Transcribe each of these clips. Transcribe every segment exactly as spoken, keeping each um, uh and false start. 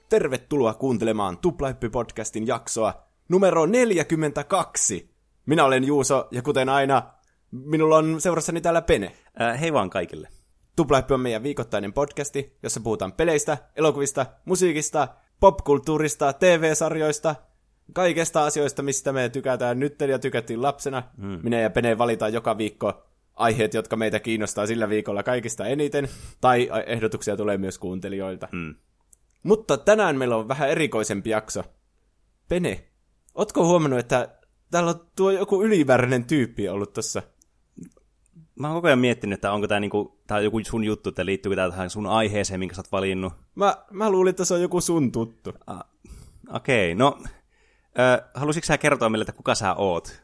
tervetuloa kuuntelemaan Tuplahyppy-podcastin jaksoa numero neljäkymmentäkaksi. Minä olen Juuso, ja kuten aina, minulla on seurassani täällä Pene. Äh, hei vaan kaikille. Tuplahyppy on meidän viikoittainen podcasti, jossa puhutaan peleistä, elokuvista, musiikista, popkulttuurista, T V-sarjoista, kaikesta asioista, mistä me tykätään nyt ja tykättiin lapsena. Mm. Minä ja Pene valitaan joka viikko aiheet, jotka meitä kiinnostaa sillä viikolla kaikista eniten, tai ehdotuksia tulee myös kuuntelijoilta. Mm. Mutta tänään meillä on vähän erikoisempi jakso. Pene, ootko huomannut, että täällä on tuo joku ylimääräinen tyyppi ollut tossa? Mä oon koko ajan miettinyt, että onko tää, niinku, tää joku sun juttu, että liittyykö tää tähän sun aiheeseen, minkä sä oot valinnut. Mä, mä luulin, että se on joku sun tuttu. Ah, Okei, okay, no äh, halusitko sä kertoa meille, että kuka sä oot?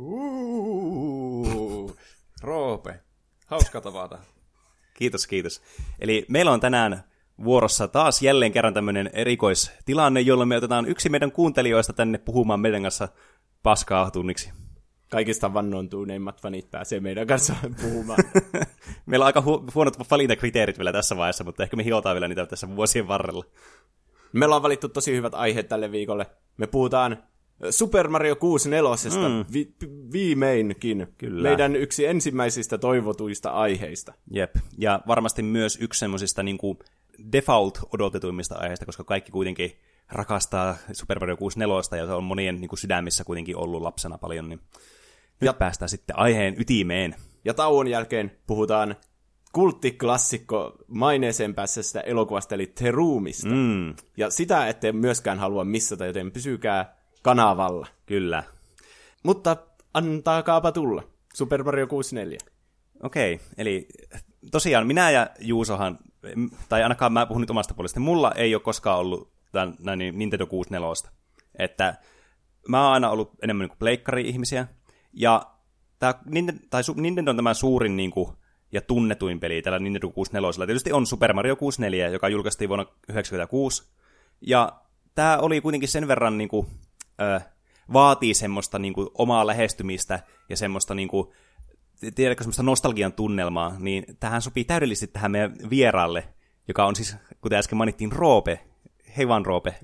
Uuu, Roope. Hauska tavata. Kiitos, kiitos. Eli meillä on tänään vuorossa taas jälleen kerran tämmöinen erikoistilanne, jolloin me otetaan yksi meidän kuuntelijoista tänne puhumaan meidän kanssa paskaa tunniksi. Kaikista vannontuneimmat fanit pääsee meidän kanssa puhumaan. Meillä on aika hu- huonot valintakriteerit vielä tässä vaiheessa, mutta ehkä me hiotaan vielä niitä tässä vuosien varrella. Meillä on valittu tosi hyvät aiheet tälle viikolle. Me puhutaan Super Mario kuusikymmentäneljä mm. vi- viimeinkin. Kyllä. Meidän yksi ensimmäisistä toivotuista aiheista. Jep, ja varmasti myös yksi semmoisista niin kuin default-odotetuimmista aiheista, koska kaikki kuitenkin rakastaa Super Mario kuusikymmentäneljä, ja se on monien niin kuin sydämissä kuitenkin ollut lapsena paljon, niin nyt ja päästään sitten aiheen ytimeen. Ja tauon jälkeen puhutaan kulttiklassikko maineeseen päässestä elokuvasta, eli The Roomista. Mm. Ja sitä ette myöskään halua missata, joten pysykää kanavalla. Kyllä. Mutta antaakaapa tulla. Super Mario kuusikymmentäneljä. Okei, eli tosiaan minä ja Juusohan, tai ainakaan mä puhun nyt omasta puolesta, mulla ei ole koskaan ollut tämän, näin, Nintendo kuusikymmentäneljä. Että mä oon aina ollut enemmän niin kuin pleikkari-ihmisiä, ja tää, tai Nintendo on tämä suurin niin kuin, ja tunnetuin peli tällä Nintendo kuusikymmentäneljä. Tietysti on Super Mario kuusikymmentäneljä, joka julkaistiin vuonna yhdeksänkymmentäkuusi, ja tämä oli kuitenkin sen verran niin kuin, äh, vaatii semmoista niin kuin, omaa lähestymistä ja semmoista niin kuin, tiedätkö, semmoista nostalgian tunnelmaa, niin tähän sopii täydellisesti tähän meidän vieraalle, joka on siis, kuten äsken mainittiin, Roope. Hei vaan, Roope.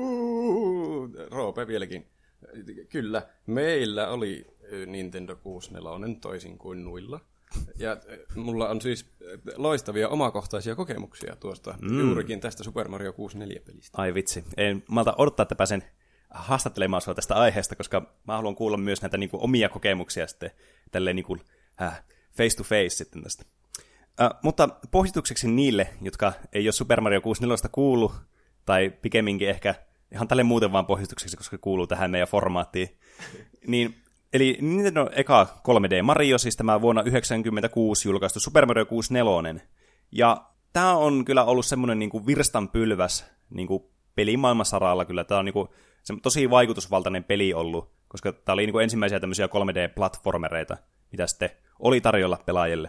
Uuu, Roope vieläkin. Kyllä, meillä oli Nintendo kuusikymmentäneljä toisin kuin nuilla. Ja mulla on siis loistavia omakohtaisia kokemuksia tuosta mm. juurikin tästä Super Mario kuusikymmentäneljä-pelistä. Ai vitsi, en malta odottaa, että pääsen haastattelemaan sinua tästä aiheesta, koska mä haluan kuulla myös näitä niin kuin, omia kokemuksia sitten tälleen niin kuin, äh, face to face sitten tästä. Äh, mutta pohjustukseksi niille, jotka ei ole Super Mario kuusikymmentäneljä kuullut, tai pikemminkin ehkä ihan tälle muuten vaan pohjustukseksi, koska kuuluu tähän meidän formaattiin, niin eli Nintendo eka kolme D Mario, siis tämä vuonna yhdeksänkymmentäkuusi julkaistu Super Mario kuusikymmentäneljä, ja tämä on kyllä ollut semmoinen niin kuin virstanpylväs niin kuin pelimaailmansaralla kyllä, tämä on niin kuin se tosi vaikutusvaltainen peli ollut, koska tämä oli niin kuin ensimmäisiä tämmöisiä kolme D-platformereita, mitä sitten oli tarjolla pelaajille.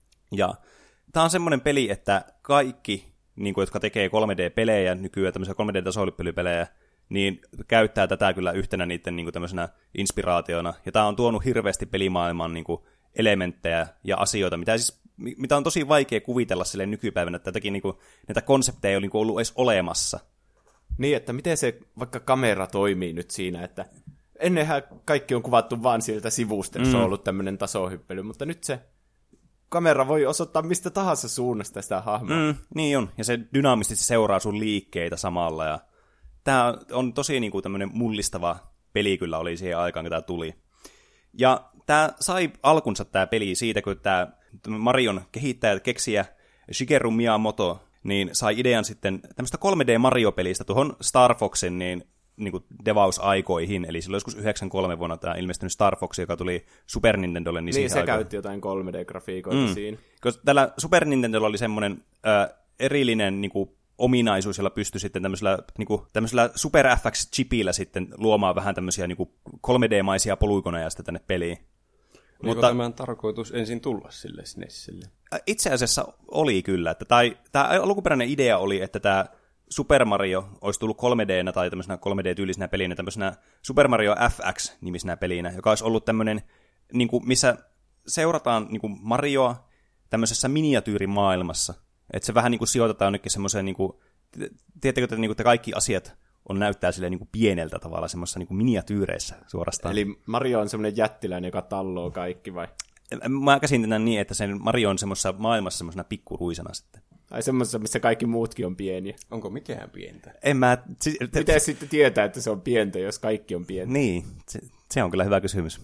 Ja tämä on semmoinen peli, että kaikki, niin kuin, jotka tekee kolme D-pelejä nykyään, tämmöisiä kolme D-tasoilypelejä, niin käyttää tätä kyllä yhtenä niiden niin kuin tämmöisenä inspiraationa. Ja tämä on tuonut hirveästi pelimaailman niin kuin elementtejä ja asioita, mitä, siis, mitä on tosi vaikea kuvitella silleen nykypäivänä, että tätäkin, niin kuin, näitä konsepteja ei ole niin kuin ollut edes olemassa. Niin, että miten se vaikka kamera toimii nyt siinä, että ennenhän kaikki on kuvattu vaan sieltä sivusta, jos mm. on ollut tämmöinen tasohyppely, mutta nyt se kamera voi osoittaa mistä tahansa suunnasta sitä hahmoa. Mm, niin on, ja se dynaamisesti seuraa sun liikkeitä samalla, ja tämä on tosi niin kuin tämmöinen mullistava peli kyllä oli siihen aikaan, kun tämä tuli. Ja tämä sai alkunsa tämä peli siitä, kun tämä Marion kehittäjä, keksijä Shigeru Miyamoto, niin sai idean sitten tämmöistä kolme D Mario-pelistä tuohon Star Foxin niin, niin kuin devausaikoihin, eli silloin joskus yhdeksänkymmentäkolme vuonna tämä ilmestynyt Star Fox, joka tuli Super Nintendolle. Niin, niin se aikaan käytti jotain kolme D-grafiikoita mm. siinä. Koska tällä Super Nintendolla oli semmoinen äh, erillinen niin kuin, ominaisuus, jolla pystyi sitten tämmöisellä, niin kuin, tämmöisellä Super F X-chipillä sitten luomaan vähän tämmöisiä niin kuin kolme D-maisia polygoneja sitten tänne peliin. Oliko mutta tämän tarkoitus ensin tulla sille S N E Sille? Itse asiassa oli kyllä. Että tai, tämä alkuperäinen idea oli, että tämä Super Mario olisi tullut kolme D-nä tai tämmöisenä kolme D-tyylisenä pelinä, tämmöisenä Super Mario F X-nimisenä pelinä, joka olisi ollut tämmöinen, niin kuin, missä seurataan niin kuin Marioa tämmöisessä miniatyyrimaailmassa. Että se vähän niin kuin sijoitetaan jonnekin semmoiseen niin kuin tiedättekö, että, niin kuin, että kaikki asiat on näyttää silleen niin kuin pieneltä tavalla, semmoisessa niin kuin miniatyyreissä suorastaan. Eli Mario on semmoinen jättiläinen, joka talloo kaikki, vai? Mä käsitän niin, että sen Mario on semmoisessa maailmassa semmoisena pikkuruisena sitten. Ai semmoisessa, missä kaikki muutkin on pieniä. Onko mikään pientä? En mä... Si- te- Miten sitten tietää, että se on pientä, jos kaikki on pientä? Niin, se, se on kyllä hyvä kysymys.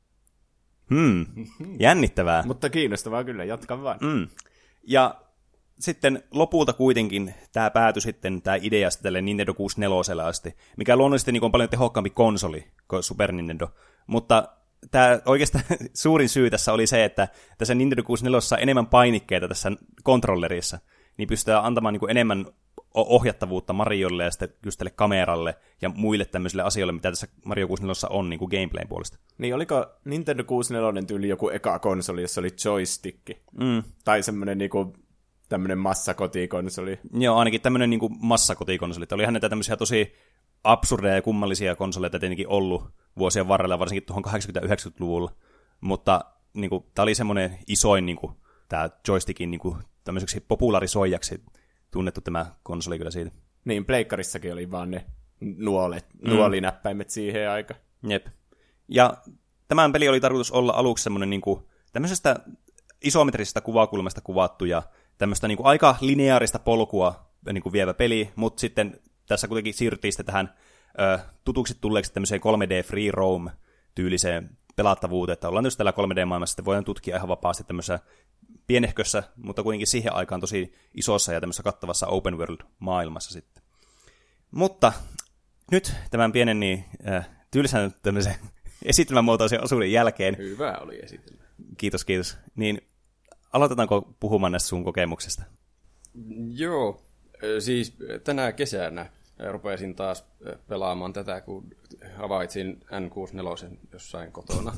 Hmm, jännittävää. Mutta kiinnostavaa kyllä, jatka vaan. Mm. Ja sitten lopulta kuitenkin tämä päätyi sitten, tämä idea sitten tälle Nintendo kuusikymmentäneljä asti, mikä luonnollisesti niin on paljon tehokkaampi konsoli kuin Super Nintendo. Mutta tämä oikeastaan suurin syy tässä oli se, että tässä Nintendo kuusikymmentäneljä saa enemmän painikkeita tässä kontrollerissa, niin pystytään antamaan niin kuin enemmän ohjattavuutta Mariolle ja sitten just tälle kameralle ja muille tämmöisille asioille, mitä tässä Mario kuusikymmentäneljä on niin kuin gameplayn puolesta. Niin, oliko Nintendo kuusikymmentäneljä tyyli joku eka konsoli, jossa oli joystick? Mm. Tai semmoinen niinku tämmöinen massakotikonsoli? Joo, ainakin tämmöinen niinku massakotikonsoli. Olihan näitä tämmöisiä tosi absurdeja ja kummallisia konsoleita tietenkin ollut vuosien varrella, varsinkin tuohon kahdeksankymmentä-yhdeksänkymmentäluvulla. Mutta niinku, tämä oli semmoinen isoin niinku, tämä joystickin niinku, tämmöiseksi popularisoijaksi tunnettu tämä konsoli kyllä siitä. Niin, pleikkarissakin oli vaan ne nuolet, mm. nuolinäppäimet siihen aikaan. Jep. Ja tämän peli oli tarkoitus olla aluksi semmoinen niinku, tämmöisestä isometrisestä kuvakulmasta kuvattu ja tämmöistä niinku aika lineaarista polkua niinku vievä peli, mutta sitten tässä kuitenkin siirryttiin sitten tähän ö, tutuksi tulleeksi tämmöiseen kolme D free roam tyyliseen pelattavuuteen, että ollaan just tällä kolme D-maailmassa, sitten voidaan tutkia ihan vapaasti tämmöisessä pienehkössä, mutta kuitenkin siihen aikaan tosi isossa ja tämmöisessä kattavassa open world-maailmassa sitten. Mutta nyt tämän pienen niin, äh, tylsän tämmöisen esitelmämuotoisen osuuden jälkeen. Hyvä oli esitelmä. Kiitos, kiitos. Niin aloitetaanko puhumaan näistä sun kokemuksesta? Joo, siis tänä kesänä rupesin taas pelaamaan tätä, kun havaitsin N kuusikymmentäneljä jossain kotona.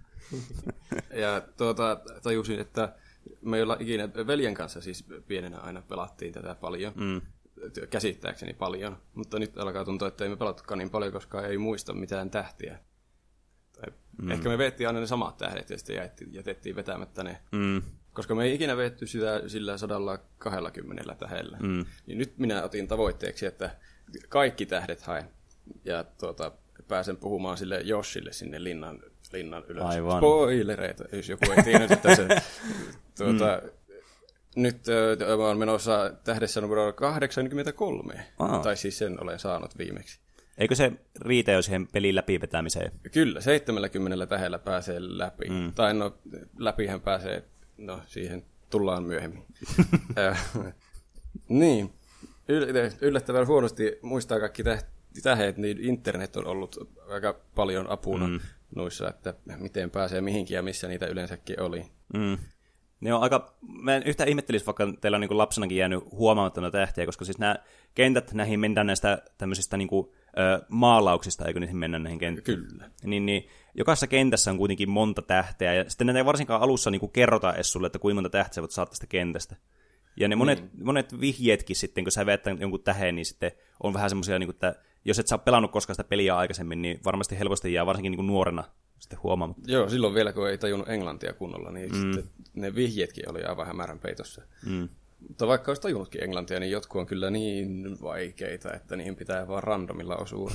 Ja tuota, tajusin, että me ei olla ikinä veljen kanssa siis pienenä aina pelattiin tätä paljon. Mm. Käsittääkseni paljon, mutta nyt alkaa tuntua, että ei me pelattukaan niin paljon, koska ei muista mitään tähtiä. Tai mm. Ehkä me veettiin aina ne samat tähdet ja sitten jätettiin vetämättä ne. Mm. Koska me ei ikinä veetty sitä sillä sadalla kahdellakymmenellä tähdellä. Mm. Niin nyt minä otin tavoitteeksi, että kaikki tähdet haen. Ja tuota, pääsen puhumaan sille Yoshille sinne linnan, linnan ylös. Aivan. Spoilereita, jos joku ei tiennyt, että se... tuota, mm. Nyt äh, mä oon menossa tähdessä numero kahdeksankymmentäkolme. Wow. Tai siis sen olen saanut viimeksi. Eikö se riitä jo siihen pelin läpivetämiseen? Kyllä, seitsemälläkymmenellä tähdellä pääsee läpi. Mm. Tai no, läpihän pääsee, no siihen tullaan myöhemmin. Niin, yllättävän huonosti muistaa kaikki tähdet, niin internet on ollut aika paljon apuna mm. noissa, että miten pääsee mihinkin ja missä niitä yleensäkin oli. Mm. Ne on aika, mä en yhtään ihmettelisi, vaikka teillä on niin kuin lapsenakin jäänyt huomaamatta noita tähtiä, koska siis nämä kentät, näihin mennään näistä tämmöisistä niin kuin, ö, maalauksista, eikö niihin mennä näihin kenttiin? Kyllä. Niin, niin jokaisessa kentässä on kuitenkin monta tähteä, ja sitten näitä ei varsinkaan alussa niin kuin kerrota edes sulle, että kuinka monta tähteä sä voit saada tästä kentästä. Ja ne monet, niin. monet vihjeetkin sitten, kun sä vettät jonkun tähden, niin sitten on vähän semmoisia, niin kuin, että jos et sä ole pelannut koskaan sitä peliä aikaisemmin, niin varmasti helposti jää varsinkin niin kuin nuorena sitten huomaamatta. Joo, silloin vielä kun ei tajunnut englantia kunnolla, niin mm. sitten ne vihjeetkin oli aivan hämärän peitossa. Mm. Mutta vaikka olisi tajunnutkin englantia, niin jotkut on kyllä niin vaikeita, että niihin pitää vaan randomilla osua.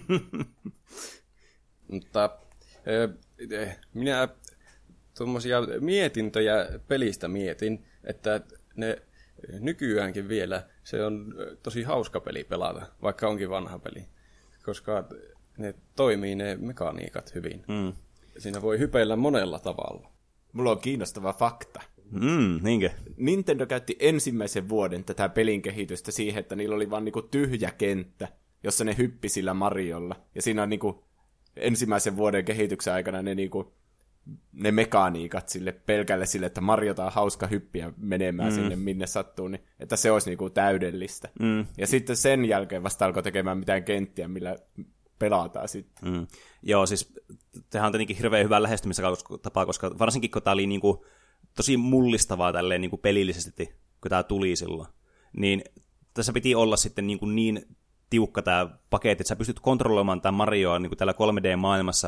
Mutta äh, minä tuommoisia mietintöjä pelistä mietin, että ne nykyäänkin vielä se on tosi hauska peli pelata, vaikka onkin vanha peli, koska ne toimii ne mekaniikat hyvin. Mm. Siinä voi hypeillä monella tavalla. Mulla on kiinnostava fakta. Mm, niinkö? Nintendo käytti ensimmäisen vuoden tätä pelin kehitystä siihen, että niillä oli vaan niinku tyhjä kenttä, jossa ne hyppi sillä Mariolla. Ja siinä on niinku ensimmäisen vuoden kehityksen aikana ne, niinku, ne mekaniikat sille pelkälle sille, että Mariota on hauska hyppiä menemään mm. sinne minne sattuu, niin että se olisi niinku täydellistä. Mm. Ja sitten sen jälkeen vasta alkoi tekemään mitään kenttiä, millä pelataan sitten. Mm. Joo, siis tehän on tietenkin hirveän hyvä lähestymistapa, koska varsinkin kun tämä oli niinku tosi mullistavaa tälleen niinku pelillisesti, kun tämä tuli silloin, niin tässä piti olla sitten niinku niin tiukka tämä paketti, että sä pystyt kontrolloimaan tämä Marioa niinku tällä kolme D-maailmassa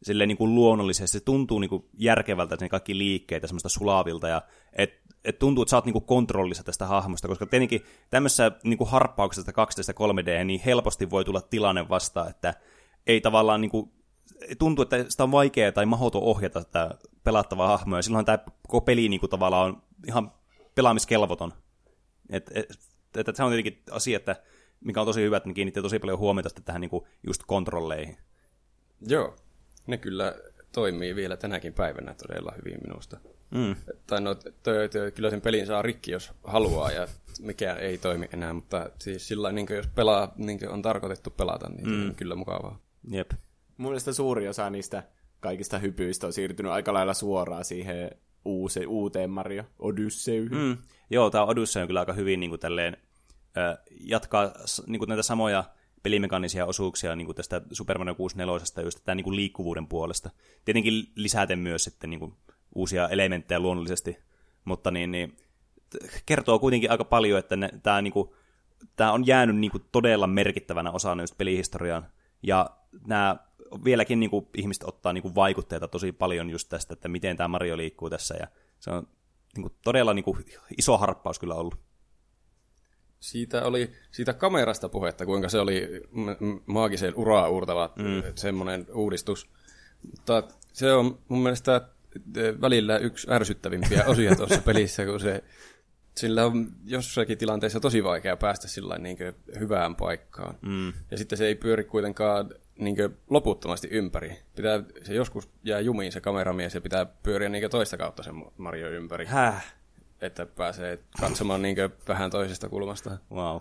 silleen niin kuin luonnollisesti. Se tuntuu niin kuin järkevältä, että ne kaikki liikkeet ja semmoista sulavilta, ja et, et tuntuu, että sä oot niin kuin kontrollissa tästä hahmosta, koska tietenkin tämmöisessä niin kuin harppauksesta kaksi D kolme D, niin helposti voi tulla tilanne vastaan, että ei tavallaan niin kuin, tuntuu, että sitä on vaikea tai mahdoton ohjata tätä pelattavaa hahmoa, ja silloin tämä koko peli niin kuin tavallaan on ihan pelaamiskelvoton. Et, et, et, et se on tietenkin asia, että mikä on tosi hyvä, että ne kiinnittää tosi paljon huomiota tähän niin kuin just kontrolleihin. Joo, ne kyllä toimii vielä tänäkin päivänä todella hyvin minusta. Mm. Tai no, toi, toi, kyllä sen pelin saa rikki, jos haluaa, ja mikään ei toimi enää, mutta siis sillä niin jos pelaa, niin on tarkoitettu pelata, niin mm. se on kyllä mukavaa. Jep. Mun mielestä suuri osa niistä kaikista hypyistä on siirtynyt aika lailla suoraan siihen uusi, uuteen Mario Odysseyhin. Mm. Joo, tämä Odyssey on kyllä aika hyvin niin kuin tälleen, äh, jatkaa niin kuin näitä samoja pelimekaanisia osuuksia niin kuin tästä Super Mario kuusikymmentäneljä, just tämän niin kuin liikkuvuuden puolesta. Tietenkin lisäten myös sitten niin kuin uusia elementtejä luonnollisesti, mutta niin, niin, kertoo kuitenkin aika paljon, että ne, tämä, niin kuin, tämä on jäänyt niin kuin todella merkittävänä osana just pelihistoriaan, ja nämä vieläkin niin kuin, ihmiset ottaa niin kuin, vaikutteita tosi paljon just tästä, että miten tämä Mario liikkuu tässä, ja se on niin kuin, todella niin kuin, iso harppaus kyllä ollut. Siitä oli siitä kamerasta puhetta, kuinka se oli maagisen uraa uurtava mm. semmoinen uudistus. Mutta se on mun mielestä välillä yksi ärsyttävimpiä osia tuossa pelissä, kun se, sillä on jossakin tilanteessa tosi vaikea päästä sillä niin hyvään paikkaan. Mm. Ja sitten se ei pyöri kuitenkaan niin loputtomasti ympäri. Pitää, se joskus jää jumiin se kameramies ja pitää pyöriä niin toista kautta sen Mario ympäri. Häh? Että pääsee katsomaan niin vähän toisesta kulmasta. Wow.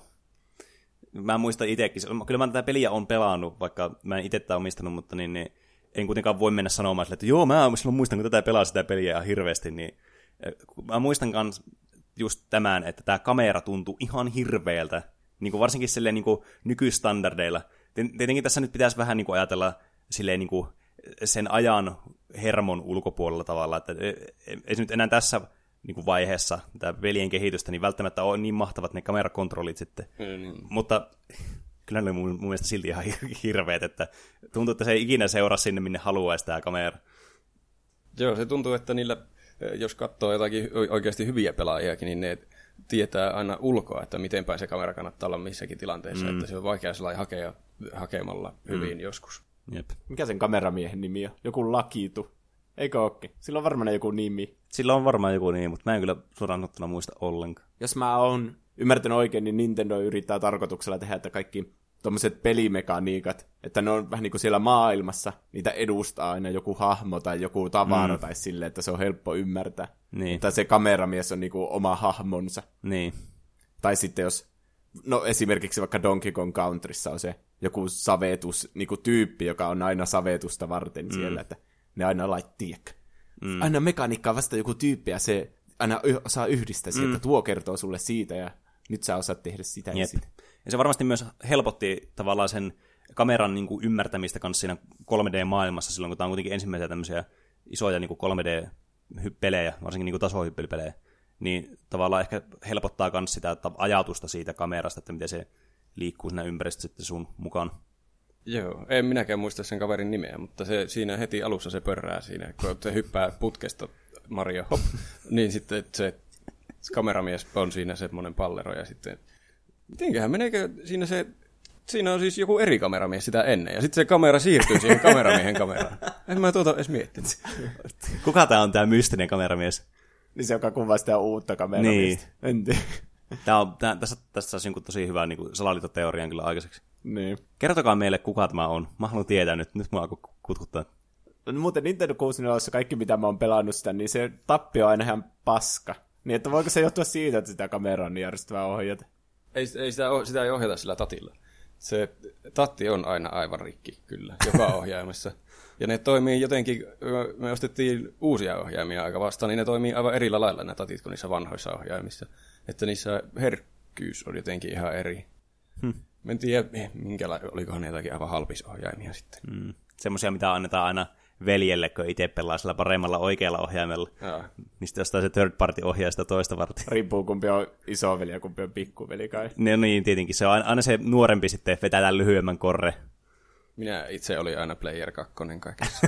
Mä muistan itsekin, kyllä mä tätä peliä on pelannut, vaikka mä en itse tätä omistanut, mutta niin, niin, en kuitenkaan voi mennä sanomaan sille, että joo, mä silloin muistan, kun tätä pelaa sitä peliä ihan hirveästi, niin mä muistan myös just tämän, että tämä kamera tuntuu ihan hirveältä, niin kuin varsinkin silleen niin kuin nykystandardeilla. Tietenkin tässä nyt pitäisi vähän niin kuin ajatella silleen niin kuin sen ajan hermon ulkopuolella tavalla, että ei nyt enää tässä niin kuin vaiheessa tämä pelien kehitystä, niin välttämättä on niin mahtavat ne kamerakontrollit sitten. Mm. Mutta kyllä ne oli mun, mun mielestä silti ihan hirveät, että tuntuu, että se ei ikinä seuraa sinne, minne haluaisi tämä kamera. Joo, se tuntuu, että niillä, jos katsoo jotakin oikeasti hyviä pelaajiakin, niin ne tietää aina ulkoa, että miten päin se kamera kannattaa olla missäkin tilanteessa, mm. että se on vaikea sellainen hakea, hakemalla hyvin mm. joskus. Jep. Mikä sen kameramiehen nimi on? Joku Lakitu. Eikö ookin? Sillä on varmaan joku nimi. Sillä on varmaan joku nimi, mutta mä en kyllä suoraan sanottuna muista ollenkaan. Jos mä oon ymmärtänyt oikein, niin Nintendo yrittää tarkoituksella tehdä, että kaikki tommoset pelimekaniikat, että ne on vähän niin kuin siellä maailmassa, niitä edustaa aina joku hahmo tai joku tavara mm. tai silleen, että se on helppo ymmärtää. Niin. Että se kameramies on niin kuin oma hahmonsa. Niin. Tai sitten jos, no esimerkiksi vaikka Donkey Kong Countryssa on se joku savetus, niin kuin tyyppi, joka on aina savetusta varten mm. siellä, että ne aina laittii, mm. aina mekaniikkaa vasta joku tyyppi, ja se aina y- osaa yhdistää mm. sieltä, tuo kertoo sulle siitä, ja nyt sä osaat tehdä sitä Jep. ja sitä. Ja se varmasti myös helpotti tavallaan sen kameran niin kuin ymmärtämistä kanssa siinä kolme D-maailmassa, silloin kun tämä on kuitenkin ensimmäisiä tämmöisiä isoja niin kuin kolme D-pelejä, varsinkin niin kuin tasohyppelypelejä, niin tavallaan ehkä helpottaa myös sitä ajatusta siitä kamerasta, että miten se liikkuu siinä ympäristössä sitten sun mukaan. Joo, en minäkään muista sen kaverin nimeä, mutta se, siinä heti alussa se pörrää siinä, kun se hyppää putkesta Mario, hop, niin sitten se kameramies on siinä semmoinen pallero ja sitten, mitenköhän meneekö siinä se, siinä on siis joku eri kameramies sitä ennen ja sitten se kamera siirtyy siihen kameramiehen kameraan. En mä tuota edes miettinyt. Kuka tää on tää mystinen kameramies? Niin se, joka kuvaa sitä uutta kameramiestä. Niin. En tiedä. Tää on, tää, tässä, tässä olisi tosi hyvä niin salaliittoteorian kyllä aikaiseksi. Niin. Kertokaa meille, kuka tämä on. Mä haluan tietää nyt. Nyt mua alkoi kutkuttaa. No, muuten Nintendo kuusikymmentäneljä, kaikki mitä mä oon pelannut sitä, niin se tappio on aina ihan paska. Niin että voiko se johtua siitä, että sitä kameraa on niin järjestävää ohjata? Ei, ei sitä, sitä ei ohjata sillä tatilla. Se tatti on aina aivan rikki, kyllä, joka ohjaimessa. Ja ne toimii jotenkin, me ostettiin uusia ohjaimia aika vastaan, niin ne toimii aivan eri lailla nämä tatit kuin niissä vanhoissa ohjaimissa. Että niissä herkkyys on jotenkin ihan eri. Hmm. Mä en tiedä, minkälainen, olikohan ne jotakin aivan halpisohjaimia sitten. Hmm. Semmoisia, mitä annetaan aina veljelle, kun itse pelaa sillä paremmalla oikealla ohjaimella. Jaa. Mistä jostain se third party ohjaa sitä toista varten. Riippuu kumpi on isoveli ja kumpi on pikkuveli kai. No niin, tietenkin. Se on aina se nuorempi sitten vetää tämän lyhyemmän korre. Minä itse olin aina Player kakkonen kaikessa.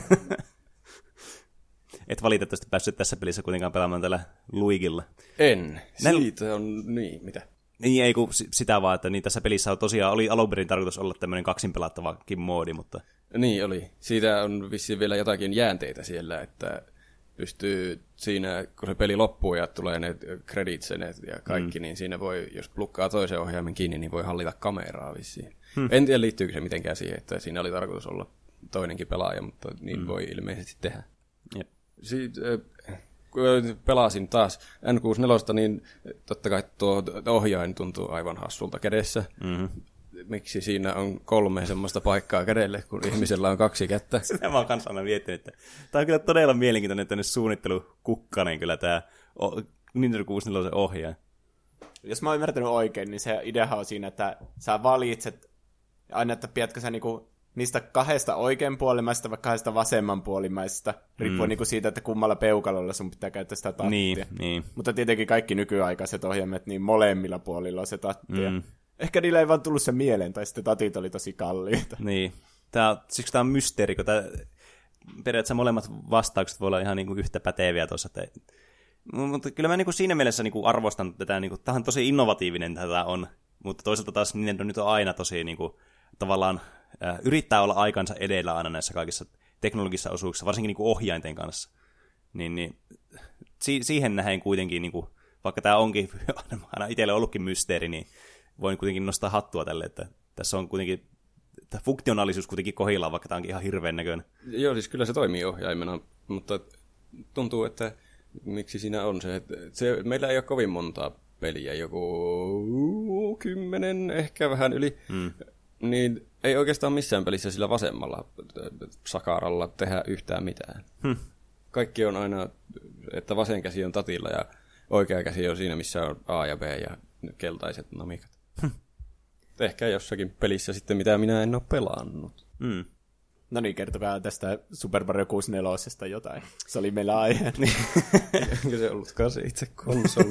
Et valitettavasti päässyt tässä pelissä kuitenkaan pelaamaan tällä Luigilla. En. Näin... Siitä on, niin, mitä? Niin, ei kun sitä vaan, että niin tässä pelissä on tosiaan, oli alun perin tarkoitus olla tämmöinen kaksin pelattavakin moodi, mutta... Niin oli. Siitä on vissiin vielä jotakin jäänteitä siellä, että pystyy siinä, kun se peli loppuu ja tulee ne creditsenet ja kaikki, mm. niin siinä voi, jos plukkaa toisen ohjaimen kiinni, niin voi hallita kameraa vissiin. Hmm. En tiedä, liittyykö se mitenkään siihen, että siinä oli tarkoitus olla toinenkin pelaaja, mutta niin hmm. voi ilmeisesti tehdä. Yep. Sitten kun pelasin taas N kuusikymmentäneljä, niin totta kai tuo ohjain tuntuu aivan hassulta kädessä. Mm-hmm. Miksi siinä on kolme semmoista paikkaa kädelle, kun ihmisellä on kaksi kättä? Sitä mä oon kanssa aina miettinyt, että tämä on kyllä todella mielenkiintoinen tänne suunnittelukukkanen kyllä tämä Nintendo kuusikymmentäneljä ohjaaja. Jos mä oon ymmärtänyt oikein, niin se ideahan on siinä, että sä valitset aina, että pidätkö sä niinku niistä kahdesta oikeanpuolimaisesta vai kahdesta vasemmanpuolimaisesta, riippuen mm. niinku siitä, että kummalla peukalolla sun pitää käyttää sitä tattia. Niin, niin. Mutta tietenkin kaikki nykyaikaiset ohjelmat, niin molemmilla puolilla on se tattia. Mm. Ehkä niillä ei vaan tullut se mieleen, tai sitten tatit oli tosi kalliita. Niin. Tää, siksi tämä on mysteeri, kun tää, periaatteessa molemmat vastaukset voi olla ihan niinku yhtä päteviä tuossa. Että... Mutta kyllä mä niinku siinä mielessä niinku arvostan tätä, niinku, tämä on tosi innovatiivinen tätä on, mutta toisaalta taas Nintendo nyt on aina tosi niinku, tavallaan äh, yrittää olla aikansa edellä aina näissä kaikissa teknologisissa osuuksissa, varsinkin niinku ohjainten kanssa. Niin, niin, si- siihen nähen kuitenkin, niinku, vaikka tämä onkin aina itselle ollutkin mysteeri, niin voin kuitenkin nostaa hattua tälle, että tässä on kuitenkin tämä funktionaalisuus kuitenkin kohdillaan, vaikka tämä onkin ihan hirveän näköinen. Joo, siis kyllä se toimii ohjaimena, mutta tuntuu, että miksi siinä on se, että se, meillä ei ole kovin montaa peliä, joku kymmenen, ehkä vähän yli, hmm. niin ei oikeastaan missään pelissä sillä vasemmalla sakaralla tehdä yhtään mitään. Hmm. Kaikki on aina, että vasen käsi on tatilla ja oikea käsi on siinä, missä on A ja B ja keltaiset namikat. Hmm. Ehkä jossakin pelissä sitten, mitä minä en ole pelannut. Hmm. No niin, kertokaa tästä Super Mario kuusikymmentäneljä jotain. Se oli meillä aihe. Eikö se ollutkaan se itse konsoli?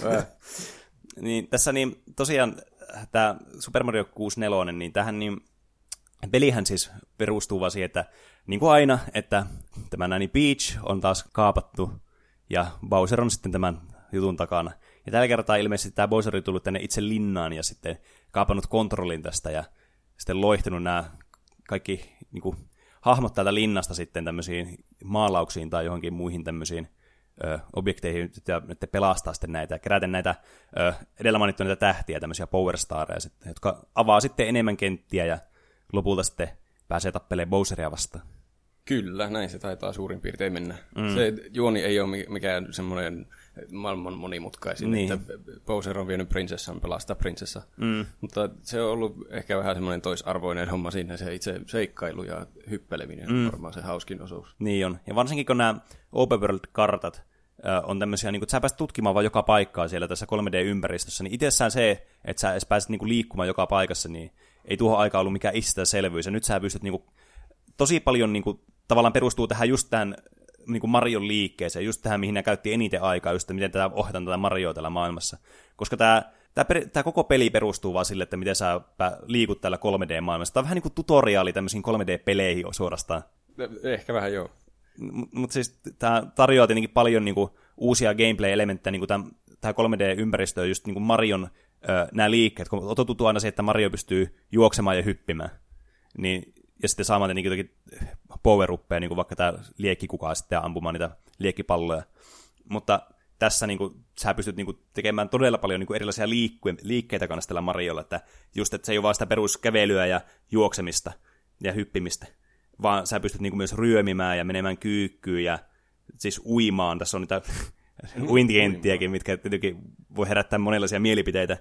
Niin, tässä niin, tosiaan tämä Super Mario kuusikymmentäneljä, niin tähän niin, pelihän siis perustuu vaan siihen, että niin kuin aina, että tämä näin Peach on taas kaapattu ja Bowser on sitten tämän jutun takana. Ja tällä kertaa ilmeisesti tämä Bowser on tullut tänne itse linnaan ja sitten kaapannut kontrollin tästä ja sitten loihtunut nämä kaikki niin kuin, hahmot täältä linnasta sitten tämmöisiin maalauksiin tai johonkin muihin tämmöisiin ö, objekteihin, ja että pelastaa sitten näitä, ja keräten näitä ö, edellä mainittuja näitä tähtiä, tämmöisiä power stareja, sitten, jotka avaa sitten enemmän kenttiä, ja lopulta sitten pääsee tappelemaan Bowseria vastaan. Kyllä, näin se taitaa suurin piirtein mennä. Mm. Se juoni ei ole mikään semmoinen maailman monimutkaisin, niin. Että Bowser on vienyt prinsessan pelastaa prinsessa. Mm. Mutta se on ollut ehkä vähän semmoinen toisarvoinen homma siinä, se itse seikkailu ja hyppeleminen mm. on varmaan se hauskin osuus. Niin on. Ja varsinkin kun nämä Open World-kartat äh, on tämmöisiä, niin kun, että sä pääset tutkimaan vaan joka paikkaa siellä tässä kolme D-ympäristössä, niin itsessään se, että sä edes pääset niin kuin liikkumaan joka paikassa, niin ei tuohon aikaan ollut mikään itsestäänselvyys. Ja nyt sä pystyt niin kuin, tosi paljon niin kuin, tavallaan perustuu tähän just tähän niin kuin Marion liikkeeseen, just tähän, mihin nämä käytti eniten aikaa, just miten tätä ohjataan tätä Marioa täällä maailmassa. Koska tämä, tämä, per, tämä koko peli perustuu vaan sille, että miten sä liikut täällä kolme D-maailmassa. Tämä on vähän niin kuin tutoriaali tämmöisiin kolme D-peleihin suorastaan. Ehkä vähän joo. Mutta mut siis tämä tarjoaa tietenkin paljon niin kuin uusia gameplay-elementtejä, niin kuin tämä, tämä kolme D-ympäristö on just niin kuin Marion ö, nämä liikkeet, kun on totuttu aina se, että Mario pystyy juoksemaan ja hyppimään. Niin ja sitten saamaan tietenkin jotakin power-uppeja, niin kuin vaikka tämä liekkikukaa sitten ampumaan niitä liekkipalloja. Mutta tässä niin kuin, sä pystyt niin kuin, tekemään todella paljon niin kuin erilaisia liikku- liikkeitä kanssa tällä Mariolla, että just, että se ei ole vaan sitä peruskävelyä ja juoksemista ja hyppimistä, vaan sä pystyt niin kuin, myös ryömimään ja menemään kyykkyyn ja siis uimaan. Tässä on niitä uintikenttiäkin, mitkä tietenkin voi herättää monenlaisia mielipiteitä.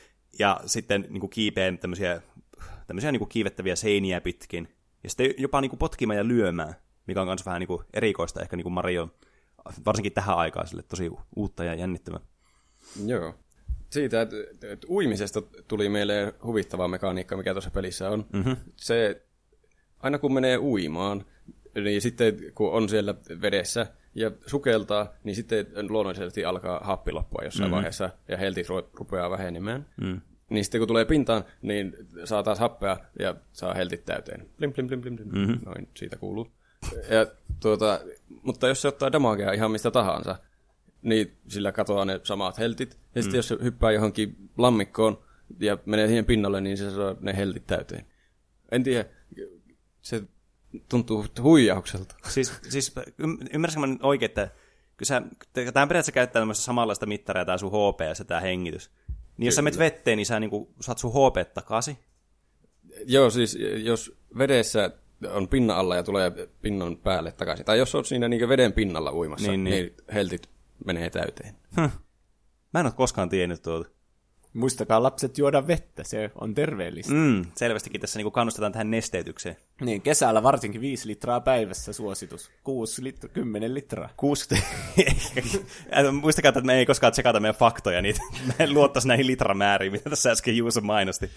Ja sitten niin kuin kiipeen tämmöisiä tämmöisiä niin kuin kiivettäviä seiniä pitkin. Ja sitten jopa niin kuin potkimaan ja lyömään, mikä on myös vähän niin kuin erikoista ehkä niin kuin Mario, varsinkin tähän aikaan sille tosi uutta ja jännittävää. Joo. Siitä, että, että uimisesta tuli meille huvittava mekaniikka, mikä tuossa pelissä on. Mm-hmm. Se, aina kun menee uimaan, niin sitten kun on siellä vedessä ja sukeltaa, niin sitten luonnollisesti alkaa happi loppua jossain mm-hmm. vaiheessa ja helti rupeaa vähenemään. Mm. Niin sitten kun tulee pintaan, niin saa taas happea ja saa heltit täyteen. Blim, blim, blim, blim, blim. Mm-hmm. Noin, siitä kuuluu. Ja, tuota, mutta jos se ottaa damagea ihan mistä tahansa, niin sillä katoaa ne samat heltit. Ja sitten mm. jos se hyppää johonkin lammikkoon ja menee siihen pinnalle, niin se saa ne heltit täyteen. En tiedä, se tuntuu huijaukselta. Siis, siis ymmärsinkö mä oikein, että tämä periaatteessa käyttää tämmöistä samanlaista mittaria, tämä sun H P ja se tämä hengitys. Niin jos sä menet vetteen, niin sä niinku, saat sun H P takaisin? Joo, siis jos vedessä on pinnan alla ja tulee pinnan päälle takaisin, tai jos olet siinä niin veden pinnalla uimassa, niin, niin. niin heltit menee täyteen. Hm. Mä en ole koskaan tiennyt tuota. Muistakaa lapset juoda vettä, se on terveellistä. Mm, selvästikin tässä niinku kannustetaan tähän nesteytykseen. Niin, kesällä varsinkin viisi litraa päivässä suositus. Kuusi litraa, kymmenen litraa. Kuusi. Muistakaa, että me ei koskaan tsekata meidän faktoja, niin me en luottaisi näihin litramääriin, mitä tässä äsken Juuso mainosti.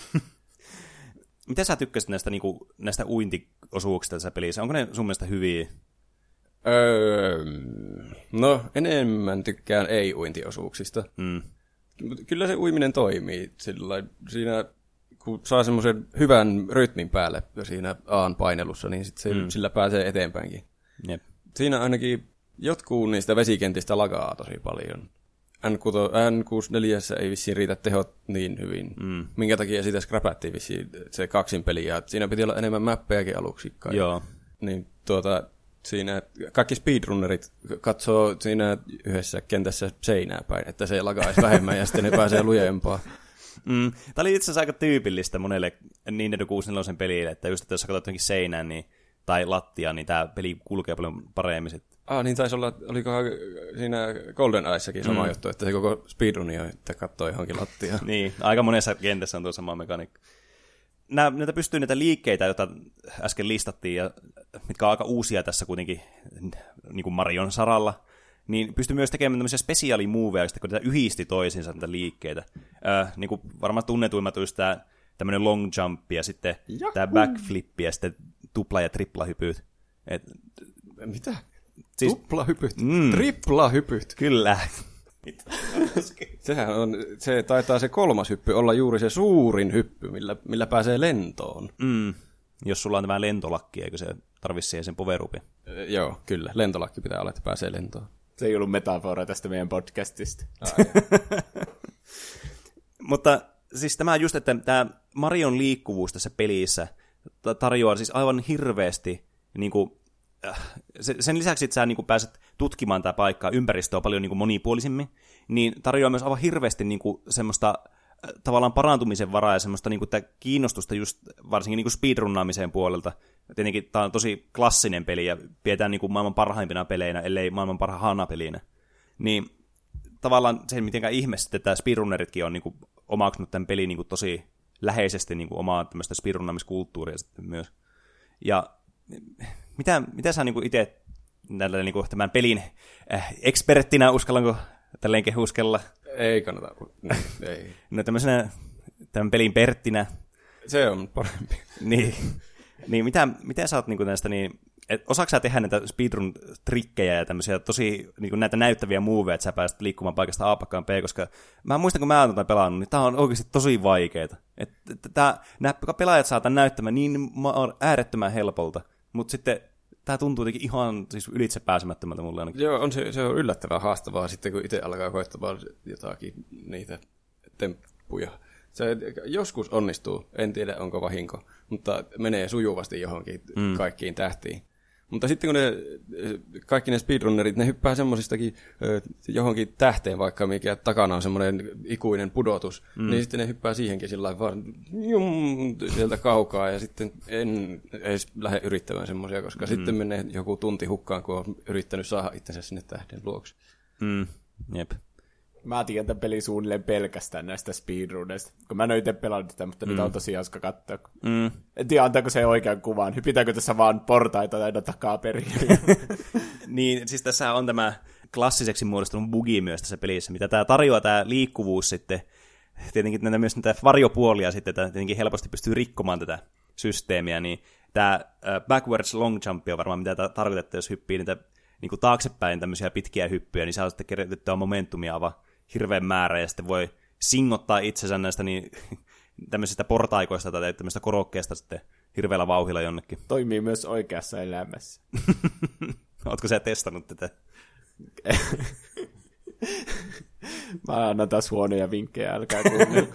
Mitä sä tykkäsit näistä, niinku, näistä uintiosuuksista tässä pelissä? Onko ne sun mielestä hyviä? Öö, no, enemmän tykkään ei-uintiosuuksista. Mm. Kyllä se uiminen toimii sillä siinä, kun saa semmoisen hyvän rytmin päälle siinä A:n painelussa, niin sit se, mm. sillä pääsee eteenpäinkin. Jep. Siinä ainakin jotkut niistä vesikentistä lagaa tosi paljon. N kuusikymmentäneljä ei vissiin riitä tehot niin hyvin. Mm. Minkä takia sitä scrapattiin vissiin se kaksin peli, ja siinä piti olla enemmän mappejakin aluksi kai. Joo. Niin tuota... Siinä kaikki speedrunnerit katsoo siinä yhdessä kentässä seinää päin, että se lagaisi vähemmän ja sitten ne pääsee lujempaa. Mm. Tämä oli itse asiassa aika tyypillistä monelle Nintendo kuusikymmentäneljä pelille, että just että jos sä katsot johonkin seinään niin, tai lattiaan, niin tämä peli kulkee paljon paremmin. Ah, niin taisi olla, olikohan siinä Golden Eyessakin sama mm. juttu, että se koko speedruni on, että katsoo johonkin lattiaan. Niin, aika monessa kentässä on tuo sama mekaniikka. Nää, näitä pystyy näitä liikkeitä, joita äsken listattiin, ja mitkä on aika uusia tässä kuitenkin niin kuin Marion saralla, niin pystyy myös tekemään tämmöisiä spesiaalimuoveja, kun tätä yhdisti toisiinsa näitä liikkeitä. Äh, niin kuin varmaan tunnetuimmat olisi tämä tämmöinen long jump, ja sitten Jahu. Tämä backflip, ja sitten tupla- ja triplahypyt. Et, Mitä? Siis, tuplahypyt? Mm, triplahypyt? Kyllä. Sehän on, se taitaa se kolmas hyppy olla juuri se suurin hyppy, millä, millä pääsee lentoon. Mm. Jos sulla on tämä lentolakki, eikö se tarvitse siihen sen powerupin? E, joo, kyllä. Lentolakki pitää olla, että pääsee lentoon. Se ei ollut metafora tästä meidän podcastista. Mutta siis tämä just, että tämä Marion liikkuvuus tässä pelissä tarjoaa siis aivan hirveästi niin kuin, sen lisäksi, että sä niin kuin pääset tutkimaan tätä paikkaa, ympäristöä paljon niin kuin monipuolisemmin, niin tarjoaa myös aivan hirveästi niin kuin semmoista tavallaan parantumisen varaa ja semmoista niin kuin kiinnostusta just varsinkin niin kuin speedrunnaamiseen puolelta. Tietenkin tämä on tosi klassinen peli ja pidetään niin kuin maailman parhaimpina peleinä, ellei maailman parhaana pelinä. Niin tavallaan se, mitenkään ihme sitten tämä speedrunneritkin on niin kuin omaksunut tämän pelin niin kuin tosi läheisesti niin kuin omaa tämmöistä speedrunnaamiskulttuuria sitten myös. Ja mitä, mitä sä niin itse niin tämän pelin äh, eksperttinä uskallanko tälleen kehuskella? Ei kannata. No, ei. No tämmöisenä tämän pelin Perttinä. Se on parempi. Niin, niin mitä, mitä sä oot niin näistä, niin, et osaatko sä tehdä näitä speedrun-trikkejä ja tämmöisiä tosi niin näitä näyttäviä moveja, että sä pääset liikkumaan paikasta A paikkaan B, koska mä muistan, kun mä oon tätä pelannut, niin tää on oikeasti tosi vaikeeta. Että nämä pelaajat saa tämän näyttämään niin äärettömän helpolta, mutta sitten tämä tuntuu jotenkin ihan siis ylitse pääsemättömältä mulle ainakin. Joo, on se, se on yllättävän haastavaa sitten, kun itse alkaa koettamaan jotakin niitä temppuja. Se joskus onnistuu, en tiedä onko vahinko, mutta menee sujuvasti johonkin mm. kaikkiin tähtiin. Mutta sitten kun ne, kaikki ne speedrunnerit, ne hyppää semmosistakin johonkin tähteen vaikka, mikä takana on semmoinen ikuinen pudotus, mm. niin sitten ne hyppää siihenkin sillä vaan jum, sieltä kaukaa, ja sitten en edes lähde yrittämään semmoisia, koska mm. sitten menee joku tunti hukkaan, kun on yrittänyt saada itsensä sinne tähden luokse. Mm. Jep. Mä tiedän tämän pelin suunnilleen pelkästään näistä speedrunneista, kun mä en ole itse pelannut sitä, mutta mm. niitä on tosi hauska katsoa. Mm. En tiedä, antaako se oikean kuvan. Hypitäänkö tässä vaan portaita aina takaperin? Niin, siis tässä on tämä klassiseksi muodostunut bugi myös tässä pelissä, mitä tämä tarjoaa, tämä liikkuvuus sitten. Tietenkin näitä, myös näitä varjopuolia sitten, että tietenkin helposti pystyy rikkomaan tätä systeemiä, niin tämä backwards long jump on varmaan mitä tarkoittaa, jos hyppii niitä niin kuin taaksepäin tämmöisiä pitkiä hyppyjä, niin saa sitten kerätettyä momentumia aivan hirveän määrä, ja sitten voi singottaa itsensä näistä niin, tämmöisistä portaikoista tai tämmöistä korokkeesta sitten hirveällä vauhilla jonnekin. Toimii myös oikeassa elämässä. Ootko sä testannut tätä? Mä annan taas huonoja vinkkejä, älkää kuunnella.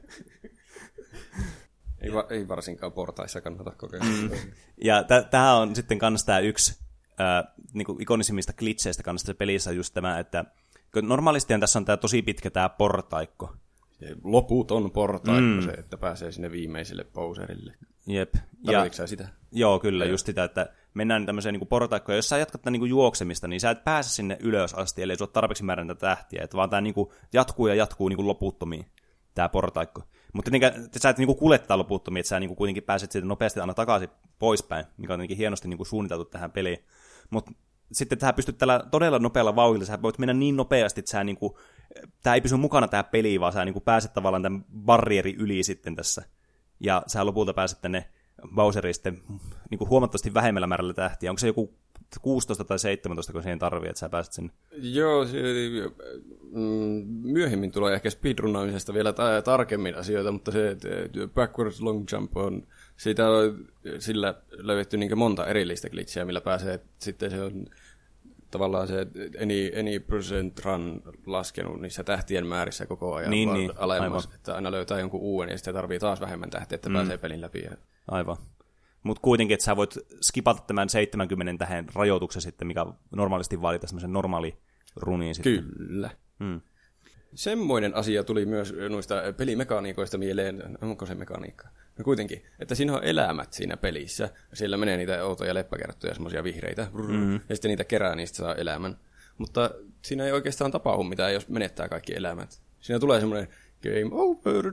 Ei, va- ei varsinkaan portaissa kannata kokeilla. Mm. Ja t- tämähän on sitten kans tää yksi äh, niinku ikonisimmista glitcheistä kanssa pelissä just tämä, että normaalistihan tässä on tää tosi pitkä tää portaikko. Se loputon portaikko mm. se, että pääsee sinne viimeiselle poserille. Jep. Tarvitsetko sä sitä? Joo, kyllä, ja just sitä, että mennään tämmöiseen niinku portaikkoon, jos sä jatkat tämän niinku juoksemista, niin sä et pääse sinne ylös asti, eli ei sulla tarpeeksi määrän tätä tähtiä, että vaan tää niinku jatkuu ja jatkuu niinku loputtomiin, tää portaikko. Mutta niin, sä et niinku kuljettaa loputtomiin, että sä niinku kuitenkin pääset siitä nopeasti aina takaisin poispäin, mikä on tietenkin hienosti niinku suunniteltu tähän peliin. Mutta sitten tähän pystyt tällä todella nopealla vauhdilla, sä voit mennä niin nopeasti, että sä niinku, tää ei pysy mukana tää peli, vaan sä niinku pääset tavallaan tämän barrieri yli sitten tässä. Ja sä lopulta pääset tänne Bowseriin sitten niinku huomattavasti vähemmällä määrällä tähtiä. Onko se joku kuusitoista tai seitsemäntoista, kun siihen tarvii, että sä pääset sinne? Joo, se, mm, myöhemmin tulee ehkä speedrunnaamisesta vielä ta- tarkemmin asioita, mutta se backwards long jump on, siitä on sillä löydetty niin monta erillistä glitchiä, millä pääsee, sitten se on tavallaan se any, any percent run laskenut niissä tähtien määrissä koko ajan niin, niin, alemmas, aivan. Että aina löytää jonkun uuden ja sitten tarvii taas vähemmän tähtiä, että mm. pääsee pelin läpi. Aivan. Mutta kuitenkin, että sä voit skipata tämän seitsemänkymmentä tähän rajoituksen sitten, mikä normaalisti vaaditaan semmoisen normaali runiin sitten. Kyllä. Mm. Semmoinen asia tuli myös noista pelimekaniikoista mieleen, onko se mekaniikka? No kuitenkin, että siinä on elämät siinä pelissä, siellä menee niitä outoja leppäkerttuja, semmoisia vihreitä, mm. ja sitten niitä kerää, niistä saa elämän. Mutta siinä ei oikeastaan tapahdu mitään, jos menettää kaikki elämät. Siinä tulee semmoinen game over,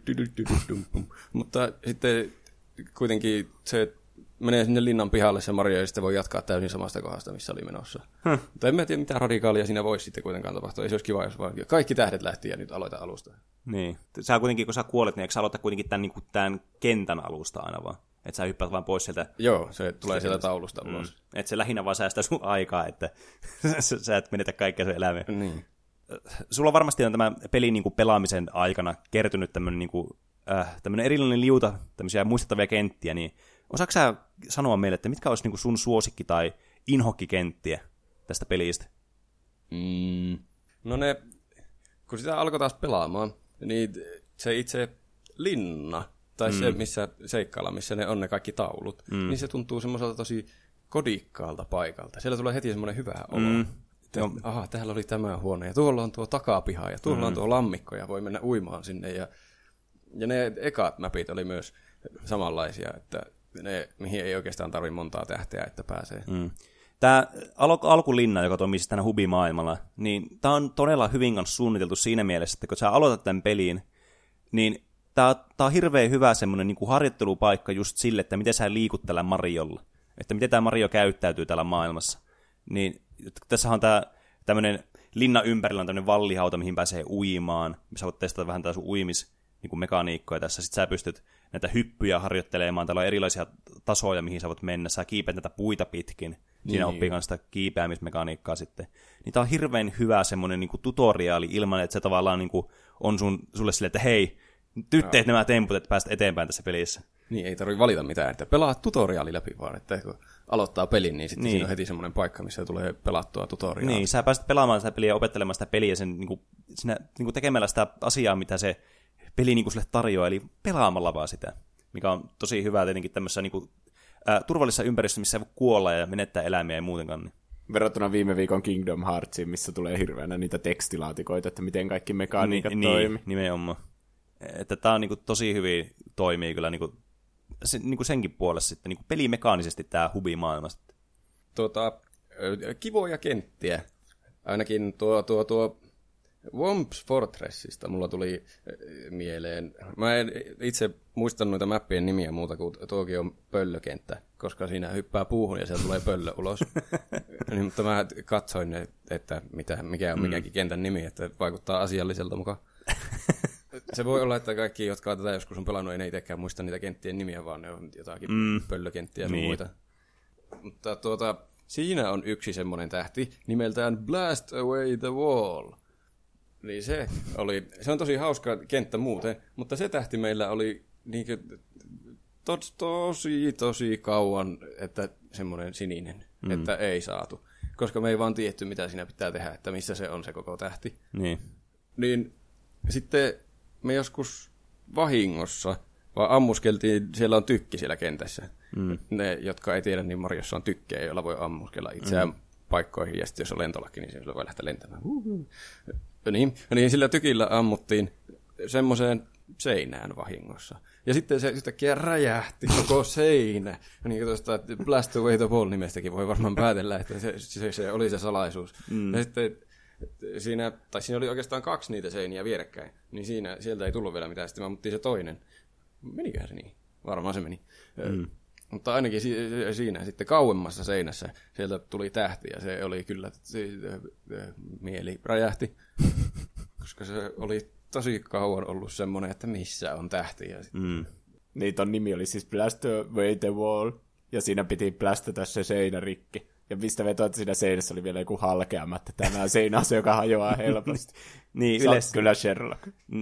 mutta sitten kuitenkin se menee sinne linnan pihalle se Mario, ja sitten voi jatkaa täysin samasta kohdasta, missä oli menossa. Huh. Mutta en mä tiedä, mitä radikaalia siinä voisi sitten kuitenkaan tapahtua. Ei se olisi kiva, jos vaan kaikki tähdet lähti ja nyt aloita alusta. Niin. Sä kuitenkin, kun sä kuolet, niin eikö sä aloita kuitenkin tämän, niin kuin tämän kentän alusta aina vaan? Että sä hyppäät vaan pois sieltä. Joo, se tulee sieltä taulusta ulos. Mm. Että se lähinnä vaan säästää sun aikaa, että sä et menetä kaikkea sun elämää. Niin. Sulla varmasti on tämä pelin niin kuin pelaamisen aikana kertynyt tämmöinen, niin kuin, äh, tämmöinen erillinen liuta, tämmöisiä muistettavia kenttiä, niin osaatko sä sanoa meille, että mitkä olisi niin kuin sun suosikki tai inhokkikenttiä tästä pelistä? Mm. No ne, kun sitä alkoi taas pelaamaan, niin se itse linna, tai mm. se missä seikkailla, missä ne on ne kaikki taulut, mm. niin se tuntuu semmoiselta tosi kodikkaalta paikalta. Siellä tulee heti semmoinen hyvä olo. Mm. Että, aha, täällä oli tämä huone, ja tuolla on tuo takapiha, ja tuolla mm. on tuo lammikko, ja voi mennä uimaan sinne. Ja, ja ne ekat mapit oli myös samanlaisia, että ne, mihin ei oikeastaan tarvitse montaa tähteä, että pääsee. Mm. Tämä al- alkulinna, joka toimii siis tänä hubimaailmalla, niin tämä on todella hyvin kanssa suunniteltu siinä mielessä, että kun sä aloitat tämän peliin, niin tämä on hirveän hyvä semmoinen niin kuin harjoittelupaikka just sille, että miten sä liikut tällä Mariolla. Että miten tämä Mario käyttäytyy täällä maailmassa. Niin tässä on tämä tämmöinen linna ympärillä on tämmöinen vallihauta, mihin pääsee uimaan. Sä voit testata vähän tää sun uimis niin kuin mekaniikkoja tässä. Sitten sä pystyt näitä hyppyjä harjoittelemaan. Täällä on erilaisia tasoja, mihin sä voit mennä. Sä kiipeät näitä puita pitkin. Siinä niin. Oppii sitä kiipeämismekaniikkaa sitten. Niin tää on hirveän hyvä semmoinen niin kuin tutoriaali ilman, että se tavallaan niin kuin on sun, sulle silleen, että hei, nyt teet nämä temput, että pääset eteenpäin tässä pelissä. Niin, ei tarvitse valita mitään, että pelaa tutoriaali läpi vaan, että kun aloittaa pelin, niin sitten niin. Siinä on heti semmoinen paikka, missä tulee pelattua tutoriaalia. Niin, sä pääset pelaamaan sitä peliä ja opettelemaan sitä peliä sen, niin kuin, sinä, niin kuin tekemällä sitä asiaa, mitä se peli niin kuin sulle tarjoaa, eli pelaamalla vaan sitä, mikä on tosi hyvä tietenkin tämmöisessä niin kuin, ää, turvallisessa ympäristössä, missä ei voi kuolla ja menettää eläimiä ja muutenkaan. Niin. Verrattuna viime viikon Kingdom Heartsiin, missä tulee hirveänä niitä tekstilaatikoita, että miten kaikki mekaniikat niin, toimii. Niin, nimenomaan. Että tää on niin kuin, tosi hyvin toimii kyllä niin kuin, se, niin kuin senkin puolessa sitten, niin kuin pelimekaanisesti tämä hubimaailma sitten. Tuota, kivoja kenttiä. Ainakin tuo, tuo, tuo Womps Fortressista mulla tuli mieleen. Mä en itse muistanut noita mappien nimiä muuta kuin tuokin on pöllökenttä, koska siinä hyppää puuhun ja sieltä tulee pöllö ulos. niin, mutta mä katsoin, että mitä, mikä on mikäkin kentän nimi, että vaikuttaa asialliselta mukaan. Se voi olla, että kaikki, jotka tätä joskus on pelannut, ei itsekään muista niitä kenttien nimiä, vaan ne on jotakin mm. pöllökenttiä ja niin. muita. Mutta tuota, siinä on yksi semmoinen tähti nimeltään Blast Away the Wall. Niin se oli, se on tosi hauska kenttä muuten, mutta se tähti meillä oli niinkö to, tosi, tosi kauan, että semmoinen sininen, mm. että ei saatu. Koska me ei vaan tiedetty, mitä siinä pitää tehdä, että missä se on se koko tähti. Niin. Niin sitten me joskus vahingossa, vaan ammuskeltiin, siellä on tykki siellä kentässä. Mm. Ne, jotka ei tiedä, niin Mariossa on tykkejä, joilla voi ammuskella itseään mm. paikkoihin, ja sitten jos on lentolaki, niin siellä voi lähteä lentämään. Uhuh. Niin, niin sillä tykillä ammuttiin semmoiseen seinään vahingossa. Ja sitten se yhtäkkiä räjähti koko seinä. Ja niin kuin tuosta Blast Away the Ball -nimestäkin voi varmaan päätellä, että se, se, se oli se salaisuus. Mm. Ja sitten siinä, tai siinä oli oikeastaan kaksi niitä seiniä vierekkäin, niin siinä, sieltä ei tullut vielä mitään. Sitten me ammuttiin se toinen. Meniköhän se niin? Varmaan se meni. Mm. Mutta ainakin si- siinä sitten kauemmassa seinässä sieltä tuli tähti, ja se oli kyllä, se, mieli räjähti, koska se oli tosi kauan ollut semmoinen, että missä on tähti. Ja mm. Niin, ton nimi oli siis Blast Away the Wall, ja siinä piti blastata se seinä rikki. Ja mistä vetoa, että siinä seinässä oli vielä joku halkeamatta. Tämä on seinä, joka hajoaa helposti. Niin, Sä yleensä kyllä Sherlock.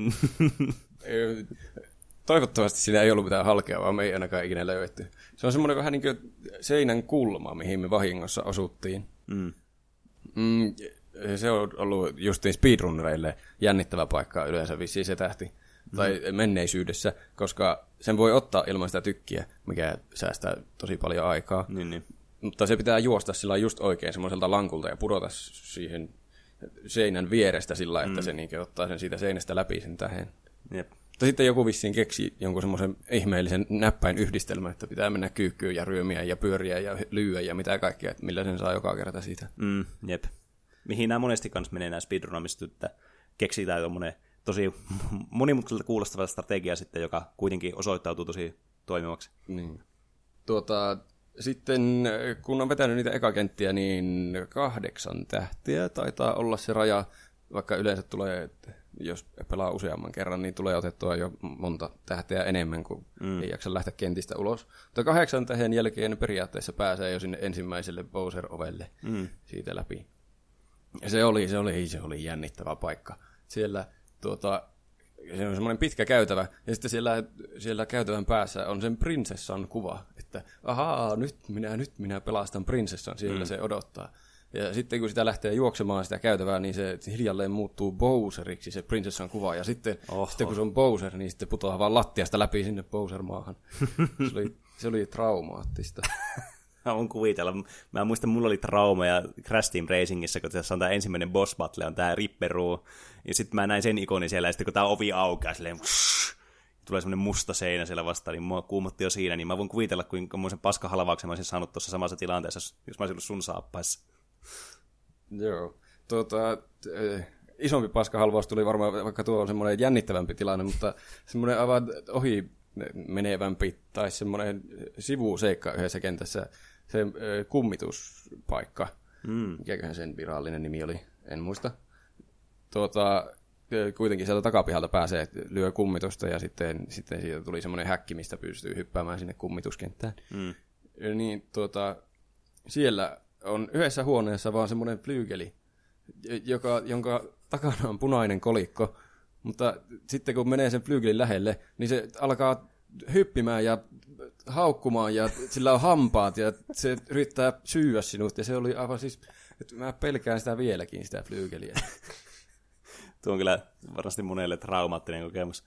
Toivottavasti siinä ei ollut mitään halkeavaa, me ei ainakaan ikinä löydetty. Se on semmoinen vähän niin kuin seinän kulma, mihin me vahingossa osuttiin. Mm. Mm, se on ollut justiin speedrunnereille jännittävä paikka yleensä vissiin se tähti. Mm. Tai menneisyydessä, koska sen voi ottaa ilman sitä tykkiä, mikä säästää tosi paljon aikaa. Niin, niin. Mutta se pitää juosta sillä just oikein semmoiselta lankulta ja pudota siihen seinän vierestä sillä, että mm. se niin ottaa sen siitä seinästä läpi sen tähden. Jep. Mutta sitten joku vissiin keksi jonkun semmoisen ihmeellisen näppäin yhdistelmän, että pitää mennä kyykkyyn ja ryömiä ja pyöriä ja lyöä ja mitä kaikkea, että millä sen saa joka kerta siitä. Mm, jep. Mihin nämä monesti kanssa menee nämä speedrunamistut, että keksitään tommoinen tosi monimutkaiselta kuulostava strategia sitten, joka kuitenkin osoittautuu tosi toimivaksi. Niin. Tuota, sitten kun on vetänyt niitä ekakenttiä, niin kahdeksan tähtiä taitaa olla se raja, vaikka yleensä tulee, että jos pelaa useamman kerran, niin tulee otettua jo monta tähteä enemmän, kuin mm. ei jaksa lähteä kentistä ulos. Mutta kahdeksan tähden jälkeen periaatteessa pääsee jo sinne ensimmäiselle Bowser-ovelle mm. siitä läpi. Ja se oli, se oli, se oli jännittävä paikka. Siellä tuota, se on semmoinen pitkä käytävä, ja sitten siellä, siellä käytävän päässä on sen prinsessan kuva, että ahaa, nyt minä, nyt minä pelastan prinsessan, siellä mm. se odottaa. Ja sitten kun sitä lähtee juoksemaan sitä käytävää, niin se hiljalleen muuttuu Bowseriksi se prinsessan kuva. Ja sitten, sitten kun se on Bowser, niin sitten putoaa vaan lattiasta läpi sinne Bowser-maahan. Se oli, se oli traumaattista. Mä voin kuvitella. Mä muistan, mulla oli traumaja Crash Team Racingissä, kun tässä on tämä ensimmäinen boss battle, on tämä Ripperoo. Ja sitten mä näin sen ikonin siellä, ja sitten kun tämä ovi aukeaa, silleen tulee semmoinen musta seinä siellä vastaan, niin mua kuumotti jo siinä. Niin mä voin kuvitella, kuinka muisen paskahalvauksen mä olisin saanut tuossa samassa tilanteessa, jos mä olisin ollut sun saappaissa. Joo. Tuota, äh, isompi paskahalvaus tuli varmaan, vaikka tuo on semmoinen jännittävämpi tilanne, mutta semmoinen aivan ohi menevämpi tai semmoinen sivuseikka yhdessä kentässä, se äh, kummituspaikka. Mm. Mikäköhän sen virallinen nimi oli, en muista. Tuota, kuitenkin sieltä takapihalta pääsee, että lyö kummitusta ja sitten, sitten siitä tuli semmoinen häkki, mistä pystyy hyppäämään sinne kummituskenttään. Mm. Niin tuota, siellä on yhdessä huoneessa vaan semmoinen flyygeli, joka, jonka takana on punainen kolikko, mutta sitten kun menee sen flyygelin lähelle, niin se alkaa hyppimään ja haukkumaan ja sillä on hampaat ja se yrittää syyä sinut ja se oli aivan siis, että mä pelkään sitä vieläkin, sitä flyygeliä. Tuo on kyllä varmasti monelle traumaattinen kokemus.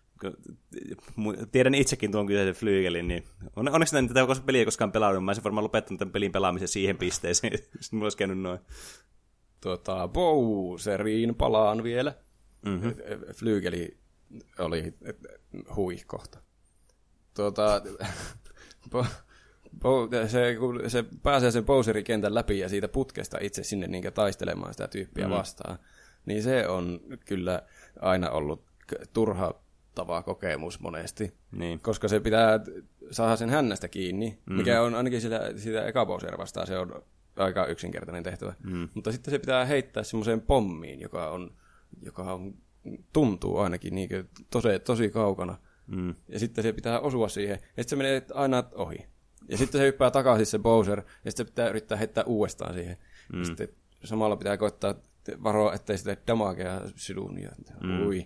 Tiedän itsekin tuon kyseisen flyygelin, niin onneksi en tätä peliä koskaan pelannut. Mä olisin varmaan lopettanut tämän pelin pelaamisen siihen pisteeseen, sitten mulla olisi käynyt noin. Tuota, Bowseriin palaan vielä. Mm-hmm. Flyygeli oli hui kohta. Tuota, bo, bo, se, kun se pääsee sen Bowserin kentän läpi ja siitä putkesta itse sinne niin taistelemaan sitä tyyppiä mm. vastaan, niin se on kyllä aina ollut turha tava kokemus monesti, niin. Koska se pitää saada sen hännästä kiinni, mm. mikä on ainakin sitä, sitä eka Bowser vastaan, se on aika yksinkertainen tehtävä. Mm. Mutta sitten se pitää heittää semmoiseen pommiin, joka on, joka on, tuntuu ainakin niin tosi, tosi kaukana. Mm. Ja sitten se pitää osua siihen, ja sitten se menee aina ohi. Ja sitten se hyppää takaisin se Bowser, ja sitten pitää yrittää heittää uudestaan siihen. Mm. Ja sitten samalla pitää koittaa varo, ettei sitä damagea sydun. Ja, mm. Ui.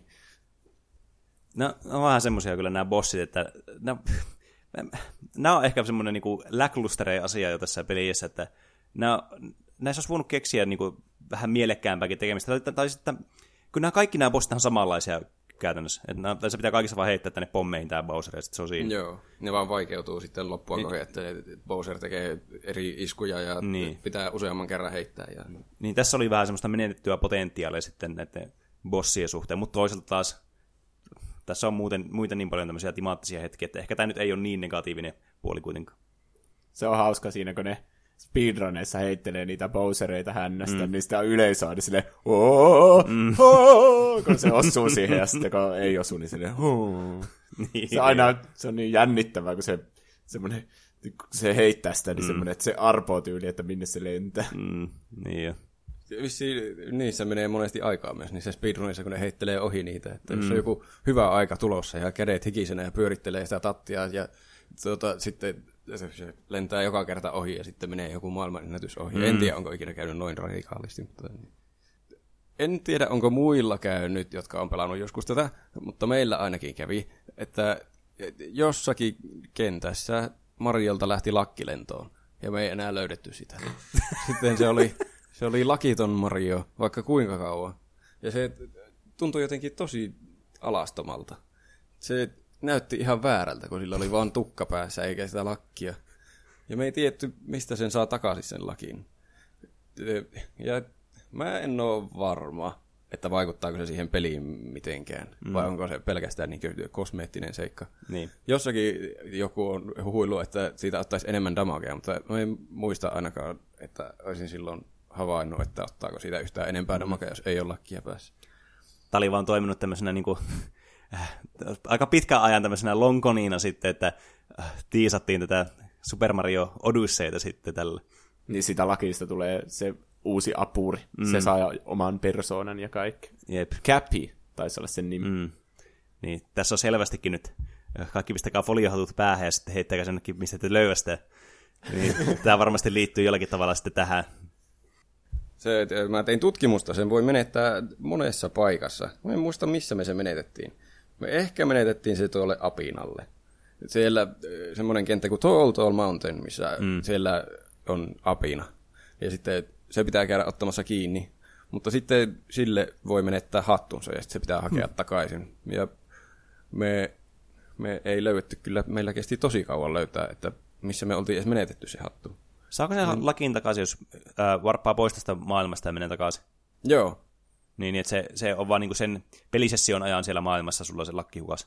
No, on vähän semmoisia kyllä nämä bossit, että no, nämä on ehkä semmoinen niinku lacklustereen asia jo tässä pelissä, että nämä, näissä olisi voinut keksiä niinku vähän mielekkäämpääkin tekemistä. Tai, tai sitten, kun nämä kaikki nämä bossit on samanlaisia käytännössä. Että tässä pitää kaikissa vaan heittää tänne pommeihin tämä Bowser, ja sitten se on siinä. Joo, ne vaan vaikeutuu sitten loppua niin. Kohden, että Bowser tekee eri iskuja ja niin. Pitää useamman kerran heittää. Ja... Niin, tässä oli vähän semmoista menetettyä potentiaalia sitten näiden bossien suhteen, mutta toisaalta taas tässä on muuten, muuten niin paljon tämmöisiä timaattisia hetkiä, että ehkä tämä nyt ei ole niin negatiivinen puoli kuitenkaan. Se on hauska siinä, kun ne speedrunneissa heittelee niitä Bowsereita hännästä, mm. niin sitä yleisö on silleen, ooo, mm. ooo, kun se osuu siihen, ja sitten kun ei osu, niin silleen, ooo. Niin, se aina, se on niin jännittävää, kun se, semmoinen, se heittää sitä, niin mm. semmoinen, että se arpoo tyyli, että minne se lentää. Mm. Niin jo. Vissiin niissä menee monesti aikaa myös, niissä speedrunissa, kun ne heittelee ohi niitä. Että mm. jos on joku hyvä aika tulossa ja kädet hikisenä ja pyörittelee sitä tattia ja tuota, sitten se lentää joka kerta ohi ja sitten menee joku maailmanennätys ohi. Mm. En tiedä, onko ikinä käynyt noin radikaalisti. Mutta... En tiedä, onko muilla käynyt, jotka on pelannut joskus tätä, mutta meillä ainakin kävi, että jossakin kentässä Mariolta lähti lakkilentoon ja me ei enää löydetty sitä. Sitten se oli... Se oli lakiton Mario, vaikka kuinka kauan. Ja se tuntui jotenkin tosi alastomalta. Se näytti ihan väärältä, kun sillä oli vaan tukka päässä eikä sitä lakkia. Ja me ei tiedetty, mistä sen saa takaisin sen lakin. Ja mä en ole varma, että vaikuttaako se siihen peliin mitenkään. Mm. Vai onko se pelkästään niin kosmeettinen seikka. Niin. Jossakin joku on huhuillut, että siitä ottaisi enemmän damagea, mutta mä en muista ainakaan, että olisin silloin havainnut, että ottaako siitä yhtään enempää damagea, jos ei ole lakkia päässä. Tämä oli vaan toiminut tämmöisenä niin kuin, äh, aika pitkän ajan tämmöisenä lonkoniina sitten, että äh, tiisattiin tätä Super Mario Odysseyta sitten tällä. Niin sitä lakista tulee se uusi apuri. Mm. Se saa oman persoonan ja kaikki. Jep. Cappy taisi olla sen nimi. Mm. Niin, tässä on selvästikin nyt kaikki pistäkää foliohatut päähän ja sitten heittäkää senkin, mistä te löyvästä. Niin, tämä varmasti liittyy jollakin tavalla sitten tähän. Se, että mä tein tutkimusta, sen voi menettää monessa paikassa. Mä en muista, missä me se menetettiin. Me ehkä menetettiin se tuolle apinalle. Siellä semmoinen kenttä kuin Tall Tall Mountain, missä mm. siellä on apina. Ja sitten se pitää käydä ottamassa kiinni. Mutta sitten sille voi menettää hattunsa ja sitten se pitää hakea mm. takaisin. Ja me, me ei löydetty kyllä, meillä kesti tosi kauan löytää, että missä me oltiin edes menetetty se hattu. Saako se mm. lakiin takaisin, jos äh, varppaa pois tästä maailmasta ja menee takaisin? Joo. Niin, että se, se on vaan niinku sen pelisession ajan siellä maailmassa, sulla on se lakki hukas.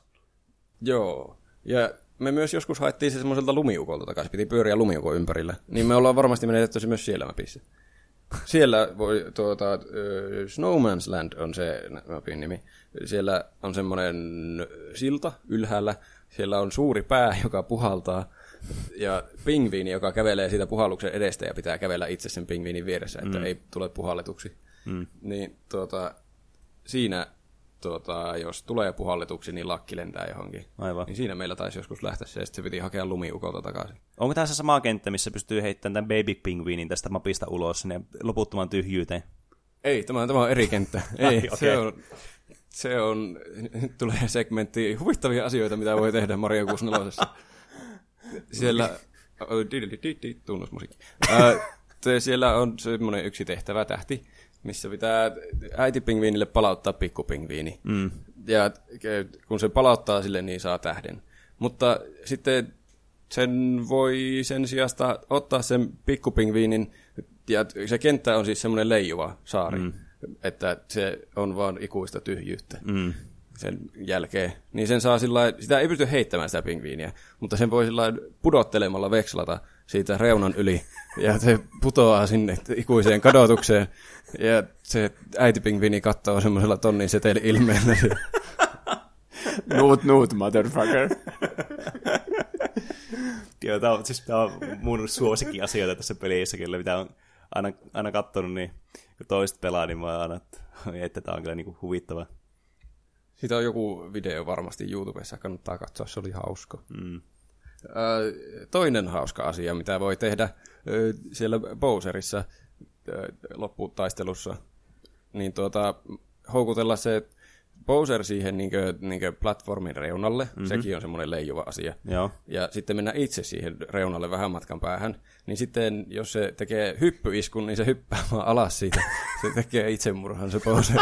Joo. Ja me myös joskus haettiin se semmoiselta lumiukolta takaisin. Piti pyöriä lumiukon ympärillä. Niin me ollaan varmasti menetetty se myös siellä mapissa. Siellä voi, tuota, uh, Snowman's Land on se mapin nimi. Siellä on semmoinen silta ylhäällä. Siellä on suuri pää, joka puhaltaa. Ja pingviini, joka kävelee siitä puhalluksen edestä ja pitää kävellä itse sen pingviinin vieressä, että mm. ei tule puhalletuksi. Mm. Niin tuota, siinä, tuota, jos tulee puhalletuksi, niin lakki lentää johonkin. Aivan. Niin siinä meillä taisi joskus lähteä se, ja sitten se piti hakea lumiukolta takaisin. Onko tässä sama kenttä, missä pystyy heittämään tämän baby pingviinin tästä mapista ulos sinne loputtoman tyhjyyteen? Ei, tämä on, tämä on eri kenttä. Ei, okay. se on... Se on, nyt tulee segmentti huvittavia asioita, mitä voi tehdä Mario kuusikymmentäneljä. Siellä, tunnusmusiikki. Siellä on semmoinen yksi tehtävä tähti, missä pitää äitipingviinille palauttaa pikkupingviini. Mm. Ja kun se palauttaa sille, niin saa tähden. Mutta sitten sen voi sen sijasta ottaa sen pikkupingviinin, ja se kenttä on siis semmoinen leijuva saari. Mm. Että se on vaan ikuista tyhjyyttä mm. sen jälkeen. Niin sen saa sillai, sitä ei pysty heittämään sitä pingviiniä, mutta sen voi sillai pudottelemalla vekslata siitä reunan yli. Ja se putoaa sinne ikuiseen kadotukseen. Ja se äitipingviini katsoo semmoisella tonnin seteli-ilmeellä. Nuut, nuut, motherfucker. Joo, tämä on, siis, tämä on mun suosikkiasioita tässä pelissä, kyllä, mitä on aina, aina katsonut, niin kun toiset pelaa, niin mä aina, että tämä on kyllä niin huvittava. Siitä on joku video varmasti YouTubessa, kannattaa katsoa, se oli hauska. Mm. Toinen hauska asia, mitä voi tehdä siellä Bowserissa lopputaistelussa, niin tuota, houkutella se Bowser siihen niinkö, niinkö platformin reunalle, mm-hmm. sekin on semmoinen leijuva asia. Joo. Ja sitten mennä itse siihen reunalle vähän matkan päähän, niin sitten jos se tekee hyppyiskun, niin se hyppää vaan alas siitä. Se tekee itsemurhan se Bowser.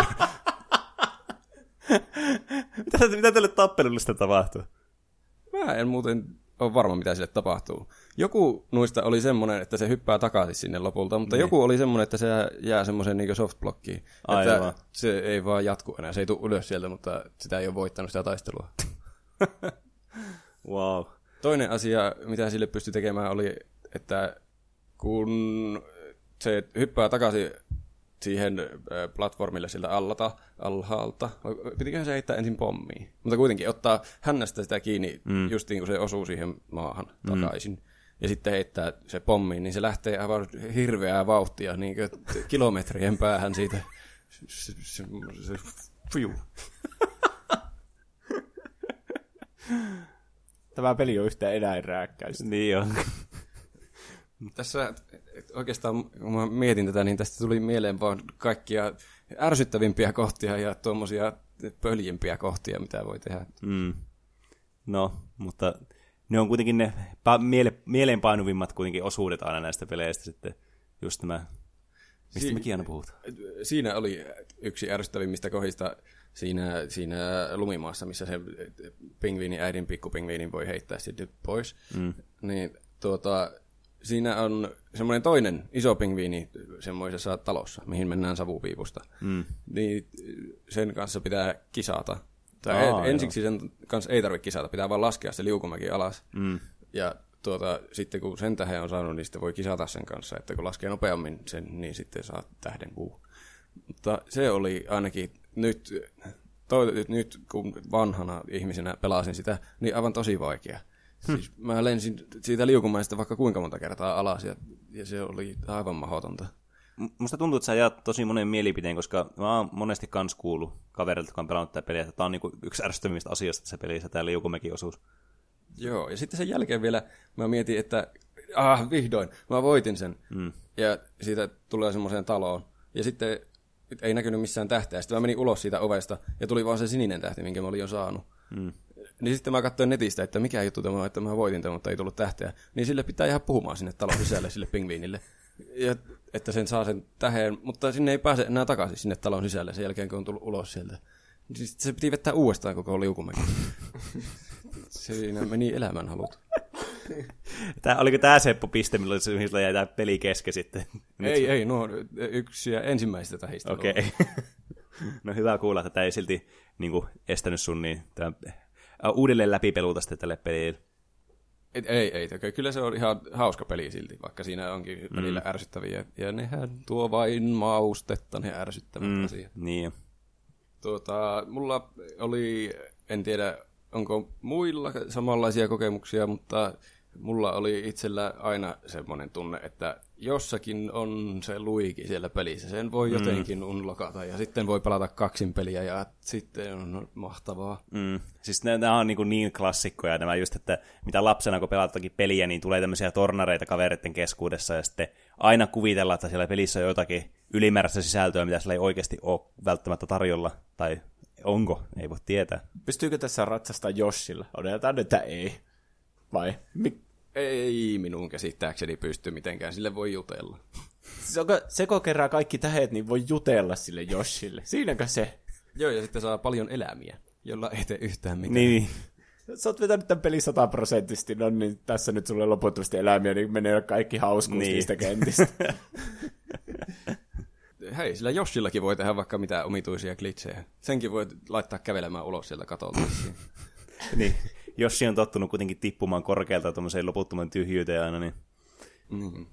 mitä, mitä tälle tappelulle sitten tapahtuu? Mä en muuten ole varma, mitä sille tapahtuu. Joku noista oli semmoinen, että se hyppää takaisin sinne lopulta, mutta niin. Joku oli semmoinen, että se jää semmoiseen niin softblockiin. Että se ei vaan jatku enää. Se ei tule ylös sieltä, mutta sitä ei ole voittanut sitä taistelua. Wow. Toinen asia, mitä sille pystyi tekemään, oli, että kun se hyppää takaisin siihen platformille sieltä allata, alhaalta. Pitiköhän se heittää ensin pommiin. Mutta kuitenkin ottaa hännästä sitä kiinni mm. justiin, kun se osuu siihen maahan mm. takaisin. Ja sitten heittää se pommiin, niin se lähtee aivan hirveää vauhtia niin kilometrien päähän siitä. Se, se, se, fiu. Tämä peli on yhtään eläinrääkkäistä. Niin on. Tässä oikeastaan, kun mä mietin tätä, niin tästä tuli mieleen vaan kaikkia ärsyttävimpiä kohtia ja tuommoisia pöljimpiä kohtia, mitä voi tehdä. Mm. No, mutta ne on kuitenkin ne pa- miele- mieleenpainuvimmat kuitenkin osuudet aina näistä peleistä sitten. Just nämä, mistä si- mekin aina puhutaan. Siinä oli yksi ärsyttävimmistä kohdista siinä, siinä lumimaassa, missä se pingviini, äidin pikkupingviinin voi heittää sitten pois. Mm. Niin tuota... Siinä on semmoinen toinen iso pingviini semmoisessa talossa, mihin mennään savupiipusta. Mm. Niin sen kanssa pitää kisata. Tai Aa, ensiksi joo. sen kanssa ei tarvitse kisata, pitää vaan laskea se liukumäki alas. Mm. Ja tuota, sitten kun sen tähden on saanut, niin sitten voi kisata sen kanssa. Että kun laskee nopeammin sen, niin sitten saa tähden kuu. Mutta se oli ainakin nyt, toi, nyt kun vanhana ihmisenä pelasin sitä, niin aivan tosi vaikea. Siis mä lensin siitä liukumäistä vaikka kuinka monta kertaa alas, ja, ja se oli aivan mahdotonta. Musta tuntuu, että sä jaat tosi monen mielipiteen, koska mä oon monesti kans kuullut kaverilta, kun on pelannut tätä peliä, että tää on niinku yksi ärsyttävimmistä asioista se pelissä, tää liukumäki-osuus. Joo, ja sitten sen jälkeen vielä mä mietin, että ah, vihdoin, mä voitin sen. Mm. Ja siitä tulee semmoiseen taloon. Ja sitten ei näkynyt missään tähteä. Sitten mä menin ulos siitä ovesta, ja tuli vaan se sininen tähti, minkä mä olin jo saanut. Mm. Niin sitten mä katsoin netistä, että mikä juttu tämä on, että mä voitin tämän, mutta ei tullut tähteä. Niin sille pitää ihan puhumaan sinne talon sisälle, sille pingviinille. Ja, että sen saa sen tähden, mutta sinne ei pääse enää takaisin sinne talon sisälle sen jälkeen, kun on tullut ulos sieltä. Siis se piti vettää uudestaan koko liukumäki. Siinä meni elämänhalut. Tää, oliko tämä Seppo-piste, milloin se jäi tämä peli kesken sitten? Ei, ei, no yksi ensimmäistä tähistä. Okei. Okay. No hyvä kuulla, että tämä ei silti niin kuin, estänyt sun niin, tämän, uh, uudelleen läpipelulta sitten tälle pelille. Et, ei, ei. Kyllä se on ihan hauska peli silti, vaikka siinä onkin mm. välillä ärsyttäviä. Ja nehän tuo vain maustetta, ne ärsyttävät mm. asiat. Niin. Tuota, mulla oli, en tiedä, onko muilla samanlaisia kokemuksia, mutta mulla oli itsellä aina semmoinen tunne, että jossakin on se luiki siellä pelissä. Sen voi jotenkin mm. unlokata ja sitten voi pelata kaksin peliä ja sitten on mahtavaa. Mm. Siis nämä on niin, niin klassikkoja nämä just, että mitä lapsena kun pelaat jotakin peliä, niin tulee tämmöisiä tornareita kavereiden keskuudessa ja sitten aina kuvitellaan, että siellä pelissä on jotakin ylimääräistä sisältöä, mitä siellä ei oikeasti ole välttämättä tarjolla tai onko, ei voi tietää. Pystyykö tässä ratsastaa Yoshilla? Odotetaan, että ei. Vai? Mik- ei minun käsittääkseni pysty mitenkään, sille voi jutella. Se kun kerää kaikki tähet, niin voi jutella sille Yoshille. Siinäkö se? Joo, ja sitten saa paljon elämiä, jolla ei tee yhtään mitään. Niin. Sä oot vetänyt tämän pelin sataprosenttisesti, no niin tässä nyt sulle loputtomasti elämiä, niin menee kaikki hauskuus niin. niistä kentistä. Hei, sillä Yoshillakin voi tehdä vaikka mitään omituisia glitchejä. Senkin voi laittaa kävelemään ulos sieltä katolta. Niin. Yoshi on tottunut kuitenkin tippumaan korkealta tuommoiseen loputtoman tyhjyyteen aina, niin... Mm.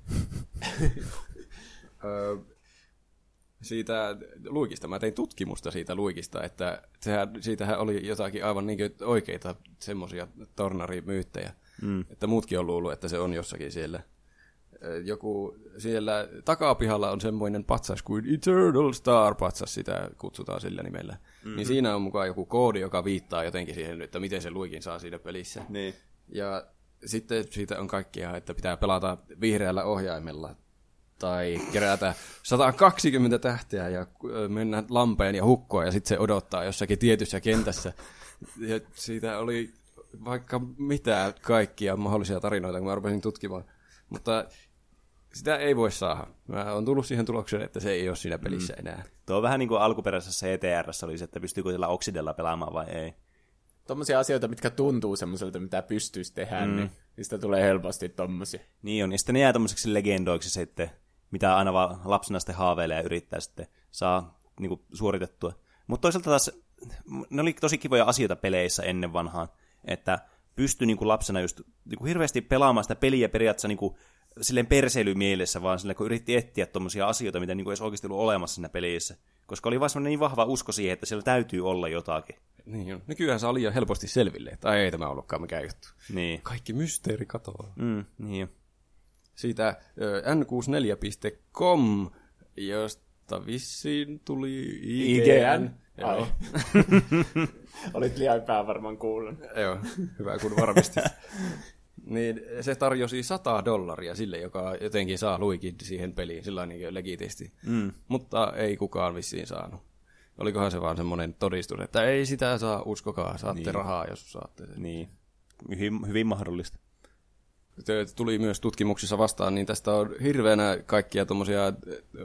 Siitä luikista, mä tein tutkimusta siitä luikista, että sehän, siitähän oli jotakin aivan niin oikeita semmoisia tornarimyyttejä, mm. että muutkin on luullut, että se on jossakin siellä. Joku siellä takapihalla on semmoinen patsas kuin Eternal Star patsas, sitä kutsutaan sillä nimellä. Mm-hmm. Niin siinä on mukaan joku koodi, joka viittaa jotenkin siihen, että miten se luikin saa siinä pelissä. Niin. Ja sitten siitä on kaikkia, että pitää pelata vihreällä ohjaimella tai kerätä sata kaksikymmentä tähteä ja mennä lampeen ja hukkoon ja sitten se odottaa jossakin tietyssä kentässä. Ja siitä oli vaikka mitä kaikkia mahdollisia tarinoita, kun mä rupesin tutkimaan. Mutta sitä ei voi saada. Mä oon tullut siihen tulokseen, että se ei ole siinä pelissä mm. enää. Tuo on vähän niin kuin alkuperäisessä C T R:ssä oli se, että pystyykö sillä Oxidella pelaamaan vai ei. Tommosia asioita, mitkä tuntuu semmoiselta, mitä pystyisi tehdä, mm. niin niistä tulee helposti tommosia. Niin on, ja sitten ne jää tommoseksi legendoiksi sitten, mitä aina vaan lapsena sitten haaveilee ja yrittää sitten saa niin kuin, suoritettua. Mutta toisaalta taas, ne oli tosi kivoja asioita peleissä ennen vanhaan, että pystyi niin kuin lapsena just niin kuin hirveästi pelaamaan sitä peliä periaatteessa niin kuin, silleen perseilymielessä, vaan silleen, kun yritti etsiä tommosia asioita, mitä niin kuin edes oikeasti ollut olemassa siinä pelissä. Koska oli vaan semmoinen niin vahva usko siihen, että siellä täytyy olla jotakin. Niin on. Nykyään saa liian helposti selville, että ei tämä ollutkaan mikään juttu. Niin. Kaikki mysteeri katoaa. Mm, niin. Siitä N kuusikymmentäneljä piste com, josta vissiin tuli I G N. Joo. Olit liian epävarman kuullut. Joo, hyvä kun varmistit. Niin se tarjosi sata dollaria sille, joka jotenkin saa Luigi siihen peliin, sillä niin legitisti. Mm. Mutta ei kukaan vissiin saanut. Olikohan se vaan semmoinen todistus, että ei sitä saa, uskokaa, saatte niin. rahaa, jos saatte sen. Niin, hyvin, hyvin mahdollista. Tuli myös tutkimuksissa vastaan, niin tästä on hirveänä kaikkia tommosia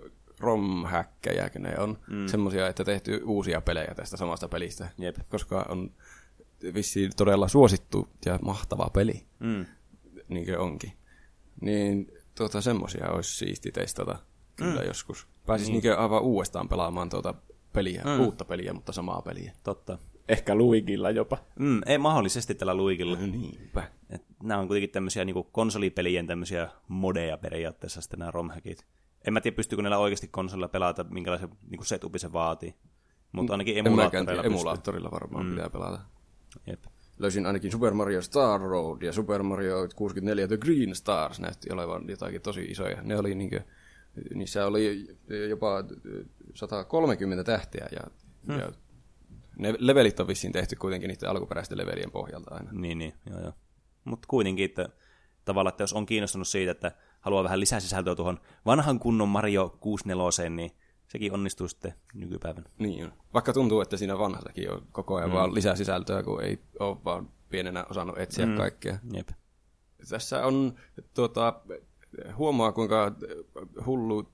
rom-häkkejä, ne on mm. semmosia, että tehty uusia pelejä tästä samasta pelistä. Jep. Koska on vissiin todella suosittu ja mahtava peli, mm. niin kuin onkin. Niin tuota, semmosia olisi siisti testata kyllä mm. joskus. Pääsis niin. niin aivan uudestaan pelaamaan tuota peliä, mm. uutta peliä, mutta samaa peliä. Totta. Ehkä Luigilla jopa. Mm, ei mahdollisesti tällä Luigilla. No, niinpä. Et nämä on kuitenkin tämmöisiä niinku konsolipelien tämmöisiä modeja periaatteessa sitten nämä romhackit. En mä tiedä, pystyykö näillä oikeasti konsolilla pelata, minkälaisen niinku setupi se vaatii. Mutta ainakin emulaattorilla emulaattorilla varmaan mm. pitää pelata. Jep. Löysin ainakin Super Mario Star Road ja Super Mario kuusikymmentäneljä The Green Stars näytti olevan jotakin tosi isoja. Ne oli niinkö, niissä oli jopa sata kolmekymmentä tähteä ja, hmm. ja ne levelit on vissiin tehty kuitenkin niiden alkuperäisten levelien pohjalta aina. Niin, niin, joo, joo. Mutta kuitenkin, että tavallaan, että jos on kiinnostunut siitä, että haluaa vähän lisää sisältöä tuohon vanhan kunnon Mario kuusikymmentäneljä, niin sekin onnistuu sitten nykypäivänä. Niin on. Vaikka tuntuu, että siinä vanhassakin on koko ajan mm. vaan lisää sisältöä, kun ei ole vaan pienenä osannut etsiä mm. kaikkea. Jep. Tässä on, tuota, huomaa kuinka hullu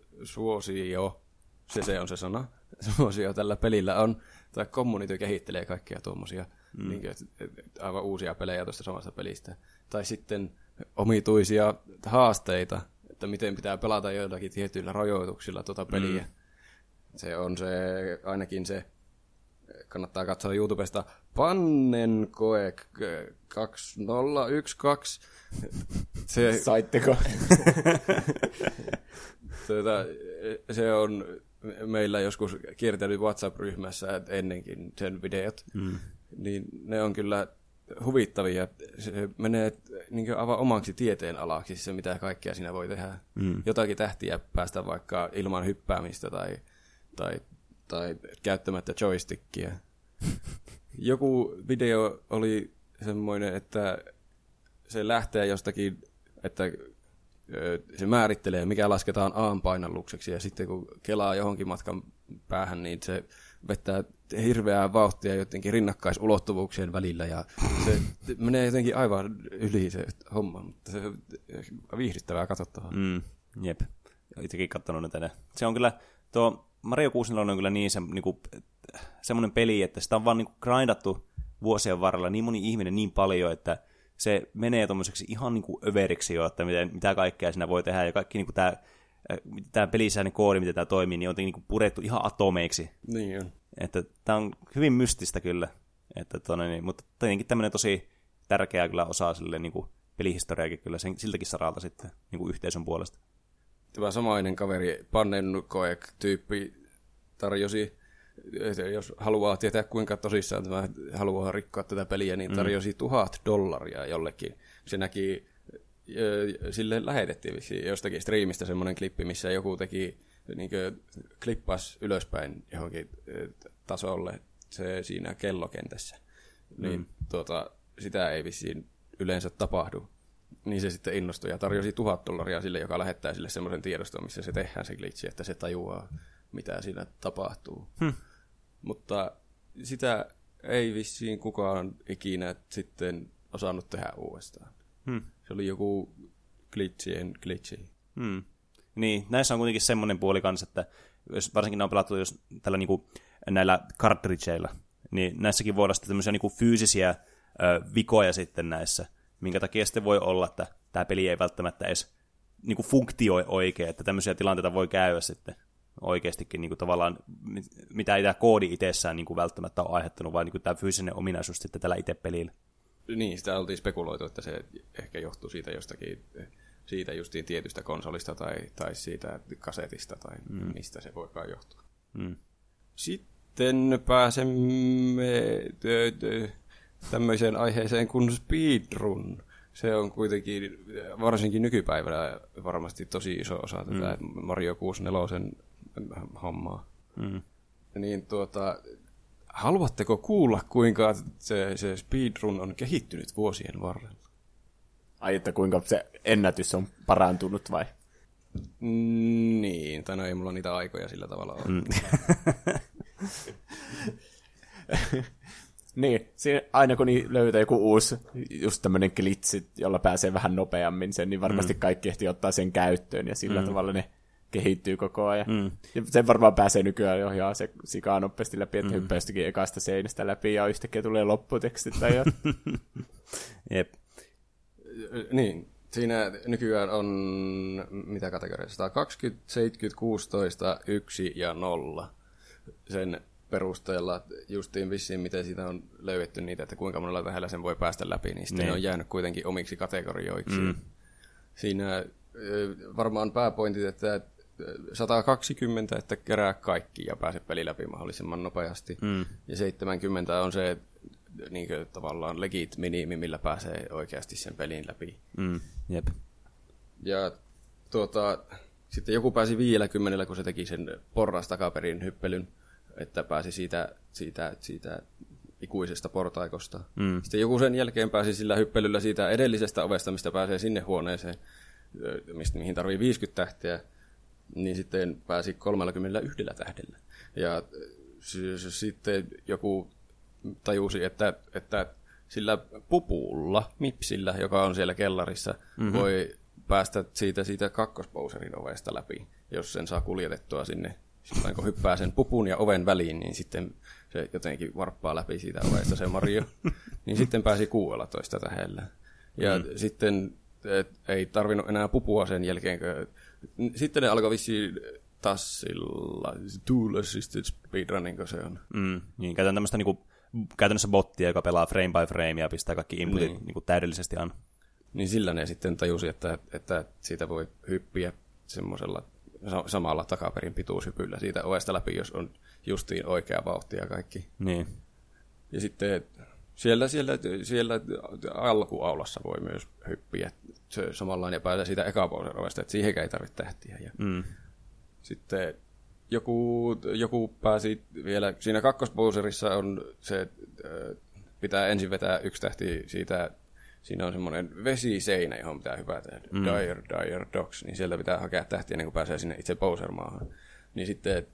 suosio, se, se on se sana, suosio tällä pelillä on, tai community kehittelee kaikkia tuommoisia mm. niin kuin, aivan uusia pelejä tuosta samasta pelistä. Tai sitten omituisia haasteita, että miten pitää pelata joillakin tietyillä rajoituksilla tuota peliä. Mm. Se on se, ainakin se, kannattaa katsoa YouTubesta, Pannenkoe kaksituhattayksitoista. Se, saitteko? tuota, se on meillä joskus kiertänyt WhatsApp-ryhmässä ennenkin sen videot. Mm. Niin ne on kyllä huvittavia. Se menee niin aivan omaksi tieteen alaksi se, mitä kaikkea siinä voi tehdä. Mm. Jotakin tähtiä päästä vaikka ilman hyppäämistä tai, tai, tai käyttämättä joystickia. Joku video oli semmoinen, että se lähtee jostakin, että se määrittelee, mikä lasketaan A-painallukseksi, ja sitten kun kelaa johonkin matkan päähän, niin se vettää hirveää vauhtia jotenkin rinnakkaisulottuvuuksien välillä, ja se menee jotenkin aivan yli se homma, mutta se on viihdyttävää katsottavaa. Mm, jep, itsekin katsonut näitä. Se on kyllä, tuo Mario kuusikymmentäneljä on kyllä niin, se, niinku, semmoinen peli, että sitä on vaan niinku grindattu vuosien varrella niin moni ihminen niin paljon, että se menee tommoiseksi ihan niinku överiksi jo, että miten, mitä kaikkea siinä voi tehdä, ja kaikki niinku tämä tämä pelisäännön koodi, miten tämä toimii, niin on niinku purettu ihan atomeiksi. Niin on. Että tämä on hyvin mystistä kyllä, että tonne, niin, mutta tietenkin tämmöinen tosi tärkeä kyllä osa sille niinku pelihistoriakin kyllä sen, siltäkin saralta sitten niinku yhteisön puolesta. Tämä samainen kaveri, Pannenkoek-tyyppi, tarjosi, jos haluaa tietää kuinka tosissaan tämä haluaa rikkoa tätä peliä, niin tarjosi mm. tuhat dollaria jollekin. Se näki, sille lähetettiin jostakin striimistä semmoinen klippi, missä joku teki, niin kuin, klippasi ylöspäin johonkin tasolle se siinä kellokentässä. Niin mm. tuota, sitä ei vissiin yleensä tapahdu. Niin se sitten innostui ja tarjosi tuhat dollaria sille, joka lähettää sille semmoisen tiedoston, missä se tehdään se glitchi, että se tajuaa, mitä siinä tapahtuu. Hmm. Mutta sitä ei vissiin kukaan ikinä sitten osannut tehdä uudestaan. Hmm. Se oli joku glitchien glitchi. Hmm. Niin, näissä on kuitenkin semmoinen puoli kanssa, että jos varsinkin ne on pelattu jos tällä niinku, näillä cartridgeilla, niin näissäkin voi olla sitten tämmöisiä niinku fyysisiä ö, vikoja sitten näissä, minkä takia sitten voi olla, että tämä peli ei välttämättä edes niinku funktioi oikein, että tämmöisiä tilanteita voi käydä sitten oikeastikin niinku tavallaan, mitä ei tämä koodi itsessään niinku välttämättä ole aiheuttanut, vaan niinku tämä fyysinen ominaisuus sitten tällä itse pelillä. Niin, sitä oltiin spekuloitu, että se ehkä johtuu siitä jostakin, siitä justiin tietystä konsolista tai, tai siitä kasetista tai mm. mistä se voikaan johtua. Mm. Sitten pääsemme tämmöiseen aiheeseen kuin speedrun. Se on kuitenkin varsinkin nykypäivänä varmasti tosi iso osa tätä mm. Mario kuusikymmentäneljä hommaa. Mm. Niin tuota, haluatteko kuulla, kuinka se, se speedrun on kehittynyt vuosien varrella? Ai, että kuinka se ennätys on parantunut vai? Mm, niin, tai no ei mulla niitä aikoja sillä tavalla ole. Mm. Niin, siinä, aina kun löytää joku uusi, just tämmöinen glitchi, jolla pääsee vähän nopeammin sen, niin varmasti mm. kaikki ehtii ottaa sen käyttöön, ja sillä mm. tavalla ne kehittyy koko ajan. Mm. Ja sen varmaan pääsee nykyään jo ihan se sikaa nopeasti läpi, että mm. hyppää jostakin ekasta seinästä läpi, ja yhtäkkiä tulee lopputekstit tai jotain. Jep. Niin, siinä nykyään on, mitä kategoriaa, sata kaksikymmentä, seitsemänkymmentä, kuusitoista, yksi ja nolla. Sen perusteella justiin vissiin, miten siitä on löydetty niitä, että kuinka monella vähällä sen voi päästä läpi, niin sitten ne on jäänyt kuitenkin omiksi kategorioiksi. Mm. Siinä varmaan pääpointit, että sata kaksikymmentä, että kerää kaikki ja pääse peli läpi mahdollisimman nopeasti. Mm. Ja seitsemänkymmentä on se niin kuin, tavallaan legit minimi, millä pääsee oikeasti sen pelin läpi. Mm. Jep. Ja tuota, sitten joku pääsi viidelläkymmenellä, kun se teki sen porras takaperin hyppelyn, että pääsi siitä, siitä, siitä ikuisesta portaikosta. Mm. Sitten joku sen jälkeen pääsi sillä hyppelyllä siitä edellisestä ovesta, mistä pääsee sinne huoneeseen, mistä, mihin tarvii viisikymmentä tähteä, niin sitten pääsi kolmekymmentäyksi tähdellä. Ja s- s- sitten joku tajusi, että, että sillä pupulla, mipsillä, joka on siellä kellarissa, mm-hmm. voi päästä siitä, siitä kakkospouserin ovesta läpi, jos sen saa kuljetettua sinne. Sitten kun hyppää sen pupun ja oven väliin, niin sitten se jotenkin varppaa läpi siitä ovesta se Mario. Niin sitten pääsi kuusitoista tähdellä. Ja mm. sitten et, ei tarvinnut enää pupua sen jälkeen. Kun... Sitten ne alkoi vissiin tassilla, tool assisted speedrunning, kun se on. Mm. Niin, käytän tämmöistä niinku, käytännössä bottia, joka pelaa frame by frame ja pistää kaikki inputit niin. niinku, täydellisesti an. Niin sillä ne sitten tajusi, että, että siitä voi hyppiä semmoisella samalla takaperin pituushypyllä siitä ovesta läpi, jos on justiin oikea vauhti ja kaikki. Niin. Ja sitten siellä, siellä, siellä alkuaulassa voi myös hyppiä se samanlainen ja pääsee siitä ekapuolisen ovesta, että siihenkään ei tarvitse tähtiä. Ja mm. sitten joku, joku pääsi vielä, siinä kakkospouserissa on se, pitää ensin vetää yksi tähti siitä. Siinä on semmoinen vesiseinä, johon pitää hypätä. Mm. Dire, dire, dogs. Niin sieltä pitää hakea tähtiä ennen kuin pääsee sinne itse Bowser-maahan. Niin sitten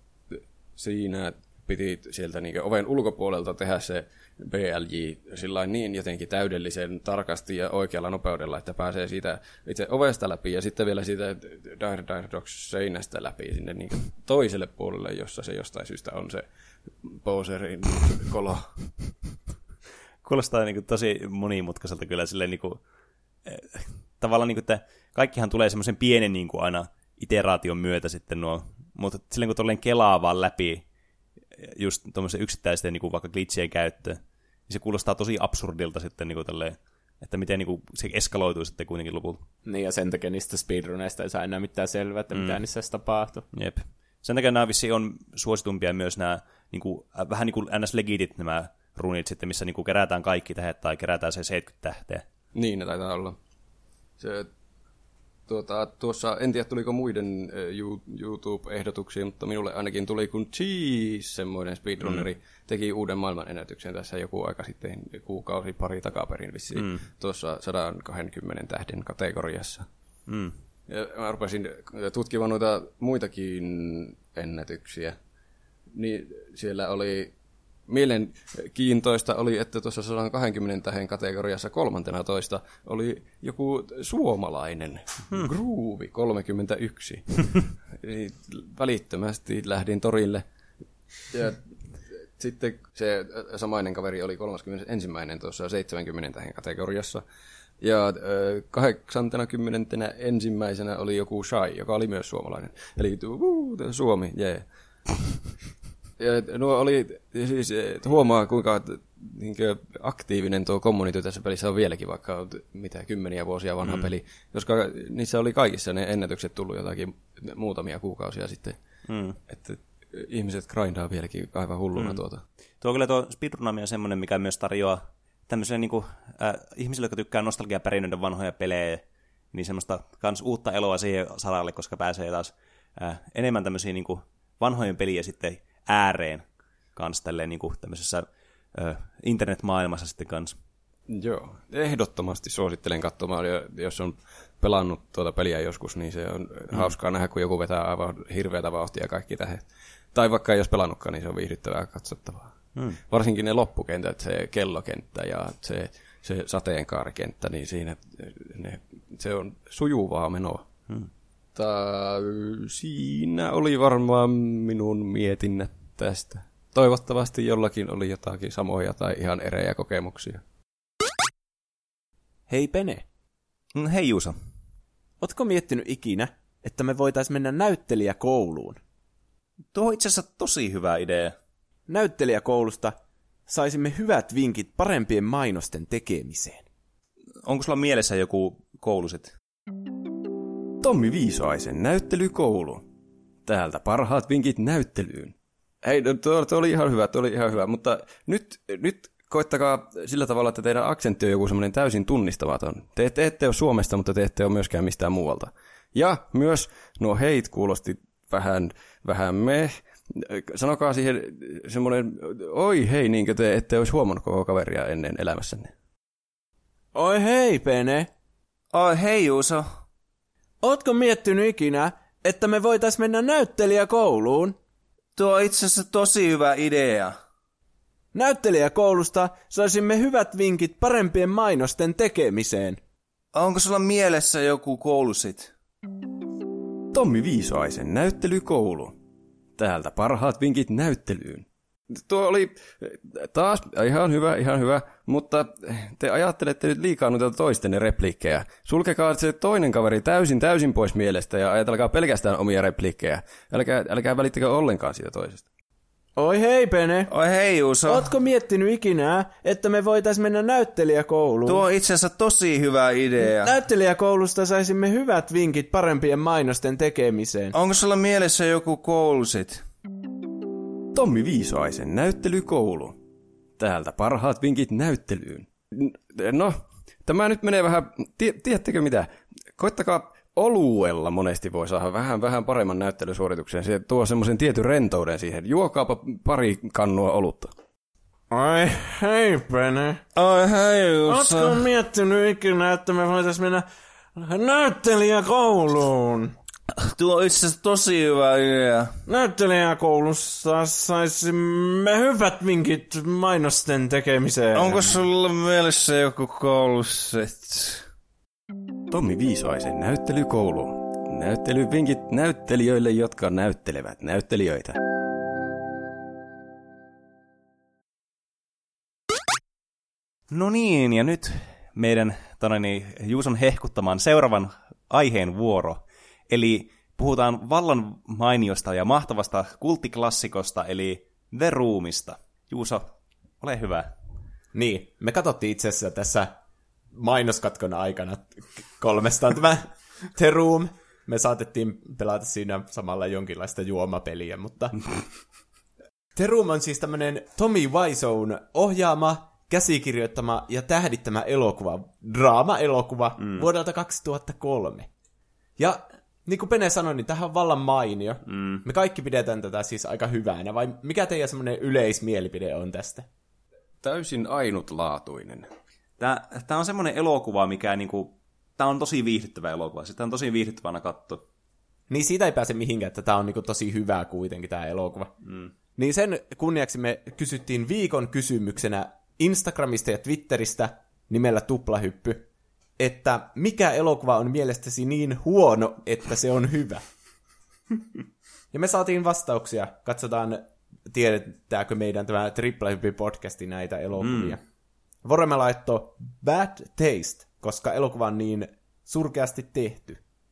siinä piti sieltä niin oven ulkopuolelta tehdä se B L J sillain niin jotenkin täydellisen tarkasti ja oikealla nopeudella, että pääsee siitä itse ovesta läpi ja sitten vielä siitä Dire, dire, dogs seinästä läpi sinne niin toiselle puolelle, jossa se jostain syystä on se Bowserin kolo. Kuulostaa niin kuin tosi monimutkaiselta kyllä silleen niin kuin, eh, tavallaan niin kuin, että kaikkihan tulee semmoisen pienen niin kuin aina iteraation myötä sitten nuo, mutta silleen kun tolleen kelaa vaan läpi just tuommoisen yksittäisten niin kuin vaikka glitchien käyttö, niin se kuulostaa tosi absurdilta sitten niin kuin tolleen, että miten niin kuin, se eskaloituu sitten kuitenkin lopulta. Niin ja sen takia niistä speedruneista ei saa enää mitään selvää, että mm. mitä niissä tapahtuu. Jep. Sen takia nämä vissiin on suositumpia myös nämä niin kuin, vähän niin kuin ns. Legitit nämä runit sitten, missä niinku kerätään kaikki tähet tai kerätään se seitsemänkymmentä tähteä. Niin, ne taitaa olla. Se, Tuota, tuossa, en tiedä tuliko muiden YouTube-ehdotuksia, mutta minulle ainakin tuli, kun Cheese, semmoinen speedrunneri, mm. teki uuden maailmanennätyksen tässä joku aika sitten, kuukausi pari takaperin vissiin, mm. tuossa sata kaksikymmentä tähden kategoriassa. Mm. Ja mä rupesin tutkimaan noita muitakin ennätyksiä, niin siellä oli... Mielenkiintoista oli, että tuossa sata kaksikymmentä tähden kategoriassa kolmantena toista oli joku suomalainen, hmm. Groovy kolmekymmentäyksi. Eli välittömästi lähdin torille. Ja sitten se samainen kaveri oli kolmaskymmenesensimmäinen tuossa seitsemänkymmentä tähden kategoriassa. Ja kahdeksankymmentä ensimmäisenä oli joku Shai, joka oli myös suomalainen. Eli uu, Suomi, jee. Yeah. Ja nuo oli, siis huomaa kuinka niin aktiivinen tuo community tässä pelissä on vieläkin, vaikka mitä kymmeniä vuosia vanha mm. peli, koska niissä oli kaikissa ne ennätykset tullut jotakin muutamia kuukausia sitten, mm. että ihmiset grindaa vieläkin aivan hulluna mm. tuota. Tuo kyllä tuo speedrunami on semmoinen, mikä myös tarjoaa tämmöiselle niin kuin, äh, ihmisille, jotka tykkää nostalgiaperinnöiden vanhoja pelejä, niin semmoista kans uutta eloa siihen saralle, koska pääsee taas äh, enemmän tämmöisiä niin kuin vanhojen peliä sitten ääreen kanssa tälleen niin kuin tämmöisessä ö, internetmaailmassa sitten kanssa. Joo, ehdottomasti suosittelen katsomaan, jos on pelannut tuota peliä joskus, niin se on mm. hauskaa nähdä, kun joku vetää aivan hirveätä vauhtia ja kaikki tähän. Tai vaikka ei olisi pelannutkaan, niin se on viihdyttävää katsottavaa. Mm. Varsinkin ne loppukentät, se kellokenttä ja se, se sateenkaarikenttä, niin siinä ne, se on sujuvaa menoa. Mm. Siinä oli varmaan minun mietinnät tästä. Toivottavasti jollakin oli jotakin samoja tai ihan erejä kokemuksia. Hei Pene. Hei Juuso. Ootko miettinyt ikinä, että me voitais mennä näyttelijäkouluun? Tuo on itse asiassa tosi hyvä idea. Näyttelijäkoulusta saisimme hyvät vinkit parempien mainosten tekemiseen. Onko sulla mielessä joku koulu sit? Tommi Viisaisen näyttelykoulu. Täältä parhaat vinkit näyttelyyn. Hei, tuo, tuo oli ihan hyvä, tuo oli ihan hyvä, mutta nyt, nyt koittakaa sillä tavalla, että teidän aksentti on joku semmoinen täysin tunnistamaton. Te, te ette ole Suomesta, mutta te ette ole myöskään mistään muualta. Ja myös nuo heit kuulosti vähän, vähän meh. Sanokaa siihen semmoinen, oi hei, niinkö te ette olisi huomannut koko kaveria ennen elämässänne. Oi hei, Pene. Oi hei, Juuso. Ootko miettinyt ikinä, että me voitais mennä näyttelijäkouluun? Tuo on itse asiassa tosi hyvä idea. Näyttelijäkoulusta saisimme hyvät vinkit parempien mainosten tekemiseen. Onko sulla mielessä joku koulu sit? Tommi Viisaisen näyttelykoulu. Täältä parhaat vinkit näyttelyyn. Tuo oli taas ihan hyvä, ihan hyvä, mutta te ajattelette nyt liikaa noita toistenne repliikkejä. Sulkekaa se toinen kaveri täysin täysin pois mielestä ja ajatelkaa pelkästään omia repliikkejä. Älkää, älkää välittäkö ollenkaan siitä toisesta. Oi hei Pene. Oi hei Juuso. Ootko miettinyt ikinä, että me voitais mennä näyttelijäkouluun? Tuo on itse asiassa tosi hyvä idea. Näyttelijäkoulusta saisimme hyvät vinkit parempien mainosten tekemiseen. Onko sulla mielessä joku koulu sit? Tommi Viisaisen näyttelykoulu. Täältä parhaat vinkit näyttelyyn. No, tämä nyt menee vähän, tiedättekö mitä? Koittakaa oluella monesti voi saada vähän, vähän paremman näyttelysuorituksen. Se tuo semmoisen tietyn rentouden siihen. Juokaapa pari kannua olutta. Oi hei Pene. Oi hei Juuso. Ootko miettinyt ikinä, että me voitais mennä näyttelijäkouluun? Tuo on itse asiassa tosi hyvä idea. Näyttelijäkoulussa saisimme hyvät vinkit mainosten tekemiseen. Onko sulla mielessä joku koulu sit? Tommi Viisaisen näyttelykoulu. Näyttelyvinkit näyttelijöille, jotka näyttelevät näyttelijöitä. No niin, ja nyt meidän tonani, Juuson hehkuttamaan seuraavan aiheen vuoro. Eli puhutaan vallan mainiosta ja mahtavasta kulttiklassikosta, eli The Roomista. Juuso, ole hyvä. Niin, me katsottiin itse asiassa tässä mainoskatkon aikana kolmestaan tämä The Room. Me saatettiin pelata siinä samalla jonkinlaista juomapeliä, mutta The Room on siis tämmöinen Tommy Wiseaun ohjaama, käsikirjoittama ja tähdittämä elokuva, draama-elokuva mm. vuodelta kaksituhattakolme. Ja niin kuin Pene sanoi, niin tämähän on vallan mainio. Mm. Me kaikki pidetään tätä siis aika hyvänä, vai mikä teidän semmoinen yleismielipide on tästä? Täysin ainutlaatuinen. Tää, tää on semmoinen elokuva, mikä niinku... Tää on tosi viihdyttävä elokuva. Sitä on tosi viihdyttävänä katsoa. Niin siitä ei pääse mihinkään, että tää on niinku tosi hyvää kuitenkin tää elokuva. Mm. Niin sen kunniaksi me kysyttiin viikon kysymyksenä Instagramista ja Twitteristä nimellä Tuplahyppy, että mikä elokuva on mielestäsi niin huono, että se on hyvä? Ja me saatiin vastauksia. Katsotaan, tiedetäänkö meidän tämä Triplahyppy-podcasti näitä elokuvia. Mm. Voremme laittoi Bad Taste, koska elokuva on niin surkeasti tehty.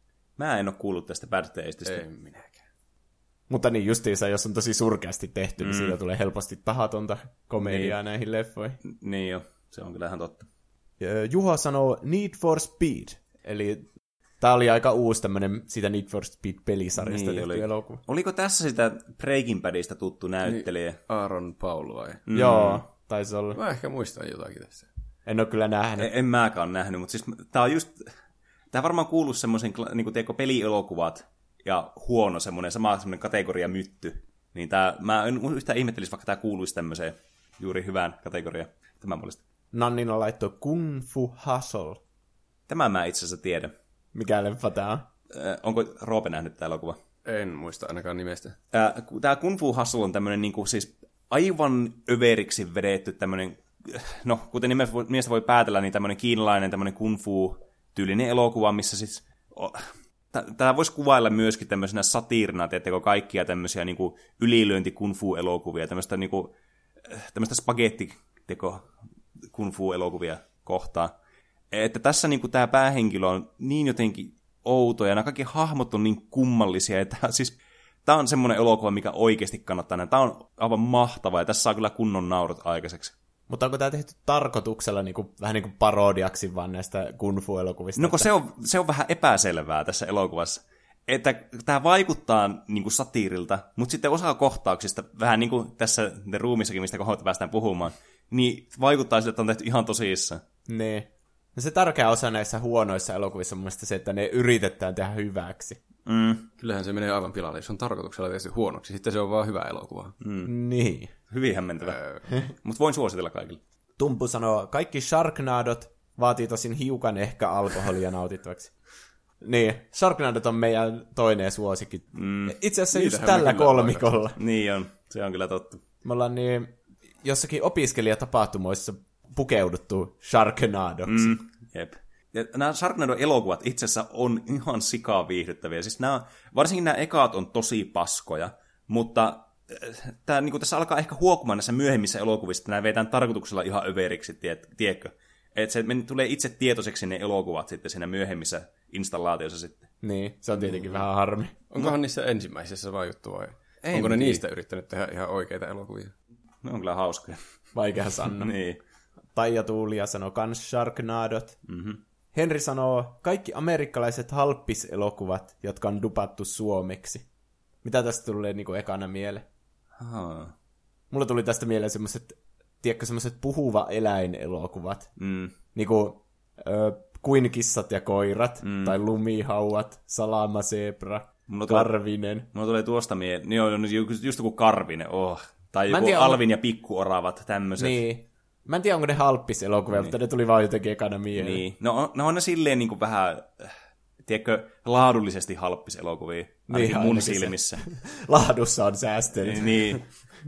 Mä en oo kuullut tästä Bad Tasteista. Ei minäkään. Mutta niin justiinsa, jos on tosi surkeasti tehty, mm. niin siitä tulee helposti tahatonta komediaa niin. näihin leffoihin. Niin jo, se on kyllä ihan totta. Juho sanoo Need for Speed, eli tää oli aika uusi tämmönen siitä Need for Speed-pelisarjasta niin, tehty oli. elokuva. Oliko tässä sitä Breaking Badista tuttu näyttelijä? Niin, Aaron Paul vai? Mm. Joo, taisi olla. Mä ehkä muistan jotakin tässä. En ole kyllä nähnyt. En, en mäkään nähnyt, mutta siis tää on just... Tää varmaan kuuluu semmoisen, niin kuin teekö pelielokuvat ja huono semmoinen, sama semmoinen kategoria mytty. Niin tää, mä en yhtään ihmettelisi, vaikka tää kuuluisi tämmöiseen juuri hyvään kategoriaan tämän puolesta. Nannina laittoi Kung Fu Hustle. Tämä mä itse asiassa tiedän. Mikä leffa tää on? Äh, onko Roope nähnyt tää elokuva? En muista ainakaan nimestä. Äh, tää Kung Fu Hustle on tämmönen niinku siis aivan överiksi vedetty tämmönen, no kuten nimestä voi päätellä, niin tämmönen kiinalainen tämmönen Kung Fu-tyylinen elokuva, missä siis... Oh, Tämä voisi kuvailla myöskin tämmöisenä satiirina, teettekö kaikkia tämmöisiä niinku ylilyönti kung fu-elokuvia, tämmöistä niinku, tämmöistä spagettiteko kung fu-elokuvia kohtaan. Että tässä niinku tämä päähenkilö on niin jotenkin outo, ja nämä kaikki hahmot on niin kummallisia, että siis tämä on semmoinen elokuva, mikä oikeasti kannattaa nähdä. Tämä on aivan mahtava, ja tässä saa kyllä kunnon naurut aikaiseksi. Mutta onko tämä tehty tarkoituksella niin kuin, vähän niin kuin parodiaksi vaan näistä kung fu-elokuvista? No kun että... se, on, se on vähän epäselvää tässä elokuvassa. Että tämä vaikuttaa niin kuin satiirilta, mutta sitten osa kohtauksista, vähän niin kuin tässä The Roomissakin, mistä kohta päästään puhumaan, niin vaikuttaa siltä, että on tehty ihan tosissaan. Niin. No se tärkeä osa näissä huonoissa elokuvissa on mun mielestä se, että ne yritetään tehdä hyväksi. Mm. Kyllähän se menee aivan pilalle, jos on tarkoituksella tehty huonoksi. Sitten se on vaan hyvä elokuva. Mm. Niin. Hyvin hämmentävä. Mutta voin suositella kaikille. Tumpu sanoo, kaikki Sharknadot vaatii tosin hiukan ehkä alkoholia nautittavaksi. Niin, Sharknadot on meidän toinen suosikki. Mm. Itse asiassa just tällä kolmikolla. Niin on, se on kyllä totta. Me ollaan niin jossakin opiskelijatapahtumoissa pukeuduttu Sharknadoksi. Mm. Jep. Ja nämä Sharknado-elokuvat itse asiassa on ihan sikaa viihdyttäviä. Siis nämä, varsinkin nämä ekaat on tosi paskoja, mutta tämä, niin tässä alkaa ehkä huokumaan näissä myöhemmissä elokuvissa, että nämä vetään tarkoituksella ihan överiksi, tiet, tiedätkö? Että se tulee itse tietoiseksi ne elokuvat sitten siinä myöhemmissä installaatioissa sitten. Niin, se on tietenkin mm. vähän harmi. Onkohan no. niissä ensimmäisissä vai juttu vai? Ei, Onko ne niin. niistä yrittänyt tehdä ihan oikeita elokuvia? Ne on kyllä hauskoja. Vaikea sanoa. Niin. Taija Tuulia sanoo kans Sharknadot. Mm-hmm. Henri sanoo kaikki amerikkalaiset halppiselokuvat, jotka on dupattu suomeksi. Mitä tästä tulee niinku ekana mieleen? Aha. Mulla tuli tästä mieleen semmoiset, tiedätkö, semmoiset puhuva eläinelokuvat. Mm. Niinku ö, kuin kissat ja koirat, mm. tai lumihauat, salama zebra, mulla Karvinen. Tulee, mulla tulee tuosta mieleen, niin on just, just joku Karvinen, oh. Tai joku tiedä, Alvin on... ja Pikkuoravat, tämmöiset. Niin. Mä en tiedä, onko ne halppiselokuvia, niin. Mutta ne tuli vaan jotenkin ekana mieleen. Niin. No on, no on ne silleen niin kuin vähän, tiedätkö, laadullisesti halppiselokuvia, ainakin niin, mun silmissä. Laadussa on säästönyt. Niin.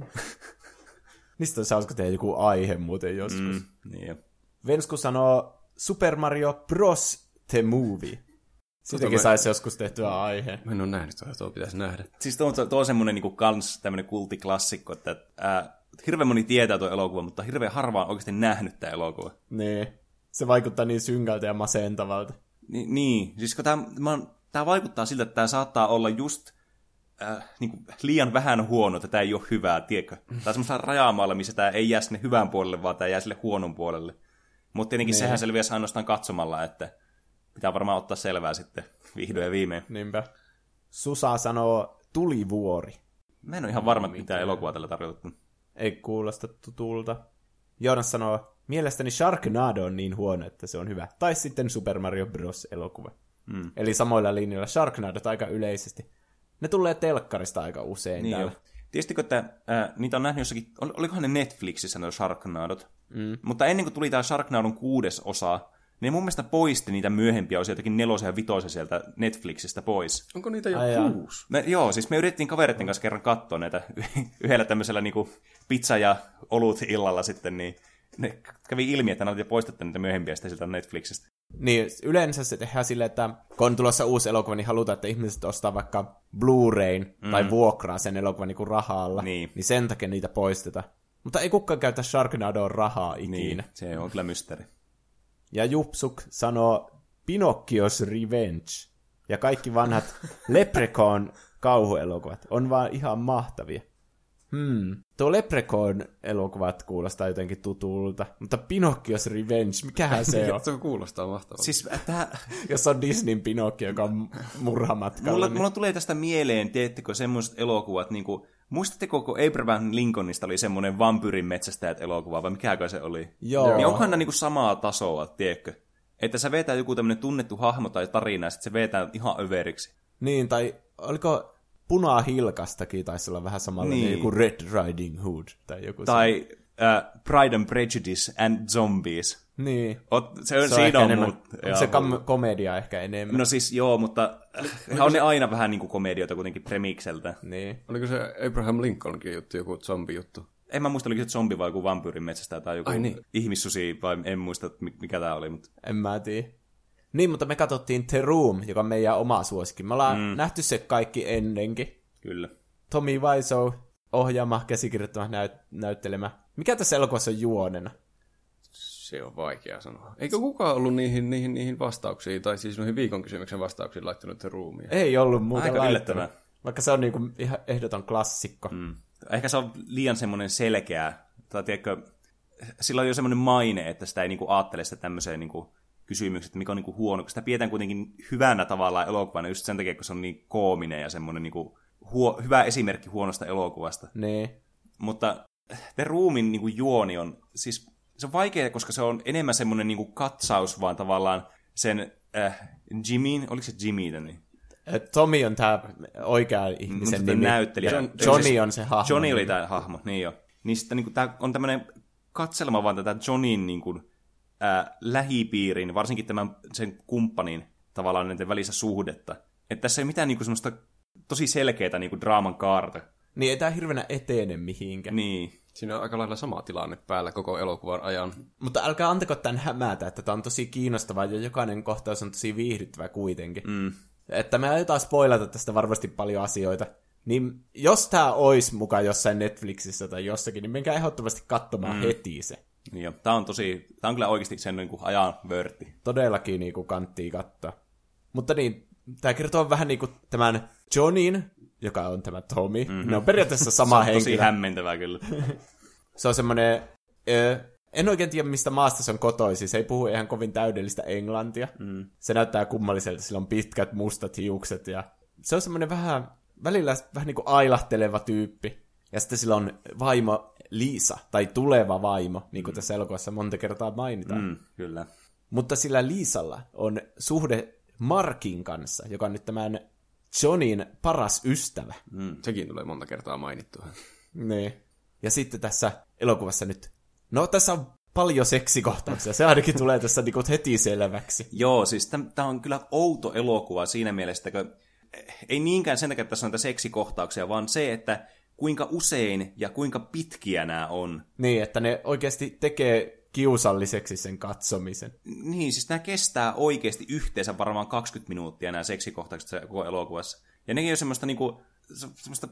Niistä olisi hauska tehdä joku aihe muuten joskus. Mm, niin. Vensku sanoo Super Mario Bros. The Movie. Siitäkin saisi joskus tehtyä aihe. Mä en ole nähnyt tuo, tuo pitäisi nähdä. Siis tuo, tuo on semmoinen niin kuin kans tämmöinen kulttiklassikko, että ää, hirveän moni tietää tuo elokuva, mutta hirveän harva on oikeasti nähnyt tämä elokuva. Niin. Se vaikuttaa niin synkältä ja masentavalta. Ni, niin. Siis kun tämä, tämä vaikuttaa siltä, että tämä saattaa olla just äh, niin kuin liian vähän huono, että tämä ei ole hyvää, tiedätkö? Tämä on semmoisella rajamaalla, missä tämä ei jää sinne hyvän puolelle, vaan tämä jää sille huonon puolelle. Mutta tietenkin niin. Sehän selviäisi ainoastaan katsomalla, että pitää varmaan ottaa selvää sitten vihdoin ja viimein. Niinpä. Susa sanoo Tulivuori. Mä en ole ihan varma, mitä mitään elokuvaa tällä tarkoitettu. Ei kuulosta tutulta. Joonas sanoo, mielestäni Sharknado on niin huono, että se on hyvä. Tai sitten Super Mario Bros. Elokuva. Mm. Eli samoilla linjoilla Sharknadot aika yleisesti. Ne tulee telkkarista aika usein niin täällä. Tiesittekö, että äh, niitä on nähnyt jossakin, ol, olikohan ne Netflixissä ne Sharknadot? Mm. Mutta ennen kuin tuli tämä Sharknadon kuudes osa, ne mun mielestä poisti niitä myöhempiä osia, jotakin nelosen ja vitosen sieltä Netflixistä pois. Onko niitä jo kuusi? Me, joo, siis me yritettiin kavereiden kanssa kerran katsoa näitä yhdellä tämmöisellä niinku pizza- ja olut illalla sitten, niin ne kävi ilmi, että ne oli jo poistettu niitä myöhempiä sitten sieltä Netflixistä. Niin, yleensä se tehdään silleen, että kun on tulossa uusi elokuva, niin halutaan, että ihmiset ostaa vaikka Blu-rayn mm. tai vuokraa sen elokuvan niin rahalla, niin. niin sen takia niitä poistetaan. Mutta ei kukaan käytä Sharknadoon rahaa ikinä. Niin, se on kyllä mysteeri. Ja Jupsuk sanoo Pinocchio's Revenge. Ja kaikki vanhat Leprechaun kauhuelokuvat on vaan ihan mahtavia. Hmm. Tuo Leprechaun-elokuvat kuulostaa jotenkin tutulta, mutta Pinocchio's Revenge, mikähän se on? Se kuulostaa mahtavalta. Siis, tää... Jos on Disneyn Pinocchio, joka on murhamatkalla. Mulla, niin... mulla tulee tästä mieleen, teettekö semmoiset elokuvat, niin kuin, muistatteko, kun Abraham Lincolnista oli semmoinen vampyyrin metsästäjät elokuva, vai mikäkö se oli? Joo. Niin onkohan ne niin kuin samaa tasoa, tiedätkö? Että sä vetää joku tämmöinen tunnettu hahmo tai tarina, ja sitten se vetää ihan överiksi. Niin, tai oliko... Punahilkastakin taisi olla vähän samalla, niin. Joku Red Riding Hood tai joku. Tai uh, Pride and Prejudice and Zombies. Niin. Ot, se on, se siinä on, enemmän, mut, onko se kam- komedia ehkä enemmän? No siis joo, mutta on ne aina vähän niin kuin komedioita kuitenkin premikseltä. Niin. Oliko se Abraham Lincolnkin juttu, joku zombi-juttu? En mä muista, oliko se zombi vai joku vampyyrin metsästä tai joku Ai niin. ihmissusi, vai en muista, mikä tää oli. Mutta... En mä tiedä. Niin, mutta me katsottiin The Room, joka on meidän oma suosikki. Me ollaan mm. nähty se kaikki ennenkin. Kyllä. Tommy Wiseau, ohjaama, käsikirjoittama, näyt- näyttelemä. Mikä tässä elokuvassa on juonena? Se on vaikea sanoa. Eikö kukaan ollut niihin, niihin, niihin vastauksiin, tai siis noihin viikon kysymyksen vastauksiin laittanut The Roomia? Ei ollut muuta aika yllättävää. Vaikka se on niinku ihan ehdoton klassikko. Mm. Ehkä se on liian semmoinen selkeä, tai tiedätkö, sillä on jo semmoinen maine, että sitä ei niinku ajattele sitä tämmöiseen niinku kysymykset, mikä on niinku huono, koska sitä pidetään kuitenkin hyvänä tavallaan elokuvana, just sen takia, kun se on niin koominen ja semmoinen niinku huo, hyvä esimerkki huonosta elokuvasta. Nee. Mutta The Roomin niinku juoni on, siis se on vaikea, koska se on enemmän semmoinen niinku katsaus vaan tavallaan sen äh, Jimmyn, oliko se Jimmy niin? Tommy on tämä oikea ihmisen nimi. Näyttelijä. John, Johnny on se hahmo. Johnny oli tämä hahmo, niin jo. Niin sitten niinku, tämä on tämmöinen katselma vaan tätä Johnin niinku, ää, lähipiirin, varsinkin tämän sen kumppanin tavallaan näiden välissä suhdetta. Että tässä ei mitään niinku semmoista tosi selkeää niinku draaman kaarta. Niin ei tämä hirveänä etene mihinkään. Niin. Siinä on aika lailla sama tilanne päällä koko elokuvan ajan. Mutta älkää antako tämän hämätä, että tämä on tosi kiinnostavaa ja jokainen kohtaus on tosi viihdyttävä kuitenkin. Mm. Että me aiotaan spoilata tästä varmasti paljon asioita. Niin jos tämä olisi mukaan jossain Netflixissä tai jossakin, niin menkää ehdottomasti katsomaan mm. heti se. Niin jo. Tämä on tosi, tämä on kyllä oikeasti sen niin kuin ajan vörtti. Todellakin niin kuin kanttii katsoa. Mutta niin, tämä kertoo vähän niin kuin tämän Johnin, joka on tämä Tommy. Mm-hmm. Ne on periaatteessa sama henkilö. Se on tosi hämmentävää kyllä. Se on semmoinen, äh, en oikein tiedä mistä maasta se on kotoisin. Se ei puhu ihan kovin täydellistä englantia. Mm. Se näyttää kummalliselta, sillä on pitkät mustat hiukset. Ja se on semmoinen vähän, välillä vähän niin kuin ailahteleva tyyppi. Ja sitten sillä on vaimo Liisa, tai tuleva vaimo, niin kuin mm. tässä elokuvassa monta kertaa mainitaan. Mm, kyllä. Mutta sillä Liisalla on suhde Markin kanssa, joka on nyt tämän Johnin paras ystävä. Mm. Sekin tulee monta kertaa mainittua. Niin. Ja sitten tässä elokuvassa nyt, no tässä on paljon seksikohtauksia, se ainakin tulee tässä niinku heti selväksi. Joo, siis tämä on kyllä outo elokuva siinä mielessä, että ei niinkään sen takia, että tässä on näitä seksikohtauksia, vaan se, että kuinka usein ja kuinka pitkiä nämä on. Niin, että ne oikeasti tekee kiusalliseksi sen katsomisen. Niin, siis nämä kestää oikeasti yhteensä varmaan kaksikymmentä minuuttia nämä seksikohtaukset koko elokuvassa. Ja nekin on semmoista niinku, semmoista,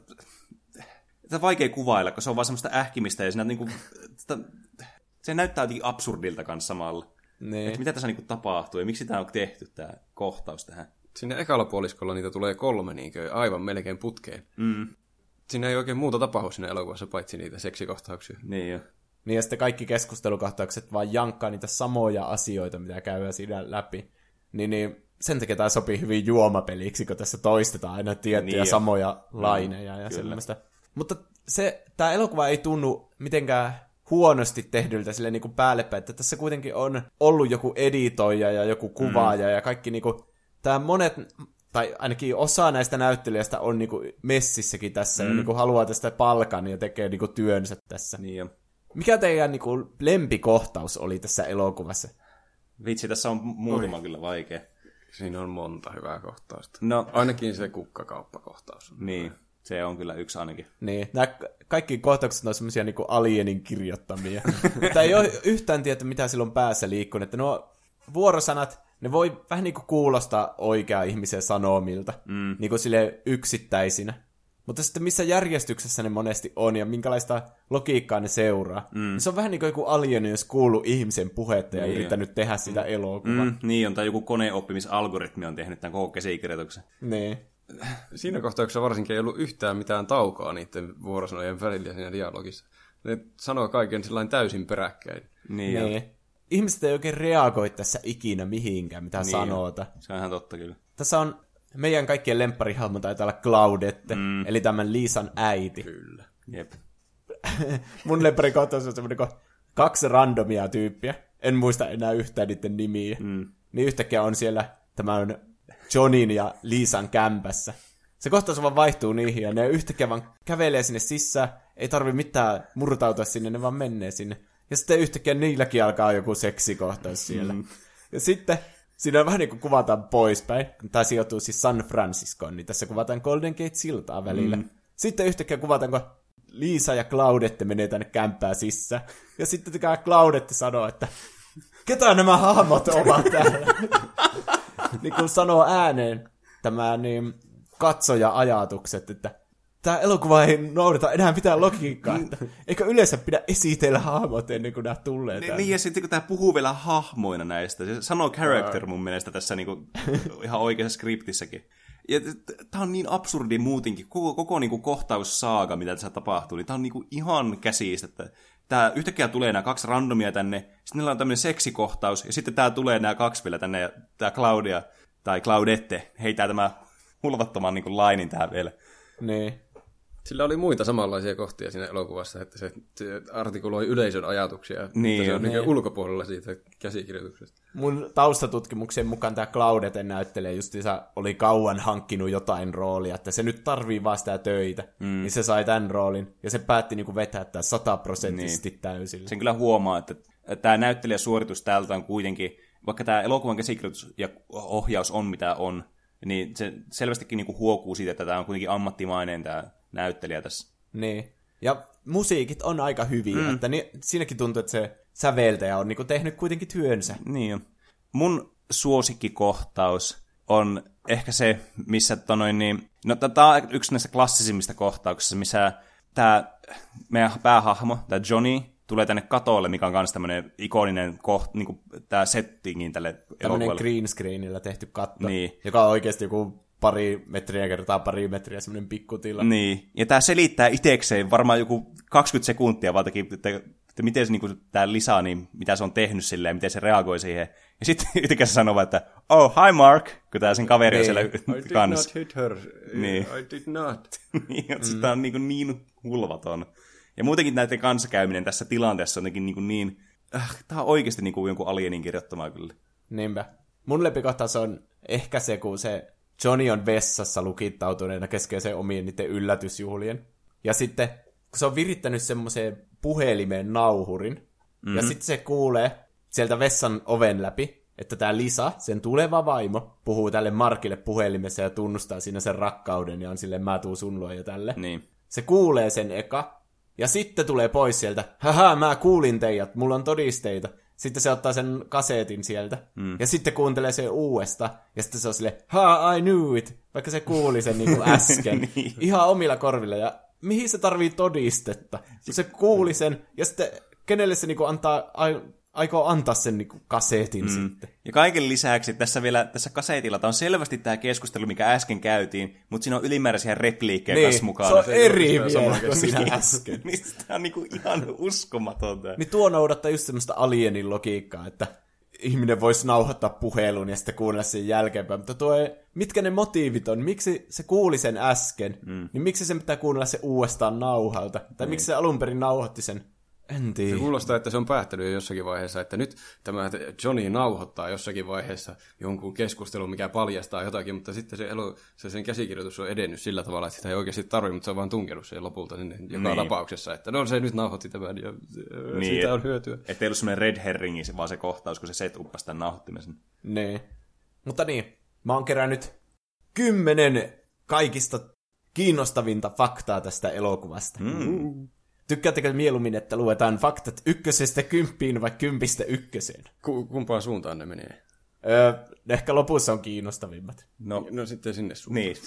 sitä on vaikea kuvailla, kun se on vaan semmoista ähkimistä ja siinä niinku, sitä, se näyttää jotenkin absurdilta kanssa samalla. Niin. Että mitä tässä niinku tapahtuu ja miksi tämä on tehty, tämä kohtaus tähän. Siinä ekalla puoliskolla niitä tulee kolme niinkö aivan melkein putkeen. Mm. Siinä ei oikein muuta tapahdu siinä elokuvassa, paitsi niitä seksikohtauksia. Niin jo. Niin ja sitten kaikki keskustelukohtaukset vaan jankkaa niitä samoja asioita, mitä käydään siinä läpi. Niin, niin sen takia tämä sopii hyvin juomapeliksi, kun tässä toistetaan aina tiettyjä niin samoja mm. laineja ja kyllä. Semmoista. Mutta se, tämä elokuva ei tunnu mitenkään huonosti tehdyltä silleen niin kuin päällepäin, että tässä kuitenkin on ollut joku editoija ja joku kuvaaja mm. ja kaikki niin kuin tää monet, tai ainakin osa näistä näyttelijöistä on niinku messissäkin tässä, mm. ja niinku haluaa tästä palkan ja tekee niinku työnsä tässä. Niin jo. Mikä teidän niinku lempikohtaus oli tässä elokuvassa? Vitsi, tässä on muutama Oi. kyllä vaikea. Siinä on monta hyvää kohtausta. No, ainakin se kukkakauppakohtaus. Niin, se on kyllä yksi ainakin. Niin, nämä kaikki kohtaukset on semmoisia niinku alienin kirjoittamia. Mutta ei ole yhtään tietä, mitä silloin päässä liikkuu. Että nuo vuorosanat, ne voi vähän niinku kuulostaa oikea ihmisen sanomilta. Mm. Niinku sille yksittäisinä. Mutta sitten missä järjestyksessä ne monesti on ja minkälaista logiikkaa ne seuraa. Mm. Niin se on vähän niin kuin joku alieni, jos kuuluu ihmisen puhetta ja niin yrittänyt tehdä sitä mm. elokuvaa. Mm, niin on, tai joku koneoppimisalgoritmi on tehnyt tämän koko käsikirjoituksen. Niin. Siinä kohtauksessa varsinkin ei ollut yhtään mitään taukoa niiden vuorosanojen välillä siinä dialogissa. Ne sanoo kaiken sellainen täysin peräkkäin. Niin. niin. Ihmiset ei oikein reagoi tässä ikinä mihinkään, mitä niin sanota. Se on ihan totta kyllä. Tässä on meidän kaikkien lempparihahmo taitaa olla Claudette, mm. eli tämän Liisan äiti. Kyllä. Jep. Mun lempparikohtaus on semmoinen kaksi randomia tyyppiä. En muista enää yhtään niiden nimiä. Mm. Niin yhtäkkiä on siellä tämän Johnin ja Liisan kämpässä. Se kohtaus vaan vaihtuu niihin ja ne yhtäkkiä vaan kävelee sinne sisään. Ei tarvi mitään murtautua sinne, ne vaan menee sinne. Ja sitten yhtäkkiä niilläkin alkaa joku seksikohtaus siellä. Mm. Ja sitten siinä vähän niin kuin kuvataan poispäin. Tämä sijoittuu siis San Franciscoon, niin tässä kuvataan Golden Gate-siltaa välillä. Mm. Sitten yhtäkkiä kuvataan, kun Liisa ja Claudette menee tänne kämppää sisään. Ja sitten tämä Claudette sanoo, että ketä nämä hahmot ovat täällä? Niin kun sanoo ääneen tämä niin katsoja-ajatukset, että tämä elokuva ei noudata enää mitään logiikkaa. Että eikö yleensä pidä esitellä hahmot ennen kuin nämä tulee tänne? Niin, ja sitten kun tämä puhuu vielä hahmoina näistä. Se sanoo character mun mielestä tässä niinku ihan oikeassa skriptissäkin. Ja tämä on niin absurdi muutenkin. Koko, koko niinku kohtaussaaga, mitä tässä tapahtuu, niin tämä on niinku ihan käsistä. Että tää yhtäkkiä tulee nämä kaksi randomia tänne, sitten niillä on tämmöinen seksikohtaus, ja sitten tää tulee nämä kaksi vielä tänne, ja tämä Claudia, tai Claudette, heitää tämä hulvattoman niinku lainin tähän vielä. Niin. Sillä oli muita samanlaisia kohtia siinä elokuvassa, että se, se artikuloi yleisön ajatuksia, niin, mutta se on niin. niin ulkopuolella siitä käsikirjoituksesta. Mun taustatutkimuksen mukaan tämä Claudette näyttelee justiinsa oli kauan hankkinut jotain roolia, että se nyt tarvii vaan sitä töitä, mm. niin se sai tämän roolin, ja se päätti niinku vetää tämän sataprosenttisesti niin. täysillä. Sen kyllä huomaa, että tämä näyttelijäsuoritus täältä on kuitenkin, vaikka tämä elokuvan käsikirjoitus ja ohjaus on mitä on, niin se selvästikin niinku huokuu siitä, että tämä on kuitenkin ammattimainen tämä näyttelijä tässä. Niin. Ja musiikit on aika hyviä, mm. että ni, siinäkin tuntuu, että se säveltäjä on niinku tehnyt kuitenkin työnsä. Niin jo. Mun suosikkikohtaus on ehkä se, missä tonoin niin... No tää on yksi näistä klassisimmista kohtauksista, missä tää meidän päähahmo, tää Johnny, tulee tänne katolle, mikä on myös tämmönen ikoninen koht, niinku tää settingin tälle elokuvalle. Tämmönen green screenillä tehty katto, niin. joka on oikeasti joku pari metriä kertaa pari metriä, semmoinen pikkutila. Niin, ja tää selittää itekseen varmaan joku kaksikymmentä sekuntia, vaan teki, että, että miten se, niin tää Lisa, niin mitä se on tehnyt silleen, miten se reagoi siihen. Ja sitten yhtäkään se sanoo, että oh, hi Mark, kun tää sen kaveri on siellä kanssa. I did not hit her. Niin. I did not. niin, mm. Tää on niin, niin hulvaton. Ja muutenkin näiden kanssakäyminen tässä tilanteessa on jotenkin niin, niin äh, tää on oikeasti niin kuin jonkun alienin kirjoittamaa kyllä. Niinpä. Mun lempikohtaus on ehkä se, kun se Johnny on vessassa lukittautuneena kesken sen omien niiden yllätysjuhlien. Ja sitten, kun se on virittänyt semmoiseen puhelimeen nauhurin, mm-hmm. ja sitten se kuulee sieltä vessan oven läpi, että tämä Lisa, sen tuleva vaimo, puhuu tälle Markille puhelimessa ja tunnustaa siinä sen rakkauden, ja on silleen, mä tuun sun luo ja tälle. Niin. Se kuulee sen eka, ja sitten tulee pois sieltä, haha, mä kuulin teidät, mulla on todisteita. Sitten se ottaa sen kaseetin sieltä, mm. ja sitten kuuntelee sen uudesta, ja sitten se on silleen, ha, I knew it, vaikka se kuuli sen niin kuin äsken, niin. Ihan omilla korvilla, ja mihin se tarvii todistetta? Se kuuli sen, ja sitten kenelle se niin kuin antaa, ai, aikoo antaa sen niin kuin kaseetin mm. sitten. Ja kaiken lisäksi tässä vielä, tässä kasetilla, tämä on selvästi tämä keskustelu, mikä äsken käytiin, mutta siinä on ylimääräisiä repliikkejä niin, kanssa mukana. Se on se eri vielä kuin siinä äsken. Niin tämä on niinku ihan uskomatonta. Niin tuo noudattaa just semmoista alienin logiikkaa, että ihminen voisi nauhoittaa puhelun ja sitten kuunnella sen jälkeenpäin, mutta tuo ei, mitkä ne motiivit on, miksi se kuuli sen äsken, mm. niin miksi sen pitää kuunnella se uudestaan nauhalta, tai niin. Miksi se alun perin nauhoitti sen En tiedä. Se kuulostaa, että se on päättänyt jo jossakin vaiheessa, että nyt tämä Johnny nauhoittaa jossakin vaiheessa jonkun keskustelun, mikä paljastaa jotakin, mutta sitten se, elo, se sen käsikirjoitus on edennyt sillä tavalla, että sitä ei oikeasti tarvitse, mutta se on vaan tunkenut sen lopulta sinne joka niin. tapauksessa, että no se nyt nauhoitti tämän ja niin, siitä on hyötyä. Että ei ollut semmoinen red herringi, vaan se kohtaus, kun se set uppasi tämän nauhoittimisen. Niin. Mutta niin, mä oon kerännyt kymmenen kaikista kiinnostavinta faktaa tästä elokuvasta. Mm. Tykkäättekö mieluummin, että luetaan faktat ykkösestä kymppiin vai kympistä ykköseen? Ku, kumpaan suuntaan ne menee? Öö, ehkä lopussa on kiinnostavimmat. No, no sitten sinne suuntaan. Niin.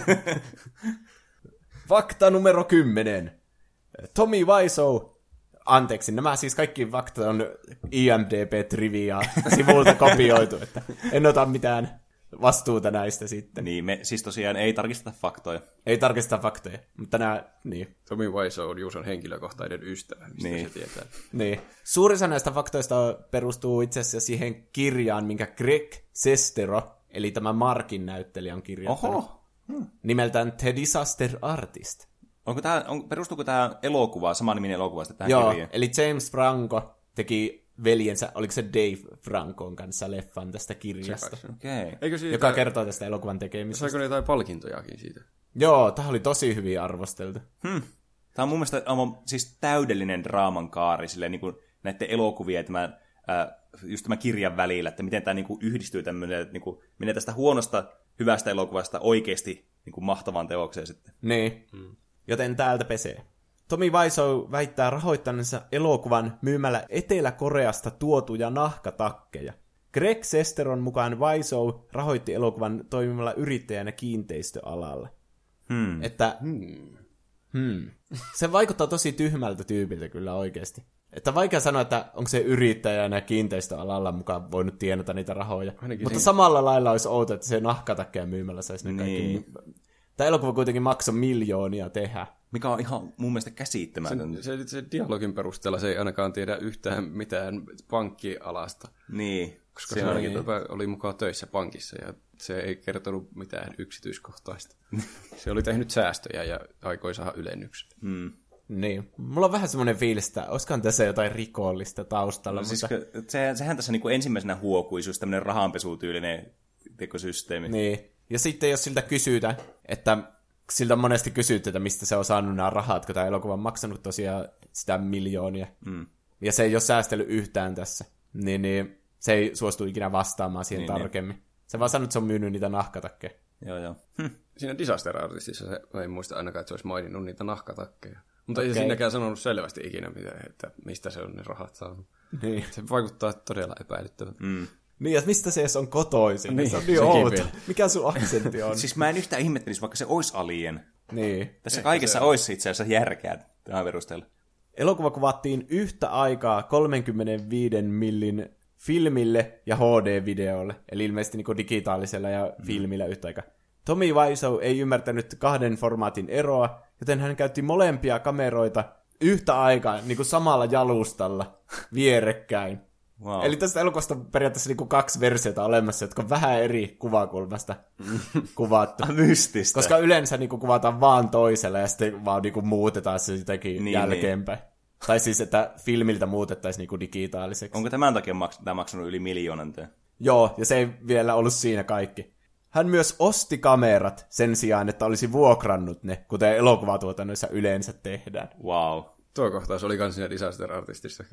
Fakta numero kymmenen. Tommy Wiseau. Anteeksi, nämä siis kaikki faktat on I M D B-trivia-sivulta kopioitu, että en ota mitään vastuuta näistä sitten. Niin, me siis tosiaan ei tarkisteta faktoja. Ei tarkisteta faktoja, mutta nämä, niin. Tommy Wiseau on Juuson henkilökohtainen ystävä, mistä niin. se tietää. Niin. Suurin osa näistä faktoista perustuu itse asiassa siihen kirjaan, minkä Greg Sestero, eli tämä Markin näyttelijä, on kirjoittanut. Oho. Hmm. Nimeltään The Disaster Artist. Onko tämä, on, perustuuko tämä elokuva, samaniminen elokuva tähän Joo, kirjaan? eli James Franco teki veljensä, oliko se Dave Francon kanssa leffan tästä kirjasta, okay. siitä, joka kertoo tästä elokuvan tekemisestä. Saiko ne jotain palkintojakin siitä? Joo, tämä oli tosi hyvin arvosteltu. Hmm. Tämä on mun mielestä aivan, siis täydellinen draaman kaari silleen, niin kuin näiden elokuvien ja tämän, äh, just tämän kirjan välillä, että miten tämä niin kuin yhdistyy tämmöinen, niin kuin, menee tästä huonosta, hyvästä elokuvasta oikeasti niin kuin mahtavaan teokseen sitten. Niin, hmm. joten täältä pesee. Tommy Wiseau väittää rahoittaneensa elokuvan myymällä Etelä-Koreasta tuotuja nahkatakkeja. Greg Sesteron mukaan Wiseau rahoitti elokuvan toimimalla yrittäjänä kiinteistöalalla. Hmm. Että, hmm, hmm. Se vaikuttaa tosi tyhmältä tyypiltä kyllä oikeasti. Että vaikea sanoa, että onko se yrittäjänä kiinteistöalalla mukaan voinut tienata niitä rahoja. Ainakin mutta sen... samalla lailla olisi outo, että se nahkatakkeja myymällä saisi ne niin. kaikki. Tämä elokuva kuitenkin maksoi miljoonia tehdä. Mikä on ihan mun mielestä käsittämätöntä. Se, se, se dialogin perusteella se ei ainakaan tiedä yhtään mitään pankkialasta. Niin. Koska se ainakin niin. oli mukaan töissä pankissa ja se ei kertonut mitään yksityiskohtaista. Se oli tehnyt säästöjä ja aikoi saada ylennyksen. Hmm. Niin. Mulla on vähän semmoinen fiilis, että olisikohan tässä jotain rikollista taustalla. No, mutta... siis, se, sehän tässä niinku ensimmäisenä huokuisi just tämmöinen rahanpesutyylinen tekosysteemi. Niin. Ja sitten jos siltä kysytään, että siltä on monesti kysytty, että mistä se on saanut nämä rahat, kun tämä elokuva on maksanut tosiaan sitä miljoonia. Mm. Ja se ei ole säästellyt yhtään tässä. Niin, niin se ei suostu ikinä vastaamaan siihen niin, tarkemmin. Niin. Se vaan sanoo, että se on myynyt niitä nahkatakkeja. Joo, joo. Hm. Siinä Disaster Artistissa se, mä en muista ainakaan, että se olisi maininnut niitä nahkatakkeja. Mutta okay. Ei se siinäkään sanonut selvästi ikinä, että mistä se on ne rahat saanut. Niin. Se vaikuttaa todella epäilyttävältä. Mm. Niin, ja mistä se on kotoisin? Niin, se on niin outo. Mikä sun aksentti on? Siis mä en yhtään ihmettelisi, vaikka se olisi alien. Niin. Tässä Ehkä kaikessa se olisi itse asiassa järkeä tämän perusteella. Elokuva kuvattiin yhtä aikaa kolmekymmentäviisi millin filmille ja H D-videolle, eli ilmeisesti niin digitaalisella ja mm. filmillä yhtä aikaa. Tommy Wiseau ei ymmärtänyt kahden formaatin eroa, joten hän käytti molempia kameroita yhtä aikaa niin kuin samalla jalustalla vierekkäin. Wow. Eli tästä elokuvasta on periaatteessa niin kuin kaksi versiota olemassa, jotka on vähän eri kuvakulmasta kuvattu. Mystistä. Koska yleensä niin kuin kuvataan vaan toisella ja sitten vaan niin kuin muutetaan se sitäkin niin, jälkeenpäin. Niin. Tai siis, että filmiltä muutettaisiin niin kuin digitaaliseksi. Onko tämän takia maks- tämä maksanut yli miljoonan työ? Joo, ja se ei vielä ollut siinä kaikki. Hän myös osti kamerat sen sijaan, että olisi vuokrannut ne, kuten elokuvatuotannoissa yleensä tehdään. Wow. Tuo kohtaus oli kans siinä Disaster Artistissa.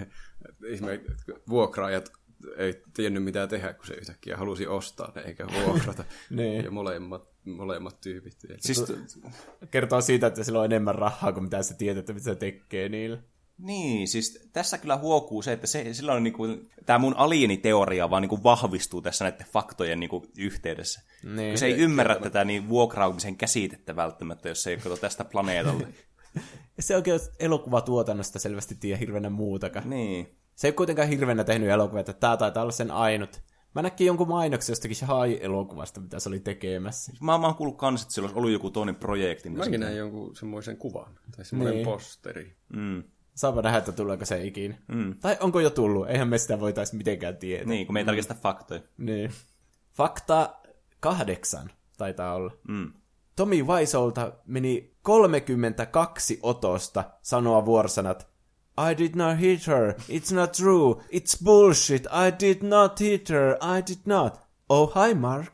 Ihme, vuokraajat ei tiennyt mitä tehdä, kun se yhtäkkiä halusi ostaa ne, eikä vuokrata. niin. Ja molemmat, molemmat tyypit. Siis kertoo siitä, että sillä on enemmän rahaa kuin mitä se tietää, että mitä se tekee niillä. Niin, siis tässä kyllä huokuu se, että se, sillä on niinku, tämä mun alieniteoria vaan niinku vahvistuu tässä näiden faktojen niinku yhteydessä. Niin. Kun se ei ymmärrä Kyllä. tätä niin vuokraamisen käsitettä välttämättä, jos se ei kato tästä planeetalle. Ja se oikein elokuvatuotannosta selvästi tiedä hirveänä muutakaan. Niin. Se ei kuitenkaan hirveänä tehnyt elokuvia, että tämä taitaa olla sen ainut. Mä näkin jonkun mainoksen jostakin Shai-elokuvasta, mitä se oli tekemässä. Mä, mä oon kuullut kans, että sillä olisi ollut joku toinen projekti. Mäkin näin jonkun semmoisen kuvan, tai semmoinen niin. posteri. Mm. Saapa nähdä, että tuleeko se ikinä. Mm. Tai onko jo tullut? Eihän me sitä voitaisi mitenkään tietää. Niin, kun me ei tarkista mm. faktoja. Niin. Fakta kahdeksan taitaa olla. Mm. Tommy Wiseaulta meni kolmekymmentäkaksi otosta sanoa vuorosanat I did not hit her. It's not true. It's bullshit. I did not hit her. I did not. Oh, hi Mark.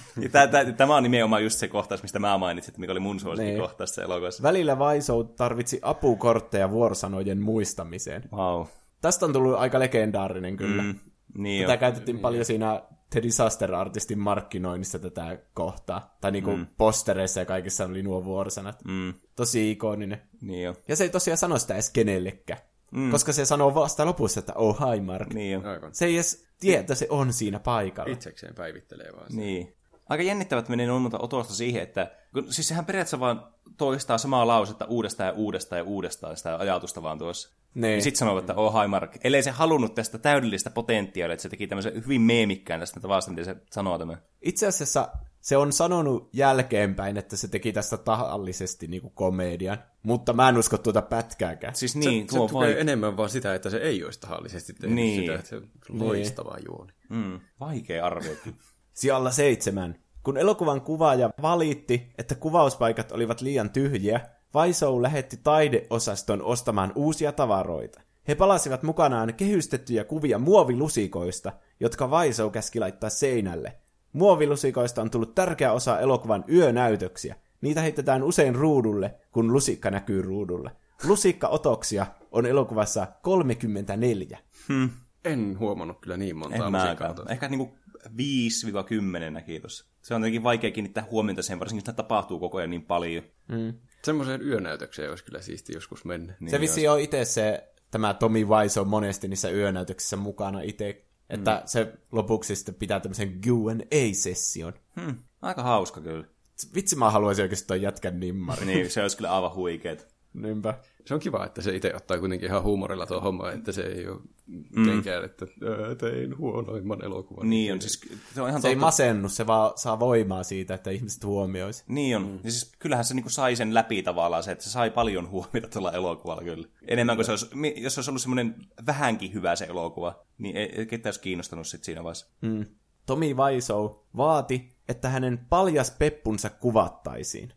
Tämä on nimenomaan just se kohtaus, mistä mä mainitsin, mikä oli mun suosikki kohtaus se elokuvassa. Välillä Wiseau tarvitsi apukortteja vuorosanojen muistamiseen. Wow. Tästä on tullut aika legendaarinen kyllä. Mm, niin tätä jo. Käytettiin niin paljon siinä The Disaster Artistin markkinoinnissa tätä kohtaa. Tai niinku mm. postereissa ja kaikissa oli nuo vuorosanat. Mm. Tosi ikoninen. Niin jo. Ja se ei tosiaan sano sitä edes kenellekään. Mm. Koska se sanoo vasta lopussa, että oh hi Mark. Niin se ei edes tiedä, että se on siinä paikalla. Itsekseen päivittelee vaan. Niin. Aika jännittävät menee monta otosta siihen, että kun, siis sehän periaatteessa vaan toistaa samaa lausetta uudestaan ja uudestaan ja uudestaan sitä ajatusta vaan tuossa. Niin. Ja sitten sanoo, että oh hi Mark. Ellei se halunnut tästä täydellistä potentiaalia, että se teki tämmöisen hyvin meemikkään tästä tavasta, miten se sanoo tämän. Itse asiassa se on sanonut jälkeenpäin, että se teki tästä tahallisesti niin kuin komedian, mutta mä en usko tuota pätkääkään. Siis niin, se, tuo se tukee enemmän vaan sitä, että se ei olisi tahallisesti tehnyt niin. sitä, että se on loistava niin. juoni. Mm, vaikea arvioida. Sijalla seitsemän. Kun elokuvan kuvaaja valitti, että kuvauspaikat olivat liian tyhjiä, Wiseau lähetti taideosaston ostamaan uusia tavaroita. He palasivat mukanaan kehystettyjä kuvia muovilusikoista, jotka Wiseau käski laittaa seinälle. Muovilusikoista on tullut tärkeä osa elokuvan yönäytöksiä. Niitä heitetään usein ruudulle, kun lusikka näkyy ruudulle. Lusikkaotoksia on elokuvassa kolmekymmentäneljä. Hmm. En huomannut kyllä niin montaa en lusikkaa. Ehkä niinku viisi kymmenen näki tuossa. Se on jotenkin vaikea kiinnittää huomiota sen, varsinkin sitä tapahtuu koko ajan niin paljon. Mm. Semmoiseen yönäytökseen olisi kyllä siisti joskus mennä. Niin se vissi on itse se, tämä Tommy Wiseau monesti niissä yönäytöksissä mukana itse. Että mm. se lopuksi sitten pitää tämmöisen Q and A-session. Hmm. Aika hauska kyllä. Vitsi mä haluaisin oikeasti toi jätkän nimmari. Niin, se olisi kyllä aivan huikeet. Niinpä. Se on kiva, että se itse ottaa kuitenkin ihan huumorilla tuo homma, että se ei ole mitenkään, mm. että tein huonoimman elokuvan. Niin on, siis se on ihan se totta. ei masennu, se vaan saa voimaa siitä, että ihmiset huomioisi. Niin on. Mm. Ja siis kyllähän se niinku sai sen läpi tavallaan se, että se sai paljon huomiota tuolla elokuvalla kyllä. Enemmän kuin se olisi, jos se olisi ollut semmoinen vähänkin hyvä se elokuva, niin ei ketään olisi kiinnostanut sit siinä vaiheessa. Mm. Tommy Wiseau vaati, että hänen paljas peppunsa kuvattaisiin.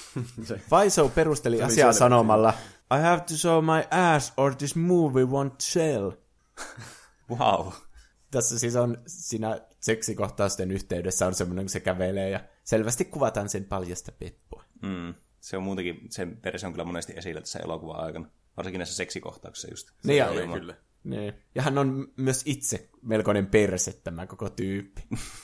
Wiseau perusteli asiaa sanomalla, I have to show my ass or this movie won't sell. Wow. Tässä siis on siinä seksikohtausten yhteydessä on semmoinen, kun se kävelee ja selvästi kuvataan sen paljasta peppua. Mm. Se on muutenkin, sen versio on kyllä monesti esillä tässä elokuvan aikana. Varsinkin näissä seksikohtauksissa just. Niin ja, kyllä. Niin. Ja hän on myös itse melkoinen perse tämä koko tyyppi.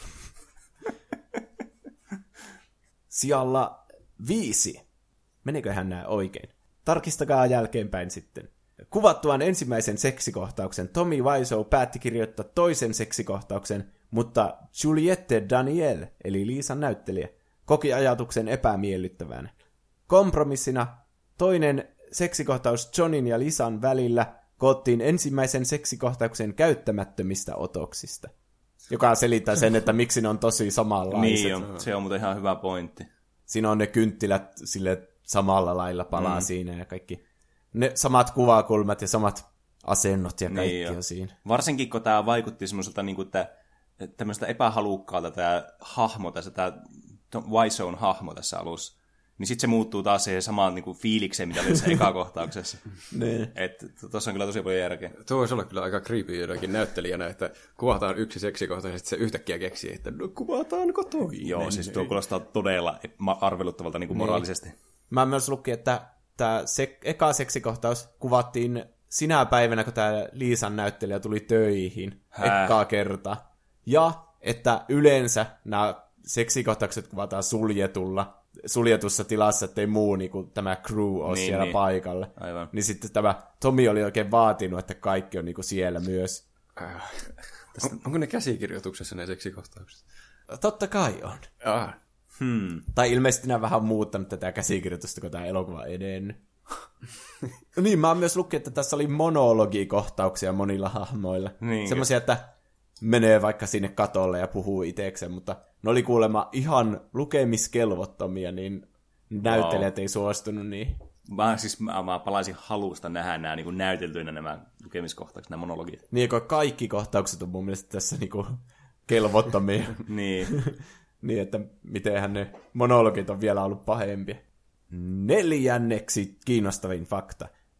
Sijalla viisi. Meneköhän nämä oikein? Tarkistakaa jälkeenpäin sitten. Kuvattuaan ensimmäisen seksikohtauksen Tommy Wiseau päätti kirjoittaa toisen seksikohtauksen, mutta Juliette Daniel, eli Liisan näyttelijä, koki ajatuksen epämiellyttävänä. Kompromissina toinen seksikohtaus Johnin ja Lisan välillä koottiin ensimmäisen seksikohtauksen käyttämättömistä otoksista, joka selittää sen, että miksi ne on tosi samanlaiset. Niin on, se on muuten ihan hyvä pointti. Siinä on ne kynttilät sille samalla lailla palaa mm. siinä ja kaikki. Ne samat kuvakulmat ja samat asennot ja kaikki niin on siinä. Varsinkin kun tämä vaikutti semmoiselta niin kuin, että tämmöistä epähalukkaalta tämä hahmo tässä, tämä Wiseaun hahmo tässä alussa. Niin sitten se muuttuu taas siihen samaan niin kuin fiilikseen, mitä oli se eka-kohtauksessa. Niin. Että tuossa on kyllä tosi paljon järkeä. Tuo voisi olla kyllä aika creepy jotenkin näyttelijänä, että kuvataan yksi seksikohtaus ja sitten se yhtäkkiä keksii, että no kuvataanko toinen? Joo, siis tuo kuulostaa todella arveluttavalta niin kuin moraalisesti. Niin. Mä myös lukin, että tämä se, eka seksikohtaus kuvattiin sinä päivänä, kun tämä Liisan näyttelijä tuli töihin Hää? ekaa kertaa. Ja että yleensä nämä seksikohtaukset kuvataan suljetulla, suljetussa tilassa, ettei muu niin kuin tämä crew ole niin, siellä niin. paikalle. Aivan. Niin sitten tämä Tommy oli oikein vaatinut, että kaikki on niin kuin siellä myös. Äh. Tästä... On, onko ne käsikirjoituksessa ne seksikohtaukset? Totta kai on. Ah. Hmm. Tai ilmeisesti nämä vähän muuttanut tätä käsikirjoitusta, kun tämä elokuva on edennyt. Niin, mä oon myös lukenut, että tässä oli monologikohtauksia monilla hahmoilla. Niinkö? Semmoisia, että menee vaikka sinne katolle ja puhuu itsekseen, mutta ne oli kuulemma ihan lukemiskelvottomia, niin näyttelijät wow. ei suostunut niin. Mä, siis, mä, mä palaisin halusta nähdä nämä niin kuin näyteltyinä nämä lukemiskohtaukset, nämä monologit. Niin, kun kaikki kohtaukset on mun mielestä tässä niin kuin kelvottomia. Niin. Niin, että mitenhän ne monologit on vielä ollut pahempia. Neljänneksi kiinnostavin fakta.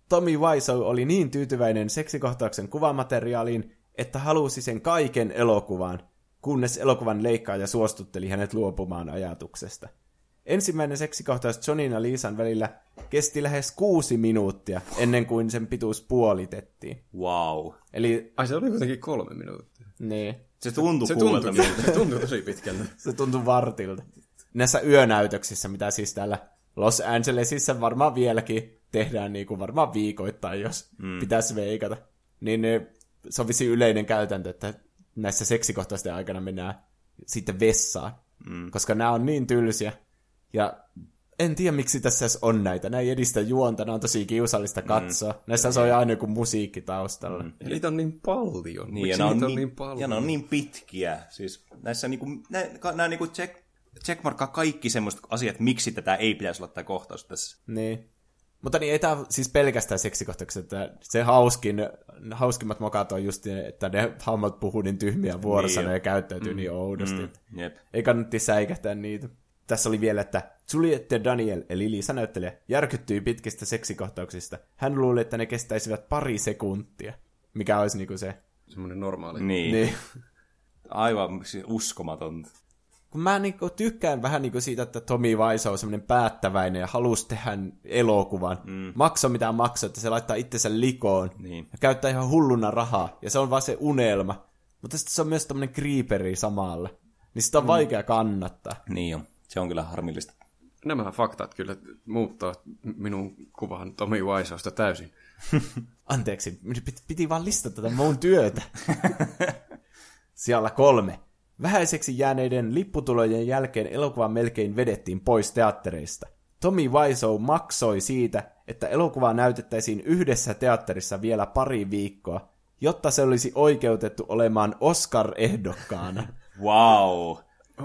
Tommy Wiseau oli niin tyytyväinen seksikohtauksen kuvamateriaaliin, että halusi sen kaiken elokuvaan, kunnes elokuvan leikkaaja suostutteli hänet luopumaan ajatuksesta. Ensimmäinen seksikohtaus Johnin ja Lisan välillä kesti lähes kuusi minuuttia, ennen kuin sen pituus puolitettiin. Wow. Eli... Ai se oli kuitenkin kolme minuuttia. Niin. Se tuntui se kuulelta. Tuntui, se tuntui tosi pitkältä. Se tuntui vartilta. Näissä yönäytöksissä, mitä siis täällä Los Angelesissa varmaan vieläkin tehdään niin kuin varmaan viikoittain, jos mm. pitäisi veikata. Niin se on vissiin yleinen käytäntö, että näissä seksikohtaisten aikana mennään sitten vessaan. Mm. Koska nämä on niin tylsiä. Ja en tiedä, miksi tässä on näitä. Nämä ei edistä juonta, nämä on tosi kiusallista katsoa. Mm. Näissä se on aina joku musiikki taustalla. Mm. Ja niitä on niin paljon. Niin, ja, ne on niin, on niin paljon? Ja ne on niin pitkiä. Siis näissä niinku, nä, nämä niinku check, checkmarkkaa kaikki semmoiset asiat, miksi tätä ei pitäisi olla tämä kohtaus tässä. Niin. Mutta niin ei tämä siis pelkästään seksikohtauksia. Se hauskin, hauskimmat mokat on just, että ne hahmot puhuu niin tyhmiä vuorosanoja niin ja käyttäytyy mm. niin oudosti. Mm. Yep. Ei kannatti säikähtää niitä. Tässä oli vielä, että Juliette Daniel, eli Lisa-näyttelijä, järkyttyi pitkistä seksikohtauksista. Hän luuli, että ne kestäisivät pari sekuntia, mikä olisi niinku se... Semmoinen normaali. Niin. niin. Aivan uskomatonta. Kun mä niinku tykkään vähän niinku siitä, että Tommy Wiseau on semmoinen päättäväinen ja halusi tehdä elokuvan. Mm. Makso mitä maksoi, että se laittaa itsensä likoon niin. ja käyttää ihan hulluna rahaa. Ja se on vaan se unelma. Mutta sitten se on myös tämmöinen creeperi samalla. Niin sitä on mm. vaikea kannattaa. Niin on. Se on kyllä harmillista. Nämä faktat kyllä muuttaa minun kuvan Tommy Wiseausta täysin. Anteeksi, piti vaan listata tätä mun työtä. Siellä kolme. Vähäiseksi jääneiden lipputulojen jälkeen elokuva melkein vedettiin pois teattereista. Tommy Wiseau maksoi siitä, että elokuvaa näytettäisiin yhdessä teatterissa vielä pari viikkoa, jotta se olisi oikeutettu olemaan Oscar-ehdokkaana. Wow.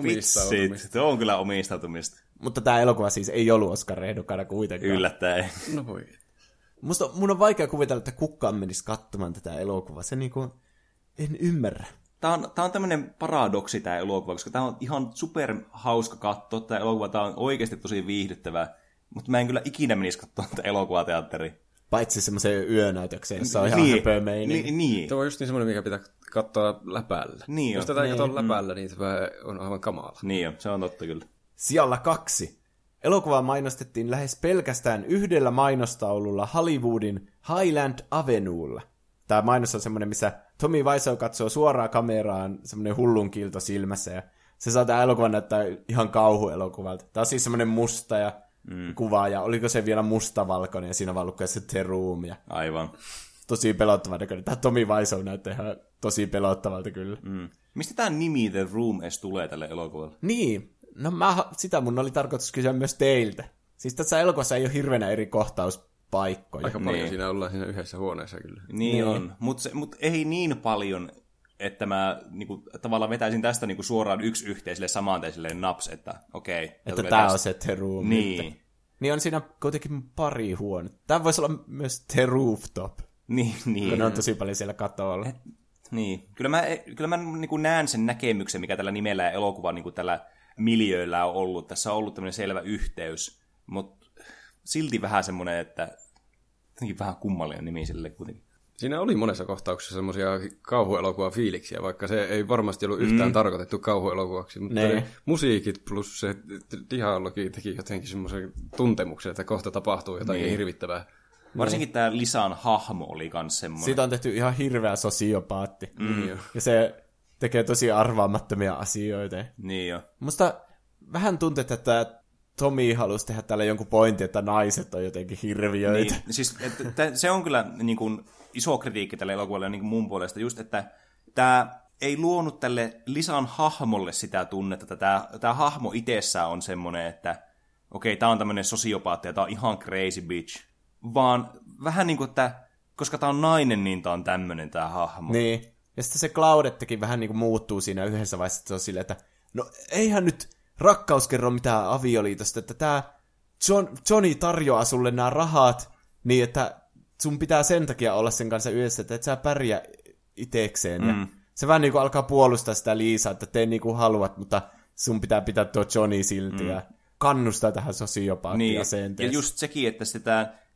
Vitsit, se on kyllä omistautumista. Mutta tämä elokuva siis ei ollut Oscar-ehdokkaana kuitenkaan. Yllättäen. No voi. Musta mun on vaikea kuvitella, että kukaan menisi katsomaan tätä elokuvaa. Se niinku, en ymmärrä. Tämä on, tämä on tämmöinen paradoksi tämä elokuva, koska tämä on ihan super hauska katsoa. Tämä elokuva tämä on oikeasti tosi viihdyttävää. Mutta mä en kyllä ikinä menisi katsomaan tätä elokuvaa teatteriin. Paitsi semmoiseen yönäytökseen, jossa on ihan niin, höpöä meininki. Niin, niin. Tuo on just niin semmoinen, mikä pitää katsoa läpällä. Niin jos tätä ei niin, katsoa läpällä, niin se on aivan kamala. Niin jo, se on totta kyllä. Sijalla kaksi. Elokuvaa mainostettiin lähes pelkästään yhdellä mainostaululla Hollywoodin Highland Avenuella. Tämä mainos on semmoinen, missä Tommy Wiseau katsoo suoraan kameraan semmoinen hullun kiilto silmässä. Ja se saa tämä elokuva näyttää ihan kauhuelokuvalta. Tämä on siis semmoinen musta ja mm. kuva, ja oliko se vielä mustavalkoinen, ja siinä vaan lukee se The Room. Ja aivan. Tosi pelottava näköinen. Tämä Tommy Wiseau näyttää ihan tosi pelottavalta kyllä. Mm. Mistä tämä nimi The Room edes tulee tälle elokuvalle? Niin, no mä, sitä mun oli tarkoitus kysyä myös teiltä. Siis tässä elokuvassa ei ole hirveänä eri kohtauspaikkoja. Aika paljon niin. Siinä ollaan siinä yhdessä huoneessa kyllä. Niin, niin. on, mutta mut ei niin paljon, että mä niinku, tavallaan vetäisin tästä niinku suoraan yksi yhteiselle samanteiselle naps, että okei. Okay, että tää tästä on se The Room. Niin. Nyt. Niin on siinä kuitenkin pari huonetta. Tämä voisi olla myös The Rooftop. Niin, niin. Kun ne on tosi paljon siellä katolla. Et, niin. Kyllä mä, kyllä mä niinku näen sen näkemyksen, mikä tällä nimellä ja elokuvan niinku tällä miljöillä on ollut. Tässä on ollut tämmöinen selvä yhteys, mutta silti vähän semmoinen, että vähän kummallinen nimi sille kuitenkin. Siinä oli monessa kohtauksessa semmoisia kauhuelokuva fiiliksiä, vaikka se ei varmasti ollut yhtään mm. tarkoitettu kauhuelokuvaksi, mutta ne musiikit plus se dialogi teki jotenkin semmoisen tuntemuksen, että kohta tapahtuu jotain niin. hirvittävää. Varsinkin tämä Lisan hahmo oli kans semmoinen. Siitä on tehty ihan hirveä sosiopaatti. Mm. Ja se tekee tosi arvaamattomia asioita. Niin jo. Musta vähän tuntuu, että Tommy halusi tehdä tällä jonkun pointin, että naiset on jotenkin hirviöitä. Niin, siis, että, se on kyllä niin kuin, iso kritiikki tälle elokuvalle niin kuin mun puolesta, just että tämä ei luonut tälle Lisan hahmolle sitä tunnetta, että tämä, tämä hahmo itsessään on semmoinen, että okei, tämä on tämmöinen sosiopaatti ja tämä on ihan crazy bitch, vaan vähän niin kuin, että koska tämä on nainen, niin tämä on tämmöinen tämä hahmo. Niin, ja sitten se Claudettekin vähän niin kuin muuttuu siinä yhdessä vaiheessa, että se on silleen, että no eihän nyt rakkaus kerro mitään avioliitosta, että tämä John, Johnny tarjoaa sulle nämä rahat, niin että sun pitää sen takia olla sen kanssa yhdessä, että et sä pärjää itekseen. Mm. Ja se vähän niin kuin alkaa puolustaa sitä Liisaa, että tee niin kuin haluat, mutta sun pitää pitää tuo Johnny silti mm. ja kannustaa tähän sosiopaattiasenteeseen. Niin, ja just sekin, että sitä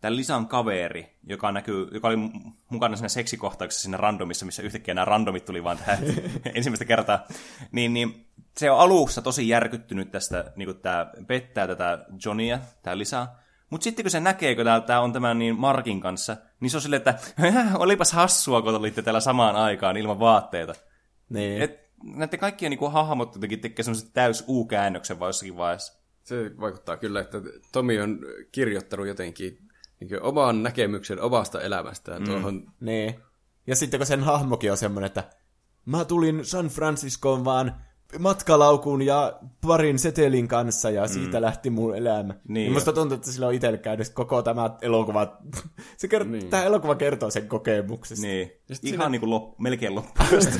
tämän Lisan kaveri, joka, näkyy, joka oli mukana siinä seksikohtauksessa siinä randomissa, missä yhtäkkiä nämä randomit tuli vaan tähän ensimmäistä kertaa, niin, niin se on alussa tosi järkyttynyt tästä, niin kuin tämä pettää tätä Johnia, tämä Lisa. Mutta sitten kun se näkee, kun tämä on tämän niin Markin kanssa, niin se on silleen, että olipas hassua, kun olitte täällä samaan aikaan ilman vaatteita. Niin. Et, näiden kaikkien niin hahmot jotenkin tekee semmoisen täys U-käännöksen vai jossakin vaiheessa. Se vaikuttaa kyllä, että Tomi on kirjoittanut jotenkin niin oman näkemyksen omasta elämästään mm. tuohon. Niin. Ja sitten kun sen hahmokin on semmoinen, että mä tulin San Franciscoon vaan matkalaukuun ja parin setelin kanssa ja siitä mm. lähti mun elämä. Niin ja musta tuntuu, että sillä on itsellä käynyt koko tämä elokuva. Se kert- niin. Tämä elokuva kertoo sen kokemuksesta. Niin. Ihan siinä... niin kuin lop- melkein loppuun.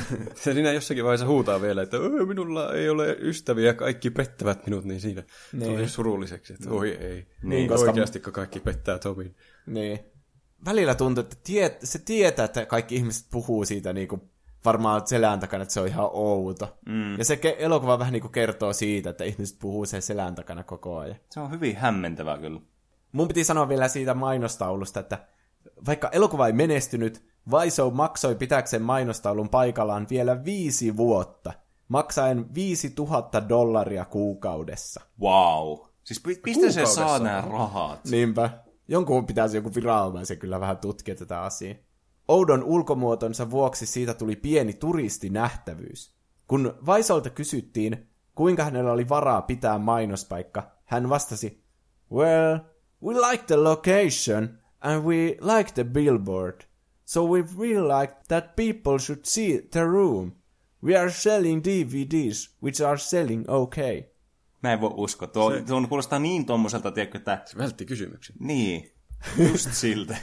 Se siinä jossakin vaiheessa huutaa vielä, että minulla ei ole ystäviä, kaikki pettävät minut, niin siinä niin. Tuli surulliseksi, että oi ei. Niin, koska... Oikeastikko kaikki pettää Tomin. Niin. Välillä tuntuu, että tiet- se tietää, että kaikki ihmiset puhuu siitä niin kuin varmaan selän takana, että se on ihan outo. Mm. Ja se ke- elokuva vähän niin kuin kertoo siitä, että ihmiset puhuu sen selän takana koko ajan. Se on hyvin hämmentävää kyllä. Mun piti sanoa vielä siitä mainostaulusta, että vaikka elokuva ei menestynyt, Wiseau maksoi pitääkseen mainostaulun paikallaan vielä viisi vuotta, maksaen viisituhatta dollaria kuukaudessa. Wow. Siis mistä se saa nämä rahat? Niinpä. Jonkun pitäisi joku viranomaisen kyllä vähän tutkia tätä asiaa. Oudon ulkomuotonsa vuoksi siitä tuli pieni turistinähtävyys. Kun Wiseaulta kysyttiin, kuinka hänellä oli varaa pitää mainospaikka, hän vastasi, well, we like the location and we like the billboard. So we really like that people should see the room. We are selling D V Ds, which are selling okay. Mä en voi uskoa. Tuo, se... tuo kuulostaa niin tommoselta, tiedätkö, että... Se vältti kysymyksen. Niin, just siltä.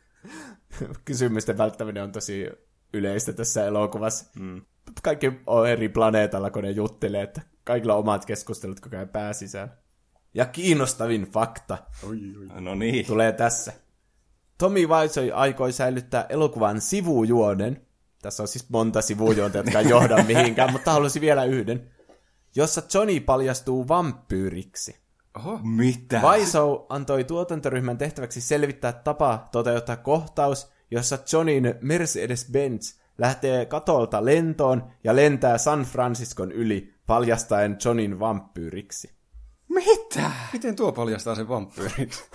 Kysymysten välttäminen on tosi yleistä tässä elokuvassa. Mm. Kaikki on eri planeetalla, kun ne juttelee, että kaikilla on omat keskustelut koko ajan pääsisään. Ja kiinnostavin fakta oi, oi. No niin. tulee tässä. Tommy Wiseau aikoi säilyttää elokuvan sivujuonen. Tässä on siis monta sivujuonta, jotka ei johda mihinkään, mutta haluaisin vielä yhden. Jossa Johnny paljastuu vampyyriksi. Oho, mitä? Wiseau antoi tuotantoryhmän tehtäväksi selvittää tapa toteuttaa kohtaus, jossa Johnin Mercedes-Benz lähtee katolta lentoon ja lentää San Franciscon yli, paljastaen Johnin vampyyriksi. Mitä? Miten tuo paljastaa sen vampyyriksi?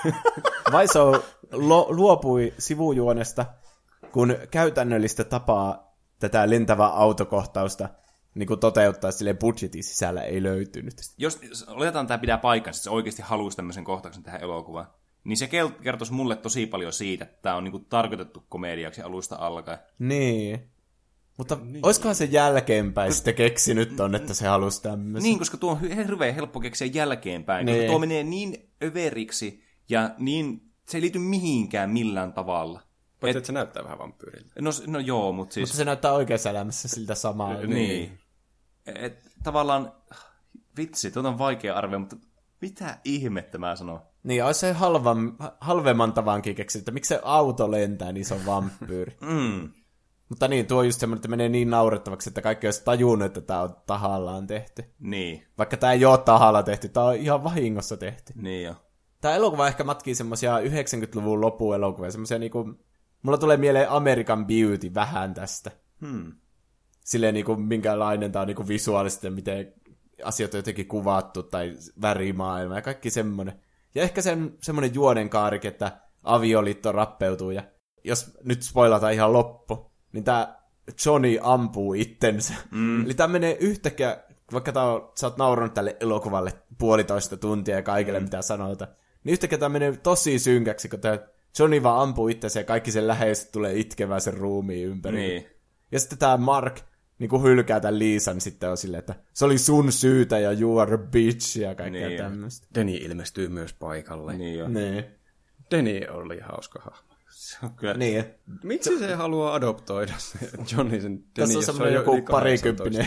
Wiseau lo- luopui sivujuonesta, kun käytännöllistä tapaa tätä lentävää autokohtausta niin kuin toteuttaa silleen budjetin sisällä ei löytynyt. Jos oletetaan, että tämä pitää paikkansa, että se oikeasti haluaisi tämmöisen kohtauksen tähän elokuvaan, niin se kertoisi mulle tosi paljon siitä, että tämä on niin kuin tarkoitettu komediaksi alusta alkaen. Niin. Mutta niin. Olisikohan se jälkeenpäin Kos... sitten keksinyt on, että se halusi tämmöisen? Niin, koska tuo on hirveän helppo keksiä jälkeenpäin. Niin. Tuo menee niin överiksi ja niin, se ei liity mihinkään millään tavalla. Paitsi, et... että se näyttää vähän vampyyriltä. No, no joo, mutta siis... Mutta se näyttää oikeassa elämässä siltä samaa. Niin. niin. Et, tavallaan, vitsi, tuota on vaikea arvioida, mutta mitä ihmettä mä sanon? Niin, olisi se halvan, halvemman tavankin keksinyt, että miksi se auto lentää, niin se on vampyyri. mm. Mutta niin, tuo on just semmoinen, että menee niin naurettavaksi, että kaikki olisi tajunnut, että tämä on tahallaan tehty. Niin. Vaikka tämä ei ole tahalla tehty, tämä on ihan vahingossa tehty. Niin jo. Tämä elokuva ehkä matkii semmoisia yhdeksänkymmentäluvun lopun elokuvia, semmoisia niinku... Mulla tulee mieleen American Beauty vähän tästä. Hmm. Silleen niinku minkälainen tää on niinku visuaalisesti ja miten asiat on jotenkin kuvattu tai värimaailma ja kaikki semmoinen. Ja ehkä sen, semmoinen juonenkaarikin, että avioliitto rappeutuu ja jos nyt spoilataan ihan loppu, niin tää Johnny ampuu itsensä. Mm. Eli tää menee yhtäkkiä, vaikka tää on, sä oot naurannut tälle elokuvalle puolitoista tuntia ja kaikille mm. mitä sanotaan, niin yhtäkkiä tää menee tosi synkäksi, kun tää Johnny vaan ampuu itsensä ja kaikki sen läheiset tulee itkemään sen ruumiin ympäri. Niin. Ja sitten tää Mark niin kuin hylkää tämän Liisan sitten on silleen, että se oli sun syytä ja you are a bitch ja kaikkea niin tämmöistä. Danny ilmestyy myös paikalle. Niin jo. Niin. Danny oli hauska hahmo. Kyllä. Niin. Miksi se haluaa adoptoida Johnny sen Danny, tässä on semmoinen joku parikymppinen.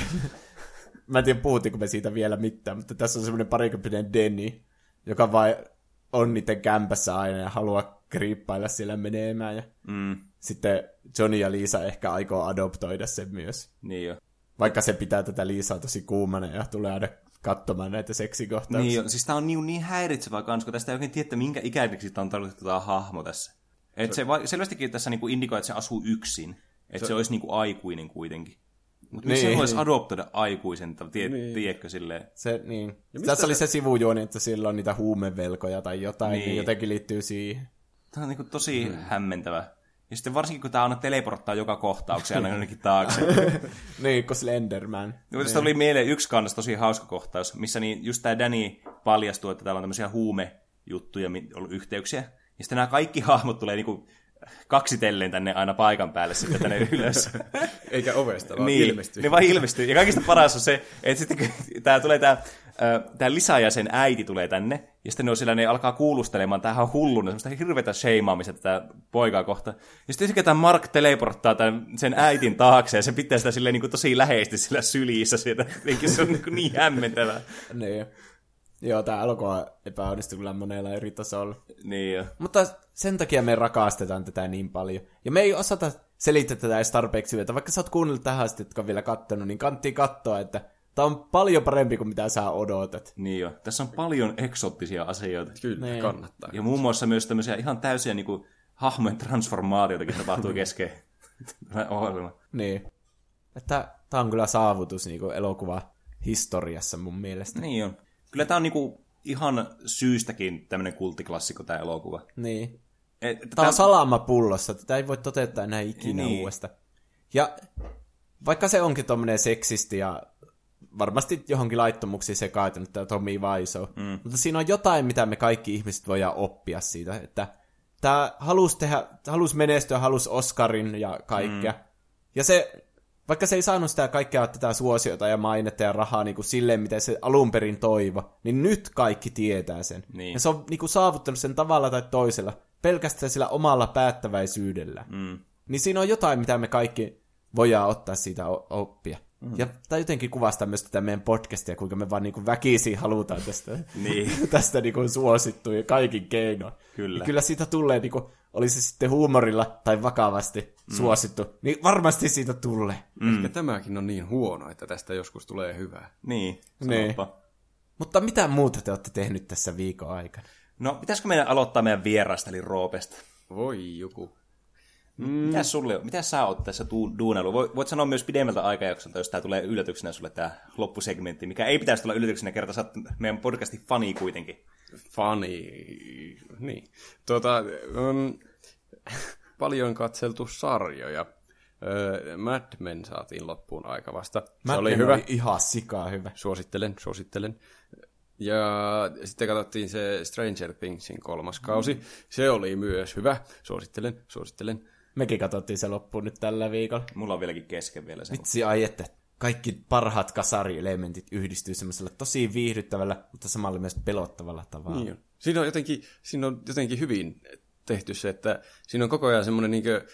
Mä en tiedä, puhuttiinko me siitä vielä mitään, mutta tässä on semmoinen parikymppinen Danny, joka vai on niiden kämpässä aina ja haluaa kriippailla siellä menemään. Ja mm. sitten Johnny ja Liisa ehkä aikoo adoptoida sen myös. Niin jo. Vaikka se pitää tätä Liisaa tosi kuumana ja tulee aina katsomaan näitä seksikohtauksia. Niin, siis tää on niin, niin häiritsevää kans, kun tästä ei oikein tiedä, minkä ikäiseksi on tarkoitettu tämä hahmo tässä. Et se, se va- selvästikin tässä niinku indikoi, että se asuu yksin. Että se, se olisi niinku aikuinen kuitenkin. Mutta niin. Se voisi adoptoida aikuisen, tie- niin. tiedätkö silleen? Se, niin. Tässä oli se sivujuoni, että sillä on niitä huumevelkoja tai jotain, niin, niin jotenkin liittyy siihen. Tämä on niinku tosi hmm. hämmentävä. Ja sitten varsinkin, kun tämä aina teleporttaa joka kohtauksia aina jonnekin taakse. Niin, kun Slenderman. No, tästä oli mieleen yksi kanssa tosi hauska kohtaus, missä niin just tämä Danny paljastuu, että täällä on tämmöisiä huumejuttuja, ollut yhteyksiä. Ja sitten nämä kaikki hahmot tulee niinku kaksitellen tänne aina paikan päälle sitten tänne ylös. Eikä ovesta, vaan niin, ilmestyy. Ne vaan ilmestyy. Ja kaikista paras on se, että sitten kun tää tulee tää, tää lisäjäsen äiti tulee tänne, ja sitten ne on siellä, ne alkaa kuulustelemaan, tämähän on hulluna, semmoista hirveätä sheimaamista tätä poikaa kohta. Ja sitten tämä Mark teleporttaa tämän, sen äitin taakse, ja se pitää sitä silleen niin kuin tosi läheisesti sillä sylissä sieltä. Se on niin, niin hämmentävää. Niin. Joo, tämä elokuva epäonnistui kyllä monella eri tasolla. Niin jo. Mutta sen takia me rakastetaan tätä niin paljon. Ja me ei osata selittää tätä edes tarpeeksi, että vaikka sä oot kuunnellut tähän asti, jotka on vielä kattonut, niin kannattaa katsoa, että tämä on paljon parempi kuin mitä sä odotat. Niin jo. Tässä on paljon eksoottisia asioita. Kyllä, niin. Kannattaa. Ja muun muassa myös tämmöisiä ihan täysiä niin kuin, hahmojen transformaatioitakin tapahtuu kesken ohjelma. Niin. Että tämä on kyllä saavutus niin kuin elokuva-historiassa mun mielestä. Niin on. Kyllä tämä on niinku ihan syystäkin tämmöinen kulttiklassikko tämä elokuva. Niin. Et, tämä tämä on salama pullossa. Tätä ei voi toteuttaa enää ikinä niin. uudesta. Ja vaikka se onkin tommoinen seksisti ja varmasti johonkin laittomuksiin sekaitunut tämä Tommy Wiseau, mm. mutta siinä on jotain, mitä me kaikki ihmiset voidaan oppia siitä, että tämä halusi tehdä, halusi menestyä, halusi Oscarin ja kaikkea. Mm. Ja se... Vaikka se ei saanut sitä kaikkea tätä suosiota ja mainetta ja rahaa niin kuin silleen, miten se alun perin toivo, niin nyt kaikki tietää sen. Niin. Ja se on niin kuin saavuttanut sen tavalla tai toisella, pelkästään sillä omalla päättäväisyydellä. Mm. Niin siinä on jotain, mitä me kaikki voidaan ottaa siitä oppia. Mm. Ja tämä jotenkin kuvastaa myös tätä meidän podcastia, kuinka me vaan niin kuin väkisin halutaan tästä, niin. tästä niin kuin suosittua kaikin keinoin. Kyllä. Ja kyllä siitä tulee, niin kuin, oli se sitten huumorilla tai vakavasti mm. suosittu, niin varmasti siitä tulee. Mm. Ehkä tämäkin on niin huono, että tästä joskus tulee hyvää. Niin, niin. Mutta mitä muuta te olette tehnyt tässä viikon aikana? No, pitäisikö meidän aloittaa meidän vieraasta, eli Roopesta? Voi joku. Mm. Mitäs sulle, mitäs sä oot tässä duunailu? Voit sanoa myös pidemmältä aikajaksolta, jos tää tulee yllätyksenä sulle tää loppusegmentti, mikä ei pitäisi tulla yllätyksenä, kerta sä oot meidän podcastin fani kuitenkin. Fani, niin. Tuota, um, paljon katseltu sarjoja. Uh, Mad Men saatiin loppuun aika vasta. Se Mad oli Men hyvä. Oli ihan sikaa hyvä. Suosittelen, suosittelen. Ja sitten katsottiin se Stranger Thingsin kolmas kausi. Se oli myös hyvä. Suosittelen, suosittelen. Mekin katsottiin se loppuun nyt tällä viikolla. Mulla on vieläkin kesken vielä se. Vitsi, ai että kaikki parhaat kasarielementit yhdistyy semmoisella tosi viihdyttävällä, mutta samalla myös pelottavalla tavalla. Niin on. Siinä on jotenkin, siinä on jotenkin hyvin tehty se, että siinä on koko ajan semmoinen niinkö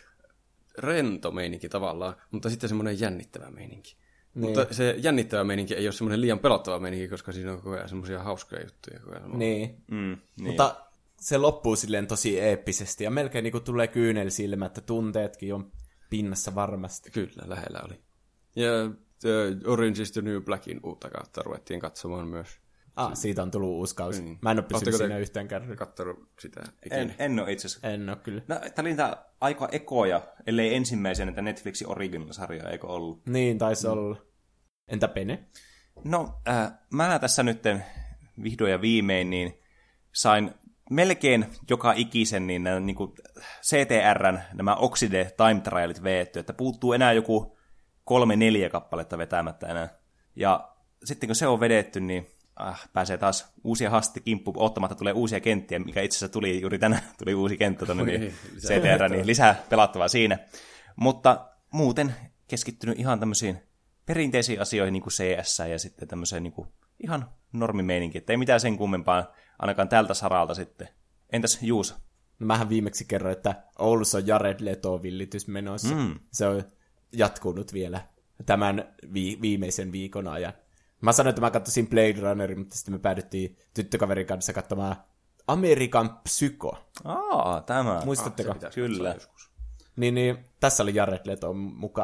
rento meininki tavallaan, mutta sitten semmoinen jännittävä meininki. Niin. Mutta se jännittävä meininki ei ole semmoinen liian pelottava meininki, koska siinä on koko ajan semmoisia hauskoja juttuja. Koko ajan. Niin. Mm, niin. Mutta se loppuu silleen tosi eeppisesti ja melkein niin kuin tulee kyynel silmä, että tunteetkin on pinnassa varmasti. Kyllä, lähellä oli. Ja uh, Orange is the New Blackin uutta kautta ruvettiin katsomaan myös. Ah, siitä on tullut uusi kausi. Niin. Mä en ole pysynyt siinä yhtään kerran. Kattonut sitä en, en ole itse asiassa. En ole kyllä. No, tämä oli niitä aika ekoja, ellei ensimmäisenä näitä Netflixin original-sarjoja, eikö ollut? Niin, taisi mm. olla. Entä Pene? No, äh, mä tässä nyt vihdoin ja viimein niin sain melkein joka ikisen niin, nämä, niin kuin C T R:n nämä Oxide Time Trialit veetty, että puuttuu enää joku kolme neljä kappaletta vetämättä enää. Ja sitten kun se on vedetty, niin ah, pääsee taas uusia haasteita kimppuun, ottamatta tulee uusia kenttiä, mikä itse asiassa tuli juuri tänään, tuli uusi kenttä tuonne niin C T R, niin lisää pelattavaa siinä. Mutta muuten keskittynyt ihan tämmöisiin perinteisiin asioihin, niin kuin C S ja sitten tämmöiseen niin kuin ihan normimeininki, että ei mitään sen kummempaa ainakaan tältä saralta sitten. Entäs Juuso? No, mähän viimeksi kerroin, että Oulussa on Jared Leto-villitys menossa. Mm. Se on jatkunut vielä tämän vi- viimeisen viikon ajan. Mä sanoin, että mä katsoisin Blade Runnerin, mutta sitten me päädyttiin tyttökaverin kanssa katsomaan Amerikan Psyko. Aa, tämä. Muistatteko? Ah, kyllä. Niin, niin, tässä oli Jared Leto mukaan.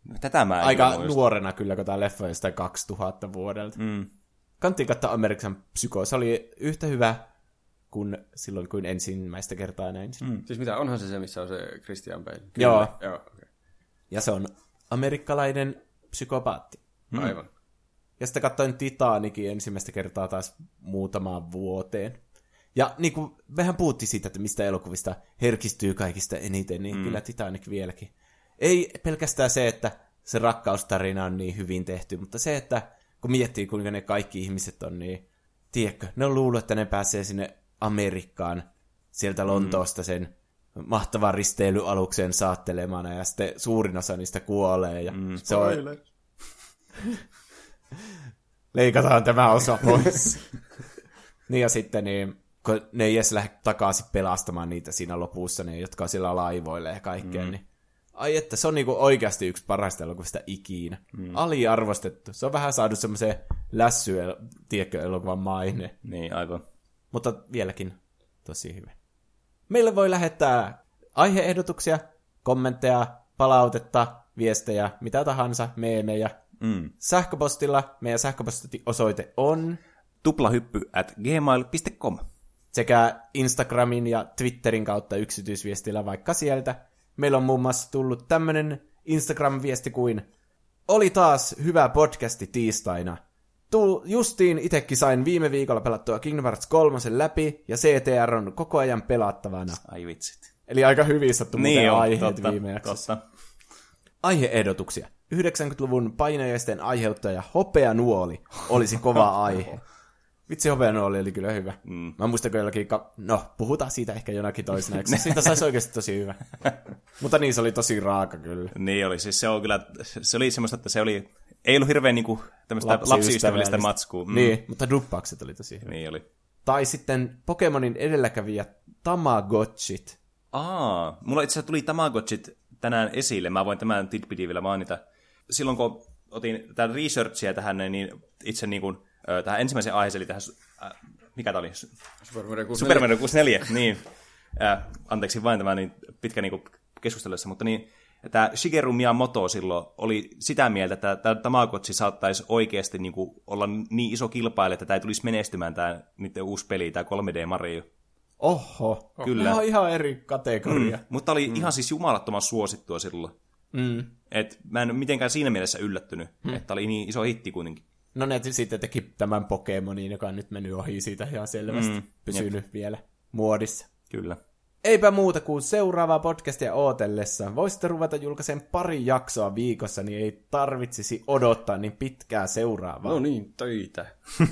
Tätä mä en Aika kyllä muista. nuorena kyllä, kun tämä leffa on jostain kaksituhatta vuodelta. Mm. Kanttiin katsoa Amerikan Psycho. Se oli yhtä hyvä kuin silloin, kuin ensimmäistä kertaa näin. Mm. Siis mitä, onhan se se, missä on se Christian Bale? Kyllä. Joo. Joo, okay. Ja se on amerikkalainen psykopaatti. Mm. Aivan. Ja sitten katsoin Titanikin ensimmäistä kertaa taas muutamaan vuoteen. Ja niin kuin vähän puhuttiin siitä, että mistä elokuvista herkistyy kaikista eniten, niin mm. kyllä Titanic vieläkin. Ei pelkästään se, että se rakkaustarina on niin hyvin tehty, mutta se, että kun miettii, kuinka ne kaikki ihmiset on, niin tiedätkö, ne on luullut, että ne pääsee sinne Amerikkaan sieltä Lontoosta sen mahtavan risteilyaluksen saattelemana, ja sitten suurin osa niistä kuolee. Ja mm. se on... Leikataan tämä osa pois. Niin ja sitten niin, kun ne ei edes lähde takaisin pelastamaan niitä siinä lopussa, ne, jotka on siellä laivoilla ja kaikkea, mm. niin ai että, se on niinku oikeasti yksi parhaista elokuvista ikinä. Mm. Aliarvostettu. Se on vähän saanut semmoisen lässy, tiedätkö, elokuvan maine. Niin, aivan. Mutta vieläkin tosi hyvä. Meille voi lähettää aiheehdotuksia, kommentteja, palautetta, viestejä, mitä tahansa, meemejä. Mm. Sähköpostilla meidän sähköpostiosoite on tuplahyppy at gmail piste com sekä Instagramin ja Twitterin kautta yksityisviestillä vaikka sieltä. Meillä on muun muassa tullut tämmönen Instagram-viesti kuin oli taas hyvä podcasti tiistaina. Tul- justiin itekin sain viime viikolla pelattua Kingdom Hearts kolme läpi ja C T R on koko ajan pelattavana. Ai vitsit. Eli aika hyvin sattu niin muuten on, aiheet totta, viime jaksossa. totta. Aiheehdotuksia. yhdeksänkymmentäluvun painajaisten aiheuttaja hopeanuoli olisi kova aihe. Vitsi, hopeanuoli oli kyllä hyvä. Mm. Mä muistan jollakin, ka- no puhutaan siitä ehkä jonakin toisena, eikö siitä saisi oikeasti tosi hyvä. Mutta niin, se oli tosi raaka kyllä. Niin oli, siis se on kyllä, se oli semmoista, että se oli, ei ollut hirveän niinku tämmöistä lapsiystävällistä matskua. Mm. Niin, mutta duppaukset oli tosi hyvä. Niin oli. Tai sitten Pokemonin edelläkävijä Tamagotchit. Aa, mulla itse asiassa tuli Tamagotchit tänään esille, mä voin tämän tidbitin vielä mainita. Silloin kun otin tämän researchia tähän, niin itse niin kuin, tähän ensimmäisen aiheeseen, eli tähän, äh, mikä tämä oli? Super Mario kuusikymmentäneljä. Super Mario kuusikymmentäneljä, niin. Äh, anteeksi vain tämä niin pitkä niin keskustelussa, mutta niin, tämä Shigeru Miyamoto silloin oli sitä mieltä, että tämä Tamagotchi saattaisi oikeasti niin kuin olla niin iso kilpailija, että tämä ei tulisi menestymään tämä niiden uusi peli, tämä kolme D Mario. Oho, kyllä. Tämä on ihan eri kategoria. Mm, mutta oli mm. ihan siis jumalattoman suosittua silloin. Mm. Et mä en ole mitenkään siinä mielessä yllättynyt, mm. että oli niin iso hitti kuitenkin. No ne sitten teki tämän Pokemonin, joka on nyt mennyt ohi siitä ihan selvästi. Mm. Pysynyt Jep. vielä muodissa. Kyllä. Eipä muuta kuin seuraavaa podcastia ootellessa. Voisitte ruveta julkaisen pari jaksoa viikossa, niin ei tarvitsisi odottaa niin pitkää seuraavaa. No niin, töitä.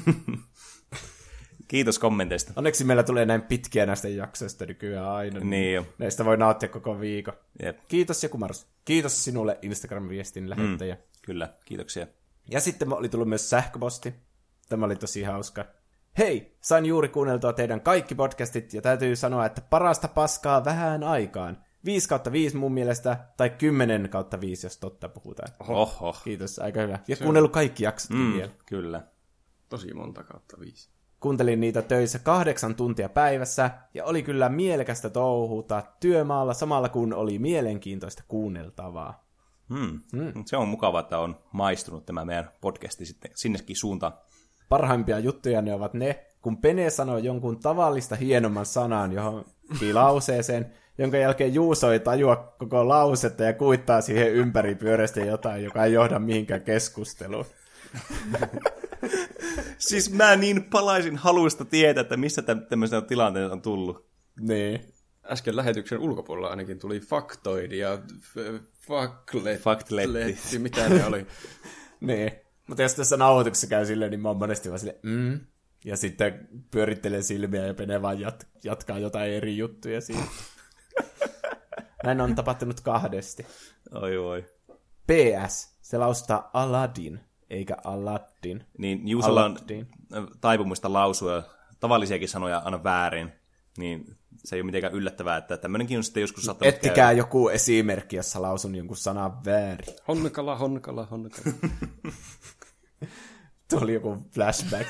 Kiitos kommenteista. Onneksi meillä tulee näin pitkiä näistä jaksoista nykyään aina. Niin jo. Näistä voi nauttia koko viikon. Jep. Kiitos Joku Marus. Kiitos sinulle Instagram-viestin lähettäjä. Mm, kyllä, kiitoksia. Ja sitten oli tullut myös sähköposti. Tämä oli tosi hauska. Hei, sain juuri kuunneltua teidän kaikki podcastit ja täytyy sanoa, että parasta paskaa vähän aikaan. viisi kautta viisi mun mielestä, tai kymmenen kautta viisi, jos totta puhutaan. Oho. Kiitos, aika hyvä. Ja kuunnellut kaikki jaksot mm, vielä. Kyllä. Tosi monta kautta viisi. Kuuntelin niitä töissä kahdeksan tuntia päivässä, ja oli kyllä mielekästä touhuta työmaalla samalla kun oli mielenkiintoista kuunneltavaa. Hmm. Hmm. Se on mukavaa, että on maistunut tämä meidän podcasti sitten sinnekin suuntaan. Parhaimpia juttuja ne ovat ne, kun Pene sanoo jonkun tavallista hienomman sanan johonkin lauseeseen, jonka jälkeen Juuso ei tajua koko lausetta ja kuittaa siihen ympäri pyöreästi jotain, joka ei johda mihinkään keskusteluun. Siis mä niin palaisin halusta tietää, että missä tämmöisenä tilanteessa on tullut. Niin. Äsken lähetyksen ulkopuolella ainakin tuli faktoidi ja fakletti, Faktletti. mitä ne oli. Niin. Mutta jos tässä nauhoituksessa käy silleen, niin mä oon monesti vaan silleen, mm. Ja sitten pyörittelee silmiä ja Pene vaan jat- jatkaa jotain eri juttuja siitä. Näin on tapahtunut kahdesti. Oi oi. P S. Se laustaa Aladdin, eikä Aladdin. Niin Juusolla on taipumusta lausua tavallisiakin sanoja aina väärin. Niin se ei ole mitenkään yllättävää, että tämmöinenkin on sitten joskus saattanut Ettikää käydä. Joku esimerkki, jossa lausun jonkun sanan väärin. Honkala, honkala, honkala. Tuo oli joku flashback.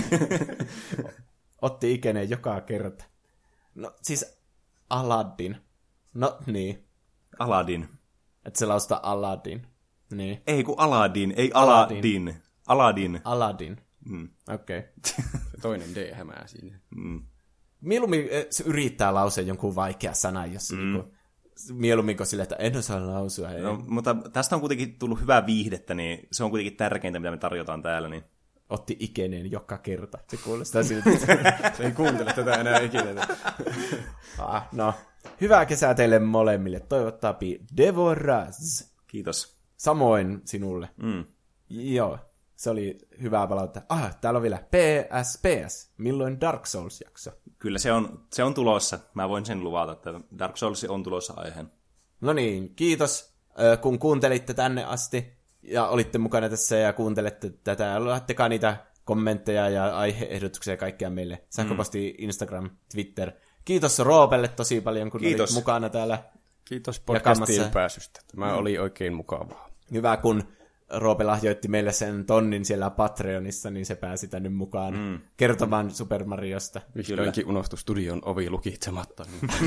Otti ikeneen joka kerta. No siis Aladdin. No niin. Aladdin. Että se laustaa Aladdin. Niin. Ei kun Aladdin, ei Aladdin. Aladdin. Aladdin. Mm. Okei. Okay. Toinen D hämää siinä. Mm. Mieluummin se yrittää lausua jonkun vaikea sana, jos mm. niinku, mieluummin kuin sille, että en osaa lausua. No, mutta tästä on kuitenkin tullut hyvää viihdettä, niin se on kuitenkin tärkeintä, mitä me tarjotaan täällä. Niin. Otti ikeneen joka kerta. Se kuulostaa siltä. Se ei kuuntele tätä enää ikinä. ah, no, hyvää kesää teille molemmille. Toivottaa Pi Devoraz. Kiitos. Samoin sinulle. Mm. Joo, se oli hyvää palautetta. Ah, täällä on vielä P S P S. Milloin Dark Souls-jakso? Kyllä se on, se on tulossa. Mä voin sen luvata, että Dark Souls on tulossa aiheen. No niin, kiitos kun kuuntelitte tänne asti ja olitte mukana tässä ja kuuntelette tätä. Laittakaa niitä kommentteja ja aihe-ehdotuksia ja kaikkea meille. Sähköposti, mm. Instagram, Twitter. Kiitos Roopelle tosi paljon, kun Kiitos. olit mukana täällä. Kiitos podcastiin pääsystä. Tämä mm. oli oikein mukavaa. Hyvä, kun Roope lahjoitti meille sen tonnin siellä Patreonissa, niin se pääsi tänne mukaan mm. kertomaan Super Mariosta. Vihdoinkin unohtui studion ovi lukitsematta.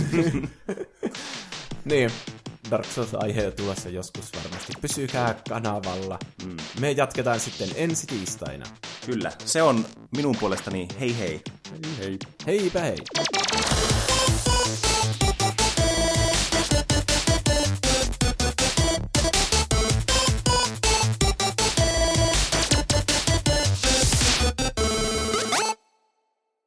Niin, Dark Souls-aihe tulossa joskus varmasti. Pysykää kanavalla. Mm. Me jatketaan sitten ensi tiistaina. Kyllä, se on minun puolestani hei hei. Hei hei. Heipä hei.